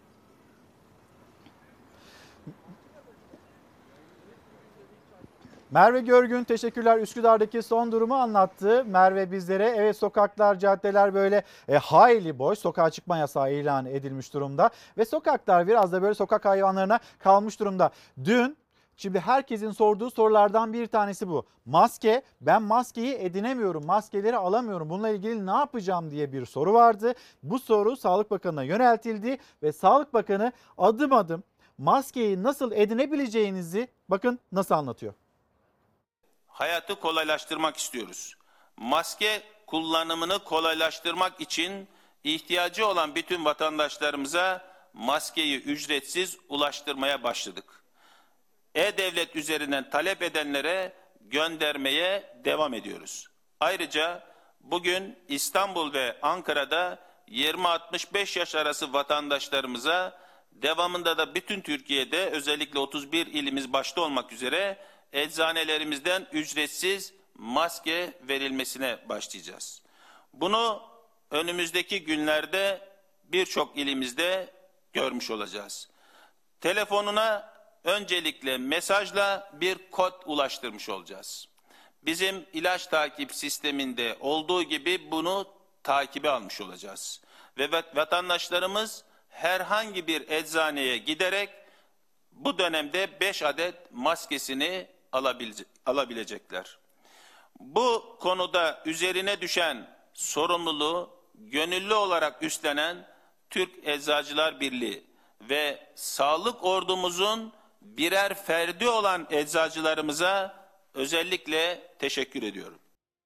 Merve Görgün teşekkürler. Üsküdar'daki son durumu anlattı Merve bizlere. Evet, sokaklar, caddeler böyle e, hayli boş. Sokağa çıkma yasağı ilan edilmiş durumda. Ve sokaklar biraz da böyle sokak hayvanlarına kalmış durumda. Dün şimdi herkesin sorduğu sorulardan bir tanesi bu. Maske, ben maskeyi edinemiyorum, maskeleri alamıyorum. Bununla ilgili ne yapacağım diye bir soru vardı. Bu soru Sağlık Bakanı'na yöneltildi ve Sağlık Bakanı adım adım maskeyi nasıl edinebileceğinizi bakın nasıl anlatıyor. Hayatı kolaylaştırmak istiyoruz. Maske kullanımını kolaylaştırmak için ihtiyacı olan bütün vatandaşlarımıza maskeyi ücretsiz ulaştırmaya başladık. E-Devlet üzerinden talep edenlere göndermeye devam ediyoruz. Ayrıca bugün İstanbul ve Ankara'da yirmi altmış beş yaş arası vatandaşlarımıza, devamında da bütün Türkiye'de özellikle otuz bir ilimiz başta olmak üzere eczanelerimizden ücretsiz maske verilmesine başlayacağız. Bunu önümüzdeki günlerde birçok ilimizde görmüş olacağız. Telefonuna öncelikle mesajla bir kod ulaştırmış olacağız. Bizim ilaç takip sisteminde olduğu gibi bunu takibe almış olacağız. Ve vatandaşlarımız herhangi bir eczaneye giderek bu dönemde beş adet maskesini alabilecekler. Bu konuda üzerine düşen sorumluluğu gönüllü olarak üstlenen Türk Eczacılar Birliği ve sağlık ordumuzun birer ferdi olan eczacılarımıza özellikle teşekkür ediyorum.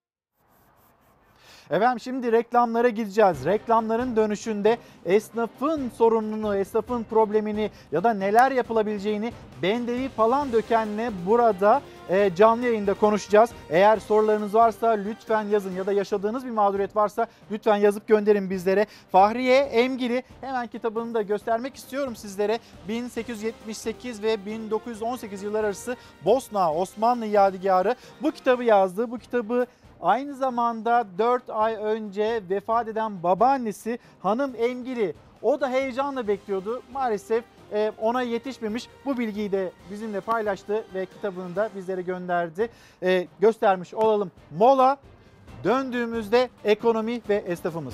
Efendim şimdi reklamlara gideceğiz. Reklamların dönüşünde esnafın sorununu, esnafın problemini ya da neler yapılabileceğini Bendevi Palandöken'le burada e, canlı yayında konuşacağız. Eğer sorularınız varsa lütfen yazın ya da yaşadığınız bir mağduriyet varsa lütfen yazıp gönderin bizlere. Fahriye Emgili, hemen kitabını da göstermek istiyorum sizlere. bin sekiz yüz yetmiş sekiz ve bin dokuz yüz on sekiz yıllar arası Bosna Osmanlı Yadigarı bu kitabı yazdı. Bu kitabı aynı zamanda dört ay önce vefat eden babaannesi Hanım Emgili, o da heyecanla bekliyordu. Maalesef ona yetişmemiş. Bu bilgiyi de bizimle paylaştı ve kitabını da bizlere gönderdi. Ee, göstermiş olalım. Mola, döndüğümüzde ekonomi ve esnafımız.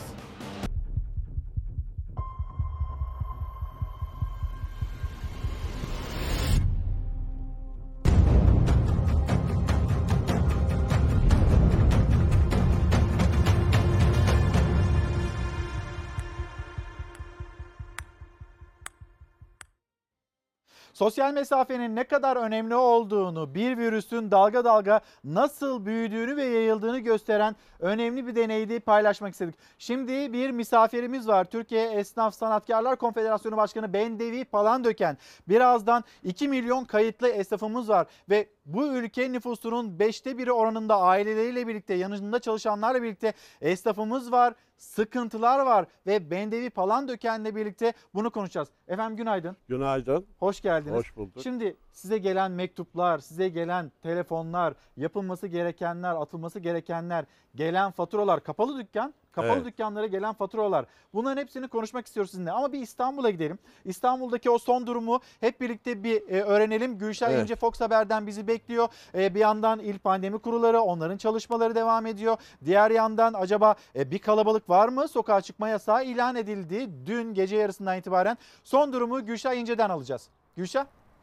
Sosyal mesafenin ne kadar önemli olduğunu, bir virüsün dalga dalga nasıl büyüdüğünü ve yayıldığını gösteren önemli bir deneydi, paylaşmak istedik. Şimdi bir misafirimiz var. Türkiye Esnaf Sanatkarlar Konfederasyonu Başkanı Bendevi Palandöken. Birazdan iki milyon kayıtlı esnafımız var ve bu ülke nüfusunun beşte biri oranında aileleriyle birlikte, yanında çalışanlarla birlikte esnafımız var. Sıkıntılar var ve Bendevi Palandöken'le birlikte bunu konuşacağız. Efendim günaydın. Günaydın. Hoş geldiniz. Hoş bulduk. Şimdi size gelen mektuplar, size gelen telefonlar, yapılması gerekenler, atılması gerekenler, gelen faturalar, kapalı dükkan, kapalı Evet. dükkanlara gelen faturalar. Bunların hepsini konuşmak istiyoruz sizinle. Ama bir İstanbul'a gidelim. İstanbul'daki o son durumu hep birlikte bir e, öğrenelim. Gülşah Evet. İnce Fox Haber'den bizi bekliyor. E, bir yandan İl Pandemi Kurulları, onların çalışmaları devam ediyor. Diğer yandan acaba e, bir kalabalık var mı? Sokağa çıkma yasağı ilan edildi. Dün gece yarısından itibaren son durumu Gülşah İnce'den alacağız. Gülşah.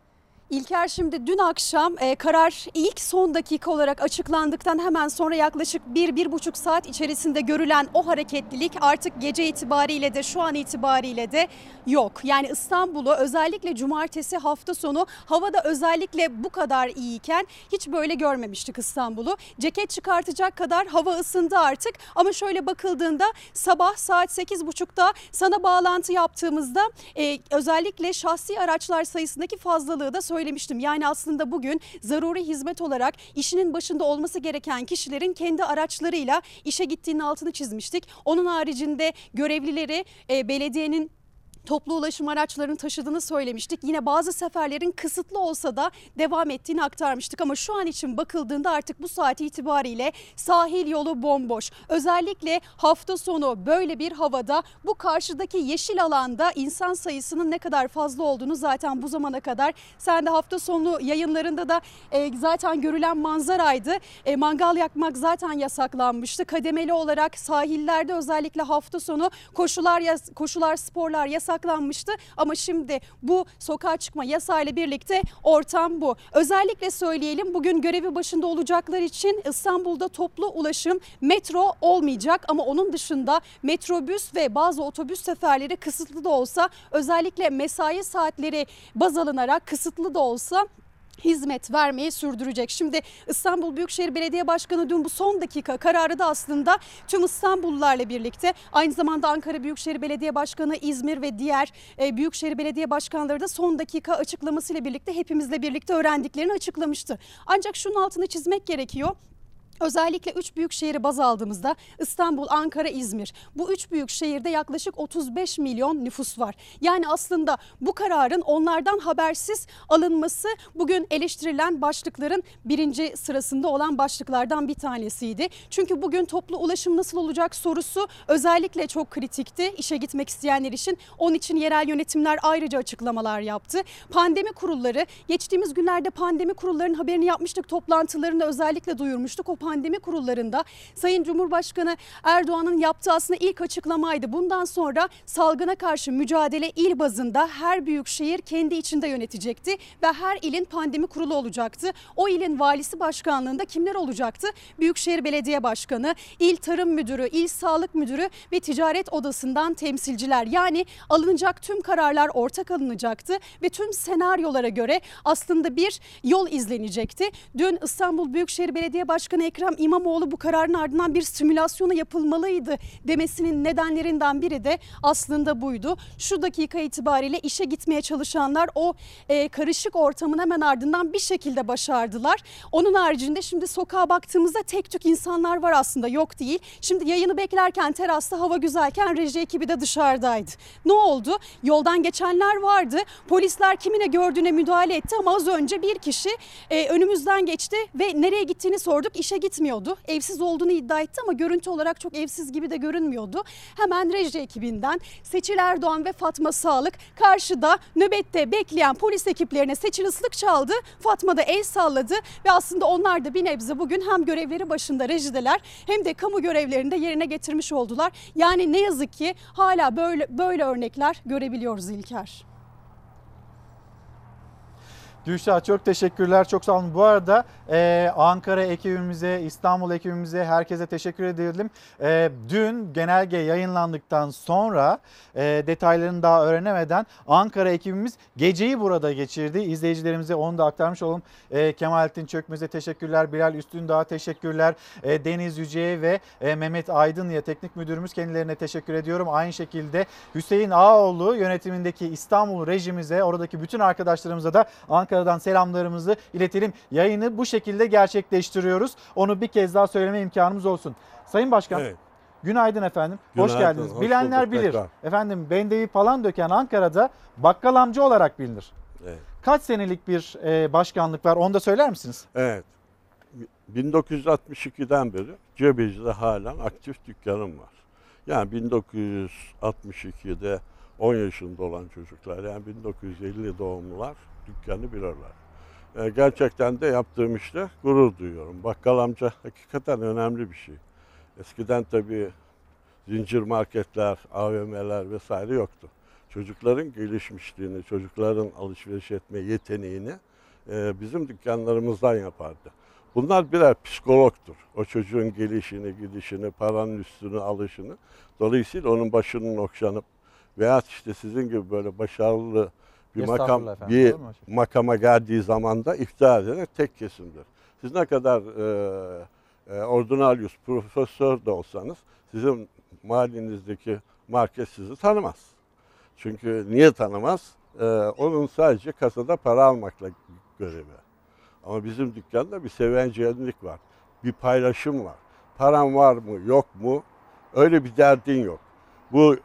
İlker, şimdi dün akşam e, karar ilk son dakika olarak açıklandıktan hemen sonra yaklaşık bir bir buçuk saat içerisinde görülen o hareketlilik artık gece itibariyle de şu an itibariyle de yok. Yani İstanbul'u özellikle cumartesi hafta sonu havada özellikle bu kadar iyiyken hiç böyle görmemiştik İstanbul'u. Ceket çıkartacak kadar hava ısındı artık ama şöyle bakıldığında sabah saat sekiz buçukta sana bağlantı yaptığımızda e, özellikle şahsi araçlar sayısındaki fazlalığı da söylemiştim. Yani aslında bugün zaruri hizmet olarak işinin başında olması gereken kişilerin kendi araçlarıyla işe gittiğinin altını çizmiştik. Onun haricinde görevlileri e, belediyenin toplu ulaşım araçlarını taşıdığını söylemiştik. Yine bazı seferlerin kısıtlı olsa da devam ettiğini aktarmıştık. Ama şu an için bakıldığında artık bu saat itibariyle sahil yolu bomboş. Özellikle hafta sonu böyle bir havada bu karşıdaki yeşil alanda insan sayısının ne kadar fazla olduğunu zaten bu zamana kadar sen de hafta sonu yayınlarında da e, zaten görülen manzaraydı. E, mangal yakmak zaten yasaklanmıştı. Kademeli olarak sahillerde özellikle hafta sonu koşular, koşular sporlar yasak yasaklanmıştı ama şimdi bu sokağa çıkma yasayla birlikte ortam bu. Özellikle söyleyelim, bugün görevi başında olacaklar için İstanbul'da toplu ulaşım metro olmayacak ama onun dışında metrobüs ve bazı otobüs seferleri kısıtlı da olsa, özellikle mesai saatleri baz alınarak kısıtlı da olsa hizmet vermeyi sürdürecek. Şimdi İstanbul Büyükşehir Belediye Başkanı dün bu son dakika kararı da aslında tüm İstanbullularla birlikte, aynı zamanda Ankara Büyükşehir Belediye Başkanı, İzmir ve diğer Büyükşehir Belediye Başkanları da son dakika açıklamasıyla birlikte hepimizle birlikte öğrendiklerini açıklamıştı. Ancak şunun altını çizmek gerekiyor. Özellikle üç büyük şehri baz aldığımızda İstanbul, Ankara, İzmir, bu üç büyük şehirde yaklaşık otuz beş milyon nüfus var. Yani aslında bu kararın onlardan habersiz alınması bugün eleştirilen başlıkların birinci sırasında olan başlıklardan bir tanesiydi. Çünkü bugün toplu ulaşım nasıl olacak sorusu özellikle çok kritikti işe gitmek isteyenler için. Onun için yerel yönetimler ayrıca açıklamalar yaptı. Pandemi kurulları, geçtiğimiz günlerde pandemi kurullarının haberini yapmıştık, toplantılarını özellikle duyurmuştuk. O pandemi kurullarında Sayın Cumhurbaşkanı Erdoğan'ın yaptığı aslında ilk açıklamaydı. Bundan sonra salgına karşı mücadele il bazında her büyükşehir kendi içinde yönetecekti ve her ilin pandemi kurulu olacaktı. O ilin valisi başkanlığında kimler olacaktı? Büyükşehir Belediye Başkanı, İl Tarım Müdürü, İl Sağlık Müdürü ve Ticaret Odası'ndan temsilciler. Yani alınacak tüm kararlar ortak alınacaktı ve tüm senaryolara göre aslında bir yol izlenecekti. Dün İstanbul Büyükşehir Belediye Başkanı Ekrem İmamoğlu bu kararın ardından bir simülasyonu yapılmalıydı demesinin nedenlerinden biri de aslında buydu. Şu dakika itibariyle işe gitmeye çalışanlar o e, karışık ortamın hemen ardından bir şekilde başardılar. Onun haricinde şimdi sokağa baktığımızda tek tük insanlar var, aslında yok değil. Şimdi yayını beklerken terasta hava güzelken reji ekibi de dışarıdaydı. Ne oldu? Yoldan geçenler vardı. Polisler kimine gördüğüne müdahale etti ama az önce bir kişi e, önümüzden geçti ve nereye gittiğini sorduk. İşe gitmiyordu. Evsiz olduğunu iddia etti ama görüntü olarak çok evsiz gibi de görünmüyordu. Hemen reji ekibinden Seçil Erdoğan ve Fatma Sağlık karşıda nöbette bekleyen polis ekiplerine Seçil ıslık çaldı. Fatma da el salladı ve aslında onlar da bir nebze bugün hem görevleri başında rejideler hem de kamu görevlerini de yerine getirmiş oldular. Yani ne yazık ki hala böyle böyle örnekler görebiliyoruz İlker. Gülşah çok teşekkürler, çok sağ olun. Bu arada e, Ankara ekibimize, İstanbul ekibimize, herkese teşekkür edelim. E, dün genelge yayınlandıktan sonra e, detaylarını daha öğrenemeden Ankara ekibimiz geceyi burada geçirdi. İzleyicilerimize onu da aktarmış olalım. E, Kemalettin Çökmez'e teşekkürler, Bilal Üstündağ'a teşekkürler, e, Deniz Yüce'ye ve e, Mehmet Aydın'ya teknik müdürümüz, kendilerine teşekkür ediyorum. Aynı şekilde Hüseyin Ağaoğlu yönetimindeki İstanbul rejimize, oradaki bütün arkadaşlarımıza da Ankara Ankara'dan selamlarımızı iletelim. Yayını bu şekilde gerçekleştiriyoruz. Onu bir kez daha söyleme imkanımız olsun. Sayın Başkan, evet. Günaydın efendim. Günaydın, hoş geldiniz. hoş Bilenler bilir. Tekrar. Efendim bendeyi falan döken Ankara'da bakkal amca olarak bilinir. Evet. Kaç senelik bir e, başkanlık var, onu da söyler misiniz? Evet. bin dokuz yüz altmış ikiden beri Cebeci'de halen aktif dükkanım var. Yani bin dokuz yüz altmış ikide on yaşında olan çocuklar, yani bin dokuz yüz elli doğumlular dükkanı bilirler. E, gerçekten de yaptığım işte gurur duyuyorum. Bakkal amca hakikaten önemli bir şey. Eskiden tabii zincir marketler, A V M'ler vesaire yoktu. Çocukların gelişmişliğini, çocukların alışveriş etme yeteneğini e, bizim dükkanlarımızdan yapardı. Bunlar birer psikologtur. O çocuğun gelişini, gidişini, paranın üstünü alışını. Dolayısıyla onun başının okşanıp veya işte sizin gibi böyle başarılı bir makam, efendim, bir makama geldiği zaman da iftihar eden tek kesimdir. Siz ne kadar e, e, ordinarius, profesör de olsanız sizin mahallenizdeki market sizi tanımaz. Çünkü niye tanımaz? Ee, onun sadece kasada para almakla görevi. Ama bizim dükkanda bir sevencenlik var. Bir paylaşım var. Paran var mı, yok mu? Öyle bir derdin yok. Bu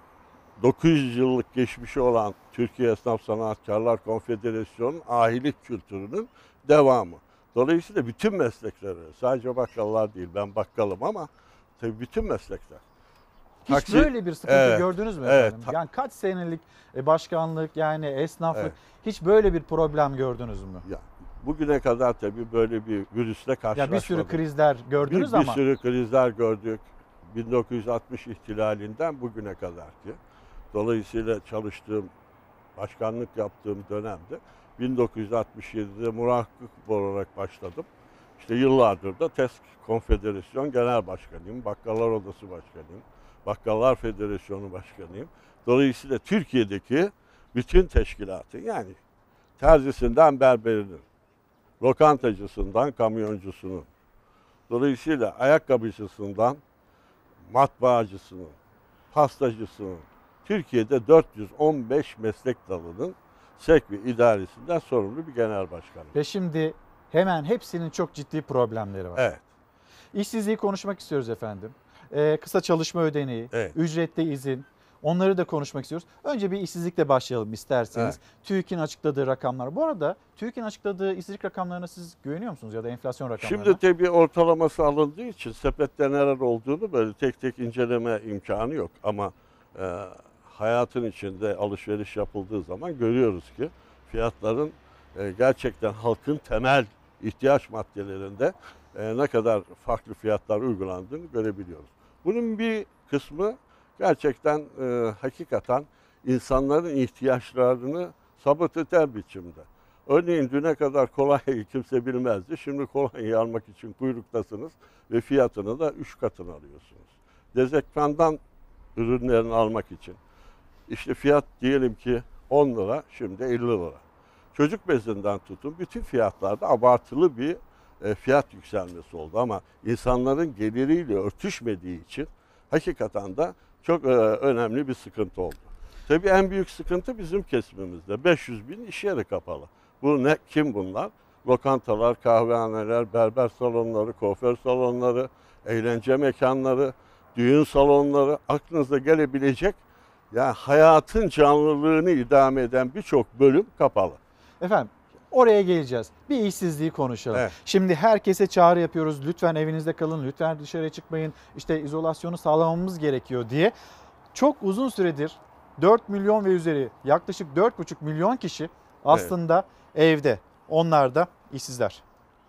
dokuz yüz yıllık geçmişi olan Türkiye Esnaf Sanatkarlar Konfederasyonu'nun ahilik kültürünün devamı. Dolayısıyla bütün meslekleri, sadece bakkallar değil, ben bakkalım ama tabii bütün meslekler. Hiç Taksi, böyle bir sıkıntı evet, gördünüz mü evet, efendim? ta- Yani kaç senelik başkanlık, yani esnaflık, Evet. hiç böyle bir problem gördünüz mü? Ya, bugüne kadar tabii böyle bir virüsle karşılaşmadık. Ya bir sürü krizler gördünüz bir, ama. Bir sürü krizler gördük. bin dokuz yüz altmış ihtilalinden bugüne kadar ki. Dolayısıyla çalıştığım, başkanlık yaptığım dönemde bin dokuz yüz altmış yedide muhakkak olarak başladım. İşte yıllardır da TESK Konfederasyon Genel Başkanıyım, Bakkallar Odası Başkanıyım, Bakkallar Federasyonu Başkanıyım. Dolayısıyla Türkiye'deki bütün teşkilatın, yani terzisinden berberinin, lokantacısından kamyoncusunun, dolayısıyla ayakkabıcısından matbaacısının, pastacısının, Türkiye'de dört yüz on beş meslek dalının sevk ve idaresinden sorumlu bir genel başkanım. Ve şimdi hemen hepsinin çok ciddi problemleri var. Evet. İşsizliği konuşmak istiyoruz efendim. Ee, kısa çalışma ödeneği, Evet. ücretli izin, onları da konuşmak istiyoruz. Önce bir işsizlikle başlayalım isterseniz. Evet. TÜİK'in açıkladığı rakamlar. Bu arada TÜİK'in açıkladığı işsizlik rakamlarına siz güveniyor musunuz ya da enflasyon rakamlarına? Şimdi tabii ortalaması alındığı için sepette neler olduğunu böyle tek tek inceleme imkanı yok. Ama e, hayatın içinde alışveriş yapıldığı zaman görüyoruz ki fiyatların e, gerçekten halkın temel ihtiyaç maddelerinde e, ne kadar farklı fiyatlar uygulandığını görebiliyoruz. Bunun bir kısmı gerçekten e, hakikaten insanların ihtiyaçlarını sabit eder biçimde. Örneğin düne kadar kolonyayı kimse bilmezdi. Şimdi kolonyayı almak için kuyruktasınız ve fiyatını da üç katını alıyorsunuz. Dezenfektan ürünlerini almak için işte fiyat diyelim ki on lira, şimdi elli lira. Çocuk bezinden tutun bütün fiyatlarda abartılı bir e, fiyat yükselmesi oldu ama insanların geliriyle örtüşmediği için hakikaten de çok e, önemli bir sıkıntı oldu. Tabii en büyük sıkıntı bizim kesimimizde. beş yüz bin iş yeri kapalı. Bu ne? Kim bunlar? Lokantalar, kahvehaneler, berber salonları, kuaför salonları, eğlence mekanları, düğün salonları, aklınıza gelebilecek yani hayatın canlılığını idame eden birçok bölüm kapalı. Efendim oraya geleceğiz. Bir işsizliği konuşalım. Evet. Şimdi herkese çağrı yapıyoruz. Lütfen evinizde kalın, lütfen dışarıya çıkmayın. İşte izolasyonu sağlamamız gerekiyor diye. Çok uzun süredir dört milyon ve üzeri yaklaşık dört buçuk milyon kişi aslında evde. Onlar da işsizler.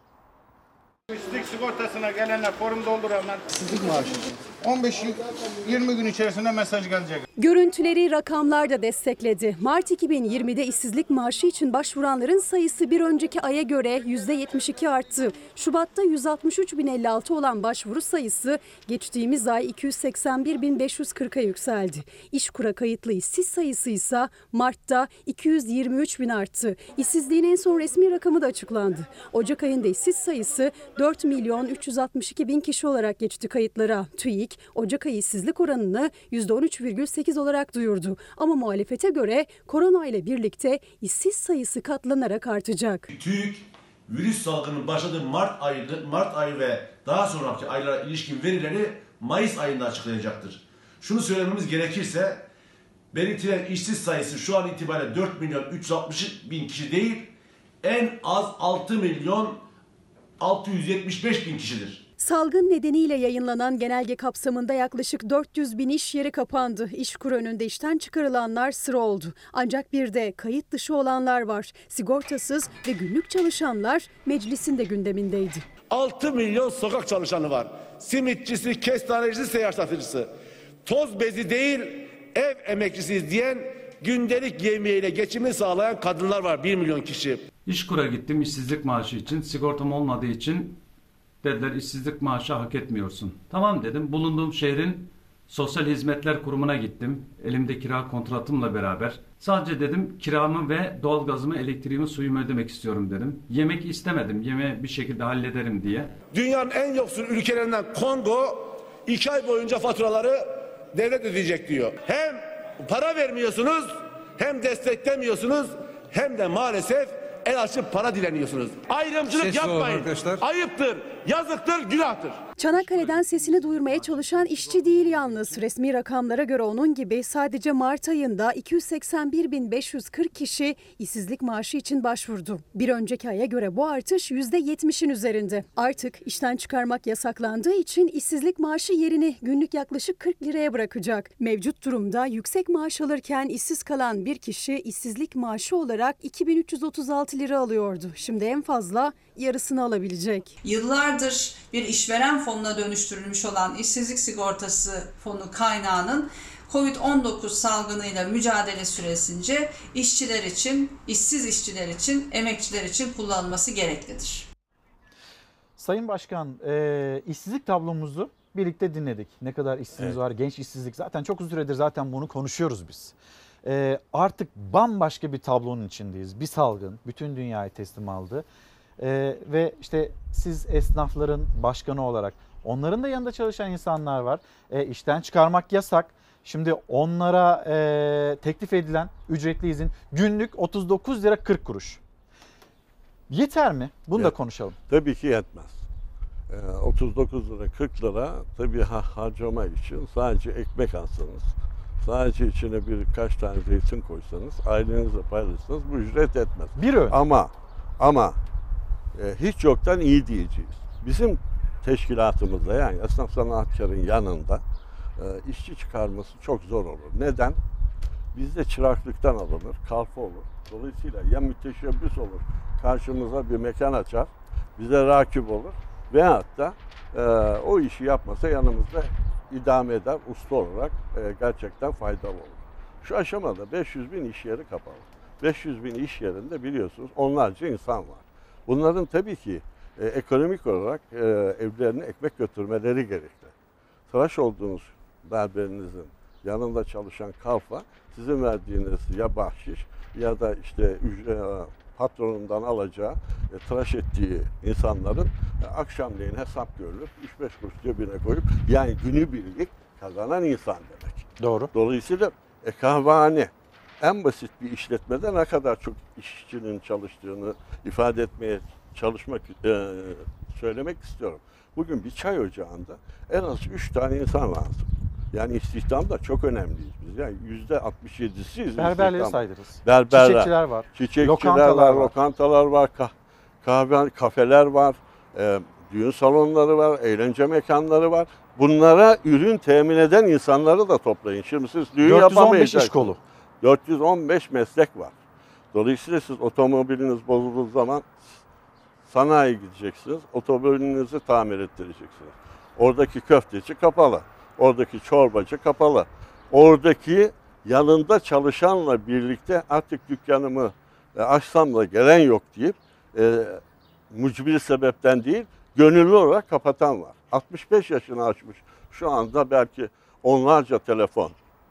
İşsizlik sigortasına gelenler forum dolduranlar işsizlik maaşı. on beş yirmi gün içerisinde mesaj gelecek. Görüntüleri rakamlar da destekledi. Mart iki bin yirmide işsizlik maaşı için başvuranların sayısı bir önceki aya göre yüzde yetmiş iki arttı. Şubat'ta yüz altmış üç bin elli altı olan başvuru sayısı geçtiğimiz ay iki yüz seksen bir bin beş yüz kırka yükseldi. İşkur'a kayıtlı işsiz sayısı ise Mart'ta iki yüz yirmi üç bin arttı. İşsizliğin en son resmi rakamı da açıklandı. Ocak ayında işsiz sayısı dört milyon üç yüz altmış iki bin kişi olarak geçti kayıtlara. TÜİK Ocak ayı işsizlik oranını yüzde on üç virgül sekiz olarak duyurdu. Ama muhalefete göre korona ile birlikte işsiz sayısı katlanarak artacak. TÜİK virüs salgının başladığı Mart ayı, Mart ayı ve daha sonraki aylara ilişkin verileri Mayıs ayında açıklayacaktır. Şunu söylememiz gerekirse belirtilen işsiz sayısı şu an itibariyle dört milyon üç yüz altmış bin kişi değil, en az altı milyon altı yüz yetmiş beş bin kişidir. Salgın nedeniyle yayınlanan genelge kapsamında yaklaşık dört yüz bin iş yeri kapandı. İşkur önünde işten çıkarılanlar sıra oldu. Ancak bir de kayıt dışı olanlar var. Sigortasız ve günlük çalışanlar meclisin de gündemindeydi. altı milyon sokak çalışanı var. Simitçisi, kestanecisi, seyyar satıcısı. Toz bezi değil, ev emekçisiyiz diyen, gündelik yemeğiyle geçimini sağlayan kadınlar var, bir milyon kişi. İşkur'a gittim işsizlik maaşı için, sigortam olmadığı için dediler işsizlik maaşı hak etmiyorsun. Tamam dedim, bulunduğum şehrin Sosyal Hizmetler Kurumu'na gittim. Elimde kira kontratımla beraber. Sadece dedim kiramı ve doğalgazımı, elektriğimi, suyumu ödemek istiyorum dedim. Yemek istemedim, yemeği bir şekilde hallederim diye. Dünyanın en yoksul ülkelerinden Kongo iki ay boyunca faturaları devlet ödeyecek diyor. Hem para vermiyorsunuz, hem desteklemiyorsunuz, hem de maalesef el açıp para dileniyorsunuz. Ayrımcılık Ses yapmayın. Ayıptır, yazıktır, günahtır. Çanakkale'den sesini duyurmaya çalışan işçi değil yalnız. Resmi rakamlara göre onun gibi sadece Mart ayında iki yüz seksen bir bin beş yüz kırk kişi işsizlik maaşı için başvurdu. Bir önceki aya göre bu artış yüzde yetmişin üzerinde. Artık işten çıkarmak yasaklandığı için işsizlik maaşı yerini günlük yaklaşık kırk liraya bırakacak. Mevcut durumda yüksek maaş alırken işsiz kalan bir kişi işsizlik maaşı olarak iki bin üç yüz otuz altı lira alıyordu. Şimdi en fazla yarısını alabilecek. Yıllardır bir işveren fonuna dönüştürülmüş olan işsizlik sigortası fonu kaynağının kovid on dokuz salgınıyla mücadele süresince işçiler için, işsiz işçiler için, emekçiler için kullanılması gereklidir. Sayın Başkan, e, işsizlik tablomuzu birlikte dinledik. Ne kadar işsizliğimiz evet. var, genç işsizlik. Zaten çok uzun süredir zaten bunu konuşuyoruz biz. E, artık bambaşka bir tablonun içindeyiz. Bir salgın bütün dünyayı teslim aldı. Ee, ve işte siz esnafların başkanı olarak onların da yanında çalışan insanlar var. E, işten çıkarmak yasak. Şimdi onlara e, teklif edilen ücretli izin günlük otuz dokuz lira kırk kuruş. Yeter mi? Bunu evet. da konuşalım. Tabii ki yetmez. Ee, otuz dokuz lira kırk lira tabii ha, harcama için sadece ekmek alsanız, sadece içine birkaç tane zeytin koysanız, ailenizle paylaşsanız bu ücret etmez. Bir öğün. Ama ama hiç yoktan iyi diyeceğiz. Bizim teşkilatımızda yani esnaf sanatkarın yanında e, işçi çıkarması çok zor olur. Neden? Bizde çıraklıktan alınır, kalfa olur. Dolayısıyla ya müteşebbis olur, karşımıza bir mekan açar, bize rakip olur veyahut da e, o işi yapmasa yanımızda idame eder, usta olarak e, gerçekten faydalı olur. Şu aşamada beş yüz bin iş yeri kapalı. beş yüz bin iş yerinde biliyorsunuz onlarca insan var. Bunların tabii ki e, ekonomik olarak e, evlerine ekmek götürmeleri gerekli. Tıraş olduğunuz berberinizin yanında çalışan kalfa sizin verdiğiniz ya bahşiş ya da işte ücret, patronundan alacağı e, tıraş ettiği insanların e, akşamleyin hesap görülüp üç beş kuruş cebine koyup yani günübirlik kazanan insan demek. Doğru. Dolayısıyla e, kahvehane en basit bir işletmede ne kadar çok işçinin çalıştığını ifade etmeye çalışmak, e, söylemek istiyorum. Bugün bir çay ocağında en az üç tane insan lazım. Yani istihdamda çok önemliyiz biz. Yani yüzde altmış yedisiyiz. Berberleri saydırırız. Berberler, çiçekçiler var. Çiçekçiler lokantalar var, var, lokantalar var, kah kahve, kafeler var, e, düğün salonları var, eğlence mekanları var. Bunlara ürün temin eden insanları da toplayın. Şimdi siz düğün dört yüz on beş yapamayacaksınız. iş kolu. dört yüz on beş meslek var. Dolayısıyla siz otomobiliniz bozulduğu zaman sanayiye gideceksiniz, otomobilinizi tamir ettireceksiniz. Oradaki köfteci kapalı, oradaki çorbacı kapalı. Oradaki yanında çalışanla birlikte artık dükkanımı e, açsam da gelen yok deyip e, mucbir sebepten değil, gönüllü olarak kapatan var. altmış beş yaşını aşmış. Şu anda belki onlarca telefon.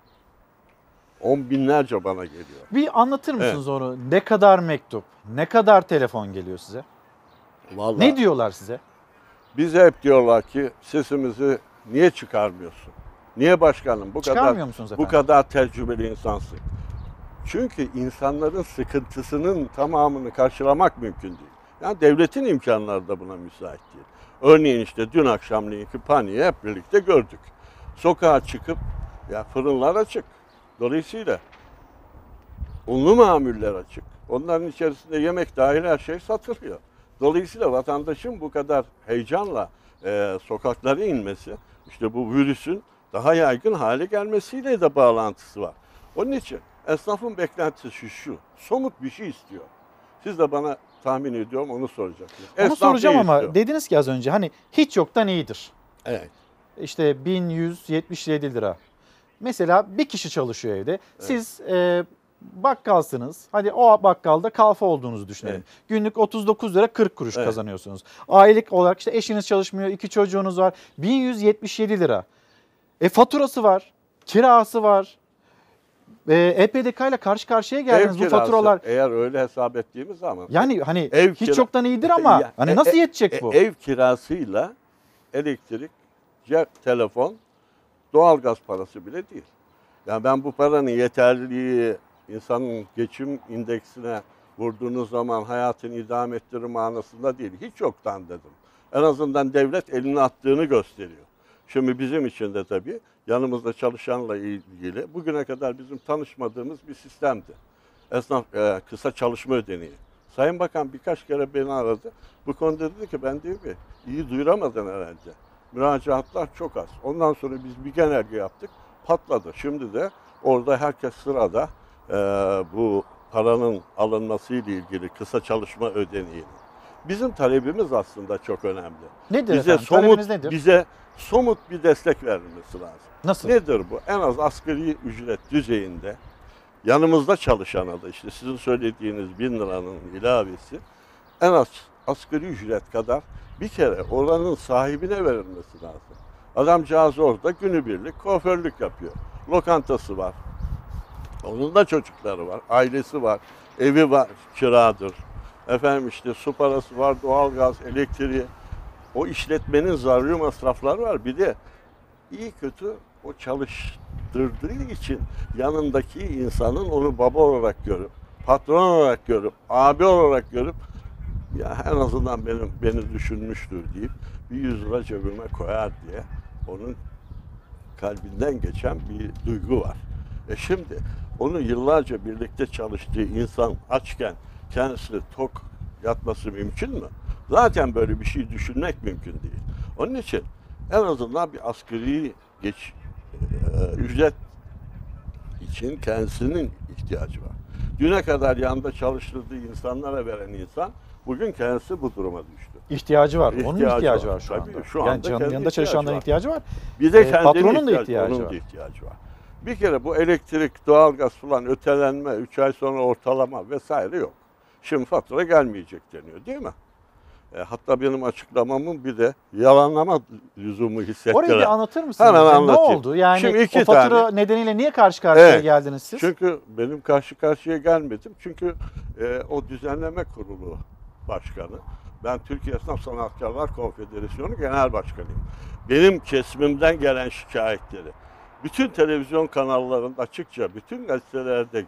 On binlerce bana geliyor. Bir anlatır mısınız evet. onu? Ne kadar mektup, ne kadar telefon geliyor size? Vallahi, ne diyorlar size? Bize hep diyorlar ki sesimizi niye çıkarmıyorsun? Niye başkanım bu kadar bu kadar tecrübeli insansın? Çünkü insanların sıkıntısının tamamını karşılamak mümkün değil. Yani devletin imkanları da buna müsait değil. Örneğin işte dün akşamleyin paniği hep birlikte gördük. Sokağa çıkıp ya fırınlar açık. Dolayısıyla unlu mamuller açık. Onların içerisinde yemek dahil her şey satılıyor. Dolayısıyla vatandaşın bu kadar heyecanla e, sokaklara inmesi, işte bu virüsün daha yaygın hale gelmesiyle de bağlantısı var. Onun için esnafın beklentisi şu, şu somut bir şey istiyor. Siz de bana tahmin ediyorum onu soracaksınız. Onu Esnaf soracağım ne ama istiyor? dediniz ki az önce hani hiç yoktan iyidir. Evet. İşte bin yüz yetmiş yedi lira. Mesela bir kişi çalışıyor evde. Siz e, bakkalsınız. Hadi o bakkalda kalfa olduğunuzu düşünelim. Evet. Günlük otuz dokuz lira kırk kuruş Evet. kazanıyorsunuz. Aylık olarak işte eşiniz çalışmıyor, iki çocuğunuz var. bin yüz yetmiş yedi lira. E faturası var, kirası var. E, E P D K ile karşı karşıya geldiniz. Ev Bu kirası, faturalar eğer öyle hesap ettiğimiz zaman. yani hani ev hiç kira- yoktan iyidir ama Ya, hani e- nasıl e- yetecek e- bu? Ev kirasıyla elektrik, cep, telefon, doğalgaz parası bile değil. Yani ben bu paranın yeterliliği insanın geçim indeksine vurduğunuz zaman hayatını idame ettirir manasında değil. Hiç yoktan dedim. En azından devlet elini attığını gösteriyor. Şimdi bizim için de tabii yanımızda çalışanla ilgili bugüne kadar bizim tanışmadığımız bir sistemdi. Esnaf e, kısa çalışma ödeneği. Sayın Bakan birkaç kere beni aradı. Bu konuda dedi ki ben değil mi iyi duyuramadın herhalde. Müracaatlar çok az. Ondan sonra biz bir genelge yaptık. Patladı. Şimdi de orada herkes sırada e, bu paranın alınmasıyla ilgili kısa çalışma ödeneğini. Bizim talebimiz aslında çok önemli. Nedir bize efendim? somut, Talebiniz nedir? Bize somut bir destek verilmesi lazım. Nasıl? Nedir bu? En az asgari ücret düzeyinde yanımızda çalışana da işte sizin söylediğiniz bin liranın ilavesi en az asgari ücret kadar bir kere oranın sahibine verilmesi lazım. Adamcağız orada günübirlik kuaförlük yapıyor. Lokantası var. Onun da çocukları var, ailesi var, evi var, kiradır. Efendim işte su parası var, doğalgaz, elektriği. O işletmenin zaruri masrafları var. Bir de iyi kötü o çalıştırdığı için yanındaki insanın onu baba olarak görüp, patron olarak görüp, abi olarak görüp ya en azından benim beni düşünmüştür deyip bir yüz lira cebime koyar diye onun kalbinden geçen bir duygu var. E şimdi onu yıllarca birlikte çalıştığı insan açken kendisi tok yatması mümkün mü? Zaten böyle bir şey düşünmek mümkün değil. Onun için en azından bir asgari geç e, ücret için kendisinin ihtiyacı var. Düne kadar yanında çalıştırdığı insanlara veren insan bugün kendisi bu duruma düştü. İhtiyacı var. Onun İhtiyacı ihtiyacı var. var şu Tabii, anda. şu yani anda canın kendi yanında çalışanların ihtiyacı ihtiyacı var. Bir de Ee, kendinin patronun da ihtiyacı, ihtiyacı onun var. da ihtiyacı var. Bir kere bu elektrik, doğalgaz falan ötelenme, üç ay sonra ortalama vesaire yok. Şimdi fatura gelmeyecek deniyor değil mi? E, hatta benim açıklamamın bir de yalanlama lüzumu hissettiren. Orayı bir anlatır mısınız? Hemen Ne anlatayım. oldu? Yani Şimdi iki o fatura tane. nedeniyle niye karşı karşıya Evet. geldiniz siz? Çünkü benim karşı karşıya gelmedim. Çünkü e, o düzenleme kurulu başkanı. Ben Türkiye Esnaf Sanatkarlar Konfederasyonu Genel Başkanıyım. Benim kesimimden gelen şikayetleri bütün televizyon kanallarında açıkça, bütün gazetelerde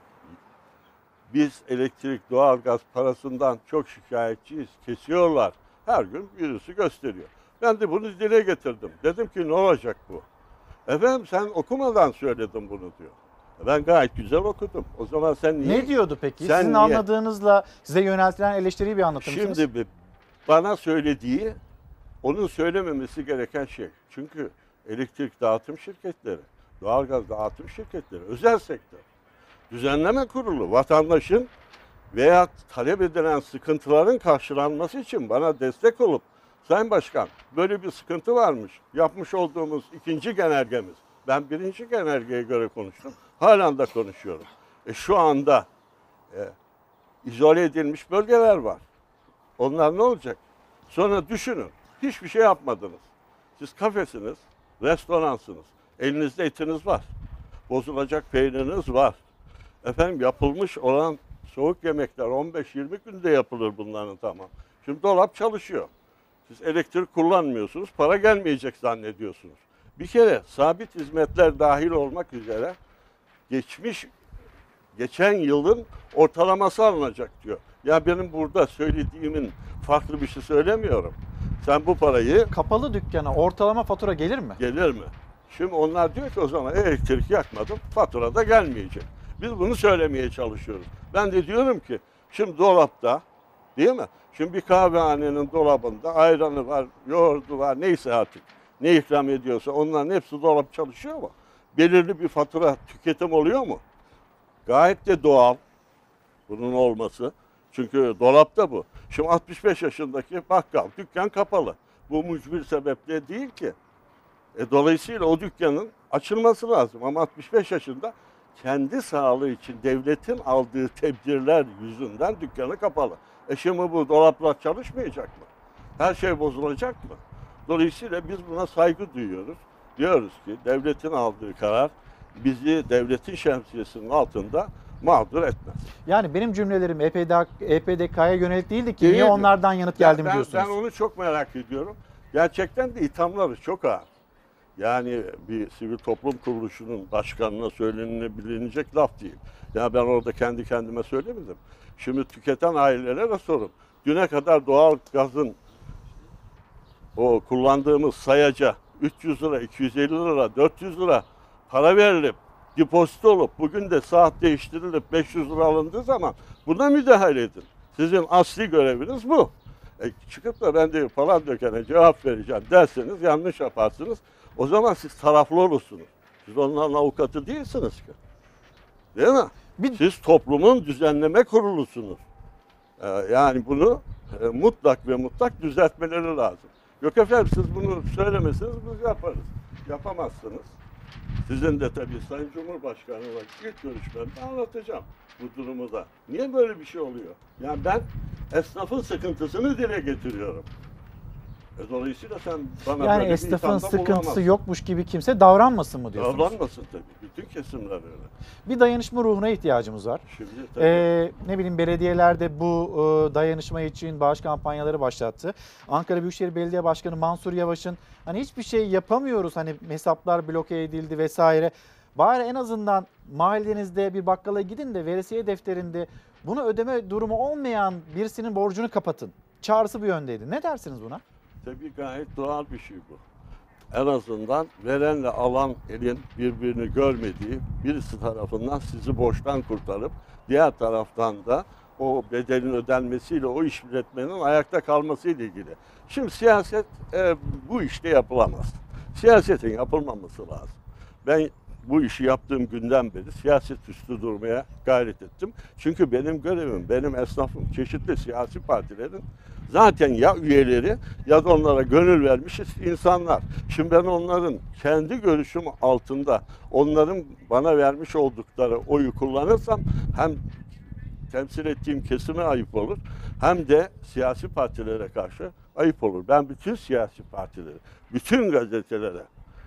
biz elektrik, doğalgaz parasından çok şikayetçiyiz, kesiyorlar. Her gün birisi gösteriyor. Ben de bunu dile getirdim. Dedim ki ne olacak bu? Efendim sen okumadan söyledin bunu diyor. Ben gayet güzel okudum. O zaman sen niye? Ne diyordu peki? Sen Sizin niye? anladığınızla size yöneltilen eleştiriyi bir anlatır mısınız? Şimdi bir- bana söylediği, onun söylememesi gereken şey. Çünkü elektrik dağıtım şirketleri, doğalgaz dağıtım şirketleri, özel sektör, düzenleme kurulu, vatandaşın veya talep edilen sıkıntıların karşılanması için bana destek olup, Sayın Başkan böyle bir sıkıntı varmış, yapmış olduğumuz ikinci genelgemiz. Ben birinci genelgeye göre konuştum, halen de konuşuyorum. E şu anda e, izole edilmiş bölgeler var. Onlar ne olacak? Sonra düşünün, hiçbir şey yapmadınız. Siz kafesiniz, restoransınız, elinizde etiniz var, bozulacak peyniriniz var. Efendim yapılmış olan soğuk yemekler on beş yirmi günde yapılır bunların tamam. Şimdi dolap çalışıyor. Siz elektrik kullanmıyorsunuz, para gelmeyecek zannediyorsunuz. Bir kere sabit hizmetler dahil olmak üzere geçmiş, geçen yılın ortalaması alınacak diyor. Ya benim burada söylediğimin farklı bir şey söylemiyorum. Sen bu parayı... Kapalı dükkana ortalama fatura gelir mi? Gelir mi? Şimdi onlar diyor ki o zaman elektrik yakmadım, fatura da gelmeyecek. Biz bunu söylemeye çalışıyoruz. Ben de diyorum ki şimdi dolapta Değil mi? Şimdi bir kahvehanenin dolabında ayranı var, yoğurdu var, neyse artık. Ne ikram ediyorsa onların hepsi dolap çalışıyor mu? Belirli bir fatura tüketim oluyor mu? Gayet de doğal bunun olması. Çünkü dolapta bu. Şimdi altmış beş yaşındaki bakkal, dükkan kapalı. Bu mücbir sebeple değil ki. E, dolayısıyla o dükkanın açılması lazım. Ama altmış beş yaşında kendi sağlığı için devletin aldığı tedbirler yüzünden dükkanı kapalı. E şimdi bu dolaplar çalışmayacak mı? Her şey bozulacak mı? Dolayısıyla biz buna saygı duyuyoruz. Diyoruz ki devletin aldığı karar bizi devletin şemsiyesinin altında mağdur etmez. Yani benim cümlelerim E P D K'ya yönelik değildi ki. Değil Niye mi? onlardan yanıt geldi mi ben, diyorsunuz? Ben onu çok merak ediyorum. Gerçekten de ithamları çok ağır. Yani bir sivil toplum kuruluşunun başkanına söylenebilecek laf değil. Ya ben orada kendi kendime söylemedim. Şimdi tüketen ailelere de sorun. Düne kadar doğal gazın o kullandığımız sayaca üç yüz lira, iki yüz elli lira, dört yüz lira para verilip depozito olup bugün de saat değiştirilip beş yüz lira alındığı zaman buna müdahale edin. Sizin asli göreviniz bu. E, çıkıp da ben de falan dökene cevap vereceğim derseniz yanlış yaparsınız. O zaman siz taraflı olursunuz. Siz onların avukatı değilsiniz ki. Değil mi? Bir... Siz toplumun düzenleme kurulusunuz. Ee, yani bunu e, mutlak ve mutlak düzeltmeleri lazım. Yok efendim siz bunu söylemeseniz biz yaparız. Yapamazsınız. Sizin de tabii Sayın Cumhurbaşkanı'na ilk görüşmemde anlatacağım bu durumu da. Niye böyle bir şey oluyor? Yani ben esnafın sıkıntısını dile getiriyorum. E dolayısıyla sen bana yani böyle esnafın bir sıkıntısı bulamazsın. yokmuş gibi kimse davranmasın mı diyorsunuz? Davranmasın tabii. Bütün kesimler öyle. Bir dayanışma ruhuna ihtiyacımız var. Şimdi ee, ne bileyim belediyelerde bu e, dayanışma için bağış kampanyaları başlattı. Ankara Büyükşehir Belediye Başkanı Mansur Yavaş'ın hani hiçbir şey yapamıyoruz, hani hesaplar bloke edildi vesaire. Bari en azından mahallenizde bir bakkala gidin de veresiye defterinde bunu ödeme durumu olmayan birisinin borcunu kapatın. Çağrısı bu yöndeydi. Ne dersiniz buna? Tabii gayet doğal bir şey bu. En azından verenle alan elin birbirini görmediği birisi tarafından sizi borçtan kurtarıp diğer taraftan da o bedelin ödenmesiyle o işletmenin ayakta kalmasıyla ilgili. Şimdi siyaset e, bu işte yapılamaz. Siyasetin yapılmaması lazım. Ben bu işi yaptığım günden beri siyaset üstü durmaya gayret ettim. Çünkü benim görevim, benim esnafım, çeşitli siyasi partilerin zaten ya üyeleri ya da onlara gönül vermiş insanlar. Şimdi ben onların kendi görüşüm altında onların bana vermiş oldukları oyu kullanırsam hem temsil ettiğim kesime ayıp olur hem de siyasi partilere karşı ayıp olur. Ben bütün siyasi partileri, bütün gazetelere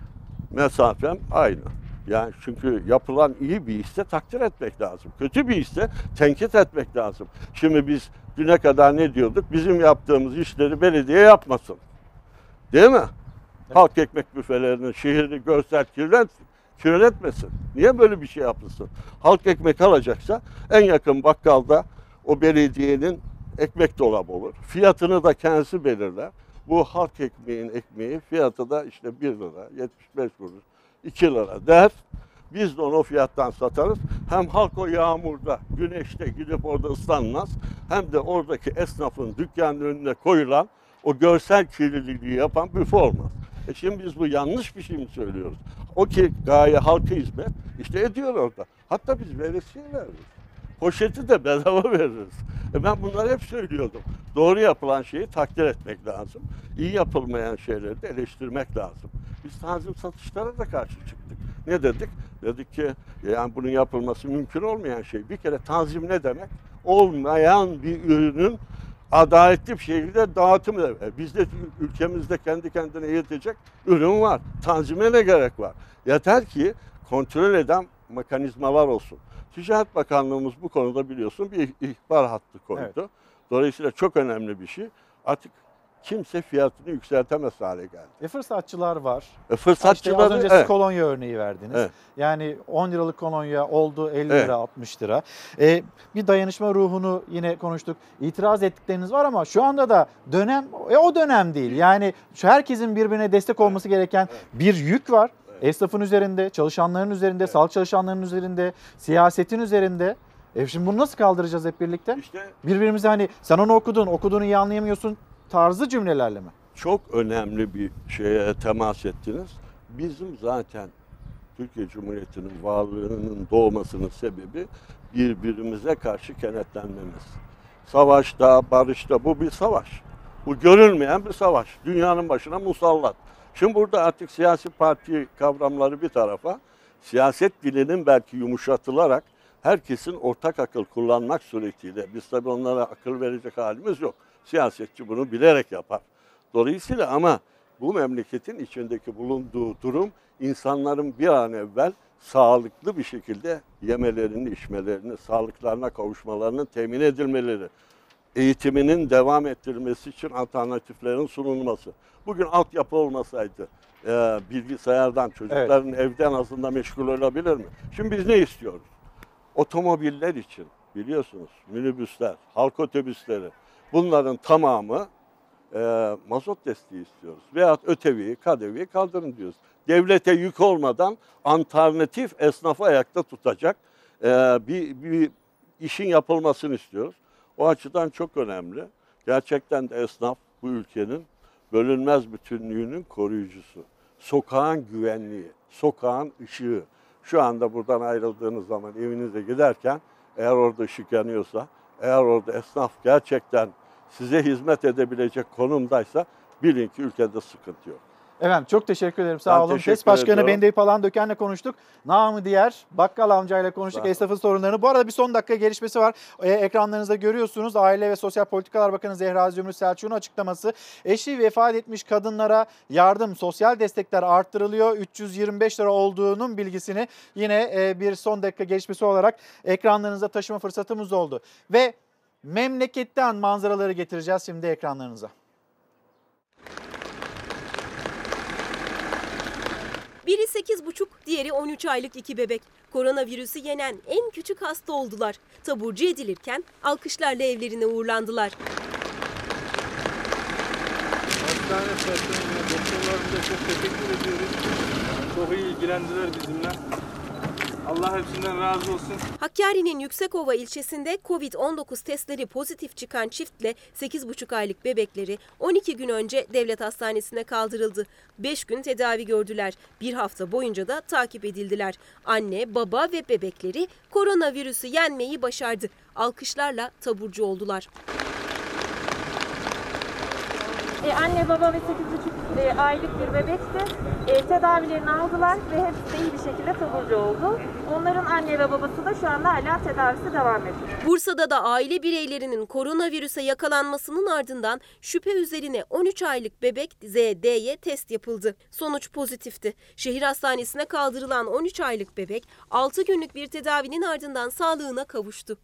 mesafem aynı. Yani çünkü yapılan iyi bir işte takdir etmek lazım. Kötü bir işte tenkit etmek lazım. Şimdi biz düne kadar ne diyorduk? Bizim yaptığımız işleri belediye yapmasın. Değil mi? Evet. Halk ekmek büfelerinin şehri görsel kirlet, kirletmesin. Niye böyle bir şey yapılsın? Halk ekmek alacaksa en yakın bakkalda o belediyenin ekmek dolabı olur. Fiyatını da kendisi belirler. Bu halk ekmeğin ekmeği fiyatı da işte bir lira, yetmiş beş kuruş, iki lira der. Biz de onu o fiyattan satarız. Hem halk o yağmurda, güneşte gidip orada ıslanmaz. Hem de oradaki esnafın dükkanın önüne koyulan o görsel kirliliği yapan büfe olmaz. E şimdi biz bu yanlış bir şey mi söylüyoruz? O ki gaye halka hizmet işte ediyor orada. Hatta biz veresiye veririz. Poşeti de bedava veririz. E ben bunları hep söylüyordum. Doğru yapılan şeyi takdir etmek lazım. İyi yapılmayan şeyleri de eleştirmek lazım. Biz tanzim satışlara da karşı çıktık. Ne dedik? Dedik ki yani bunun yapılması mümkün olmayan şey. Bir kere tanzim ne demek? Olmayan bir ürünün adaletli bir şekilde dağıtımı demek. Bizde ülkemizde kendi kendine yetecek ürün var. Tanzime ne gerek var? Yeter ki kontrol eden mekanizmalar olsun. Ticaret Bakanlığımız bu konuda biliyorsun bir ihbar hattı koydu. Evet. Dolayısıyla çok önemli bir şey. Artık kimse fiyatını yükseltemez hale geldi. E fırsatçılar var. E fırsatçılar işte az önce evet. siz kolonya örneği verdiniz. Evet. Yani on liralık kolonya oldu elli lira, evet. altmış lira. E, bir dayanışma ruhunu yine konuştuk. İtiraz ettikleriniz var ama şu anda da dönem e, o dönem değil. Yani şu herkesin birbirine destek olması gereken evet. bir yük var. Evet. Esnafın üzerinde, çalışanların üzerinde, evet. sağlık çalışanlarının üzerinde, siyasetin üzerinde. E şimdi bunu nasıl kaldıracağız hep birlikte? İşte birbirimize hani sen onu okudun, okuduğunu iyi anlayamıyorsun tarzı cümlelerle mi? Çok önemli bir şeye temas ettiniz. Bizim zaten Türkiye Cumhuriyeti'nin varlığının doğmasının sebebi birbirimize karşı kenetlenmemiz. Savaşta, barışta bu bir savaş. Bu görülmeyen bir savaş. Dünyanın başına musallat. Şimdi burada artık siyasi parti kavramları bir tarafa, siyaset dilinin belki yumuşatılarak herkesin ortak akıl kullanmak suretiyle, biz tabii onlara akıl verecek halimiz yok. Siyasetçi bunu bilerek yapar. Dolayısıyla ama bu memleketin içindeki bulunduğu durum insanların bir an evvel sağlıklı bir şekilde yemelerini, içmelerini, sağlıklarına kavuşmalarının temin edilmeleri, eğitiminin devam ettirilmesi için alternatiflerin sunulması. Bugün altyapı olmasaydı e, bilgisayardan çocukların evet. evden aslında meşgul olabilir mi? Şimdi biz ne istiyoruz? Otomobiller için biliyorsunuz minibüsler, halk otobüsleri bunların tamamı e, mazot desteği istiyoruz. Veyahut ÖTV'yi, KDV'yi kaldırın diyoruz. Devlete yük olmadan alternatif esnafı ayakta tutacak e, bir, bir işin yapılmasını istiyoruz. O açıdan çok önemli. Gerçekten de esnaf bu ülkenin bölünmez bütünlüğünün koruyucusu. Sokağın güvenliği, sokağın ışığı. Şu anda buradan ayrıldığınız zaman evinize giderken eğer orada ışık yanıyorsa, eğer orada esnaf gerçekten size hizmet edebilecek konumdaysa bilin ki ülkede sıkıntı yok. Efendim çok teşekkür ederim. Sağ ben olun. TES Başkanı Bendevi Palandöken'le konuştuk. Namı diğer Bakkal amcayla konuştuk. Esnafın sorunlarını. Bu arada bir son dakika gelişmesi var. Ee, ekranlarınızda görüyorsunuz. Aile ve Sosyal Politikalar Bakanı Zehra Zümrüt Selçuk'un açıklaması. Eşi vefat etmiş kadınlara yardım, sosyal destekler arttırılıyor. üç yüz yirmi beş lira olduğunun bilgisini yine e, bir son dakika gelişmesi olarak ekranlarınıza taşıma fırsatımız oldu. Ve memleketten manzaraları getireceğiz şimdi ekranlarınıza. Biri sekiz buçuk, diğeri on üç aylık iki bebek. Koronavirüsü yenen en küçük hasta oldular. Taburcu edilirken alkışlarla evlerine uğurlandılar. Hastane personeline, doktorlarımıza çok teşekkür ediyoruz. Çok iyi ilgilendiler bizimle. Allah hepsinden razı olsun. Hakkari'nin Yüksekova ilçesinde kovid on dokuz testleri pozitif çıkan çiftle sekiz buçuk aylık bebekleri on iki gün önce devlet hastanesine kaldırıldı. beş gün tedavi gördüler. Bir hafta boyunca da takip edildiler. Anne, baba ve bebekleri koronavirüsü yenmeyi başardı. Alkışlarla taburcu oldular. Ee, anne, baba ve sekiz buçuk e, aylık bir bebekti. E, tedavilerini aldılar ve hepsi de iyi bir şekilde taburcu oldu. Onların anne ve babası da şu anda hala tedavisi devam ediyor. Bursa'da da aile bireylerinin koronavirüse yakalanmasının ardından şüphe üzerine on üç aylık bebek Z D'ye test yapıldı. Sonuç pozitifti. Şehir hastanesine kaldırılan on üç aylık bebek altı günlük bir tedavinin ardından sağlığına kavuştu.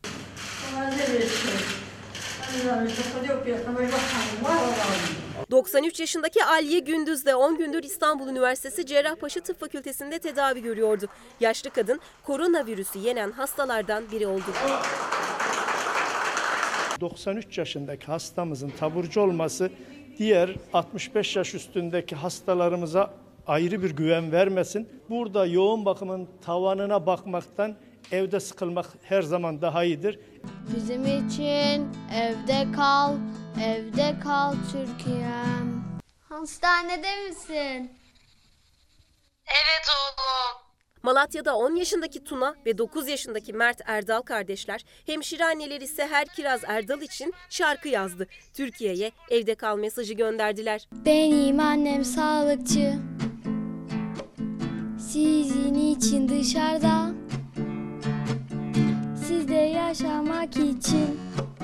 doksan üç yaşındaki Aliye Gündüz de on gündür İstanbul Üniversitesi Cerrahpaşa Tıp Fakültesi'nde tedavi görüyordu. Yaşlı kadın koronavirüsü yenen hastalardan biri oldu. doksan üç yaşındaki hastamızın taburcu olması diğer altmış beş yaş üstündeki hastalarımıza ayrı bir güven vermesin. Burada yoğun bakımın tavanına bakmaktan evde sıkılmak her zaman daha iyidir. Bizim için evde kal, evde kal Türkiye'm. Hastanede misin? Evet oğlum. Malatya'da on yaşındaki Tuna ve dokuz yaşındaki Mert Erdal kardeşler, hemşire anneleri Seher Kiraz Erdal için şarkı yazdı. Türkiye'ye evde kal mesajı gönderdiler. Benim annem sağlıkçı, sizin için dışarıda, sizde yaşamak için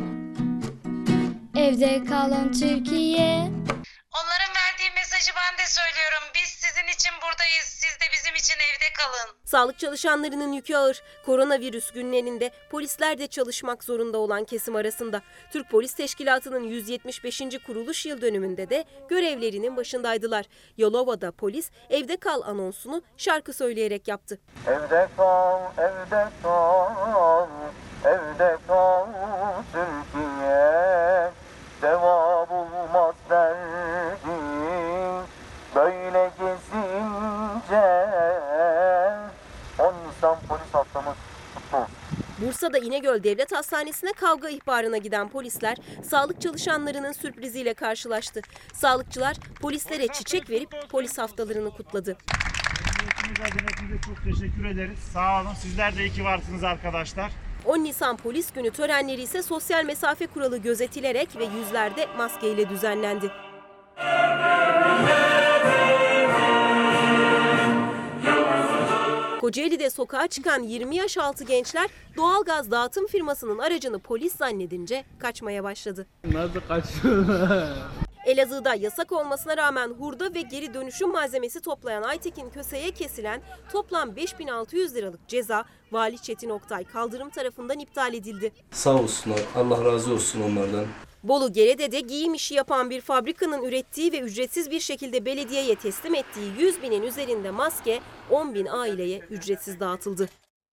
evde kalın Türkiye. Onların verdiği mesajı ben de söylüyorum. Biz sizin için buradayız. Siz de bizim için evde kalın. Sağlık çalışanlarının yükü ağır. Koronavirüs günlerinde polisler de çalışmak zorunda olan kesim arasında. Türk Polis Teşkilatı'nın yüz yetmiş beşinci kuruluş yıl dönümünde de görevlerinin başındaydılar. Yalova'da polis evde kal anonsunu şarkı söyleyerek yaptı. Evde kal, evde kal, evde kal Türkiye. Deva bulmaz derdim böyle gezince. on Nisan polis haftamız kutlu olsun. Bursa'da sırada İnegöl Devlet Hastanesi'ne kavga ihbarına giden polisler sağlık çalışanlarının sürpriziyle karşılaştı. Sağlıkçılar polislere çiçek verip polis haftalarını kutladı. Hepinize çok teşekkür ederiz. Sağ olun. Sizler de iyi ki varsınız arkadaşlar. on Nisan Polis Günü törenleri ise sosyal mesafe kuralı gözetilerek ve yüzlerde maskeyle düzenlendi. Kocaeli'de sokağa çıkan yirmi yaş altı gençler doğalgaz dağıtım firmasının aracını polis zannedince kaçmaya başladı. Nasıl kaçıyor? Elazığ'da yasak olmasına rağmen hurda ve geri dönüşüm malzemesi toplayan Aytekin Köse'ye kesilen toplam beş bin altı yüz liralık ceza Vali Çetin Oktay Kaldırım tarafından iptal edildi. Sağ olsunlar, Allah razı olsun onlardan. Bolu Gerede'de giyim işi yapan bir fabrikanın ürettiği ve ücretsiz bir şekilde belediyeye teslim ettiği yüz binin üzerinde maske on bin aileye ücretsiz dağıtıldı.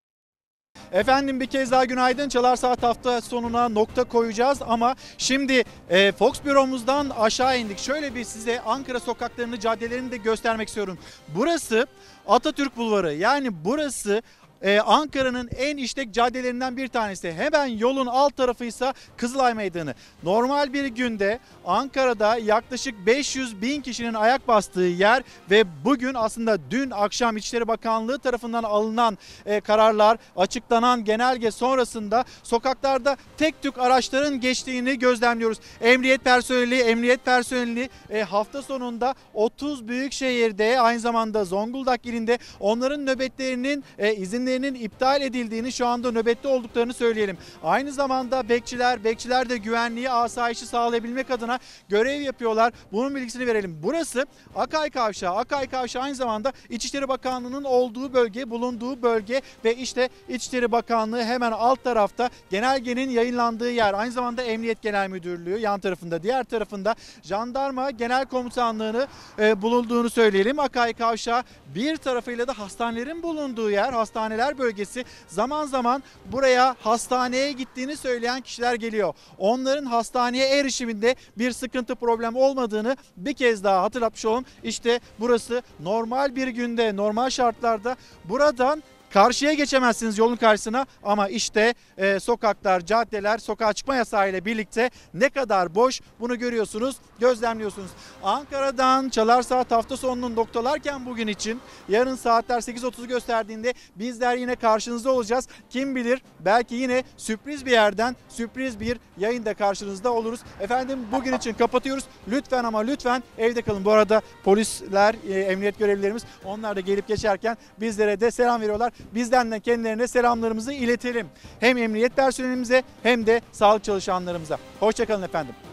Efendim bir kez daha günaydın. Çalar Saat hafta sonuna nokta koyacağız ama şimdi e, Fox büromuzdan aşağı indik. Şöyle bir size Ankara sokaklarını, caddelerini de göstermek istiyorum. Burası Atatürk Bulvarı, yani burası Ee, Ankara'nın en işlek caddelerinden bir tanesi. Hemen yolun alt tarafıysa Kızılay Meydanı. Normal bir günde Ankara'da yaklaşık beş yüz bin kişinin ayak bastığı yer ve bugün aslında dün akşam İçişleri Bakanlığı tarafından alınan e, kararlar, açıklanan genelge sonrasında sokaklarda tek tük araçların geçtiğini gözlemliyoruz. Emniyet personeli, emniyet personeli e, hafta sonunda otuz büyük şehirde, aynı zamanda Zonguldak ilinde onların nöbetlerinin e, izinleri iptal edildiğini, şu anda nöbette olduklarını söyleyelim. Aynı zamanda bekçiler, bekçiler de güvenliği, asayişi sağlayabilmek adına görev yapıyorlar. Bunun bilgisini verelim. Burası Akay Kavşağı. Akay Kavşağı aynı zamanda İçişleri Bakanlığı'nın olduğu bölge, bulunduğu bölge ve işte İçişleri Bakanlığı hemen alt tarafta, genelgenin yayınlandığı yer. Aynı zamanda Emniyet Genel Müdürlüğü yan tarafında, diğer tarafında Jandarma Genel Komutanlığı'nı e, bulunduğunu söyleyelim. Akay Kavşağı bir tarafıyla da hastanelerin bulunduğu yer, hastaneler bölgesi. Zaman zaman buraya hastaneye gittiğini söyleyen kişiler geliyor. Onların hastaneye erişiminde bir sıkıntı, problem olmadığını bir kez daha hatırlatmış olalım. İşte burası normal bir günde, normal şartlarda buradan karşıya geçemezsiniz, yolun karşısına, ama işte e, sokaklar, caddeler sokağa çıkma yasağı ile birlikte ne kadar boş, bunu görüyorsunuz, gözlemliyorsunuz. Ankara'dan Çalar Saat hafta sonunu noktalarken bugün için yarın saatler sekiz otuzu gösterdiğinde bizler yine karşınızda olacağız. Kim bilir, belki yine sürpriz bir yerden sürpriz bir yayında karşınızda oluruz. Efendim bugün için kapatıyoruz. Lütfen ama lütfen evde kalın. Bu arada polisler, e, emniyet görevlilerimiz, onlar da gelip geçerken bizlere de selam veriyorlar. Bizden de kendilerine selamlarımızı iletelim. Hem emniyet personelimize hem de sağlık çalışanlarımıza. Hoşça kalın efendim.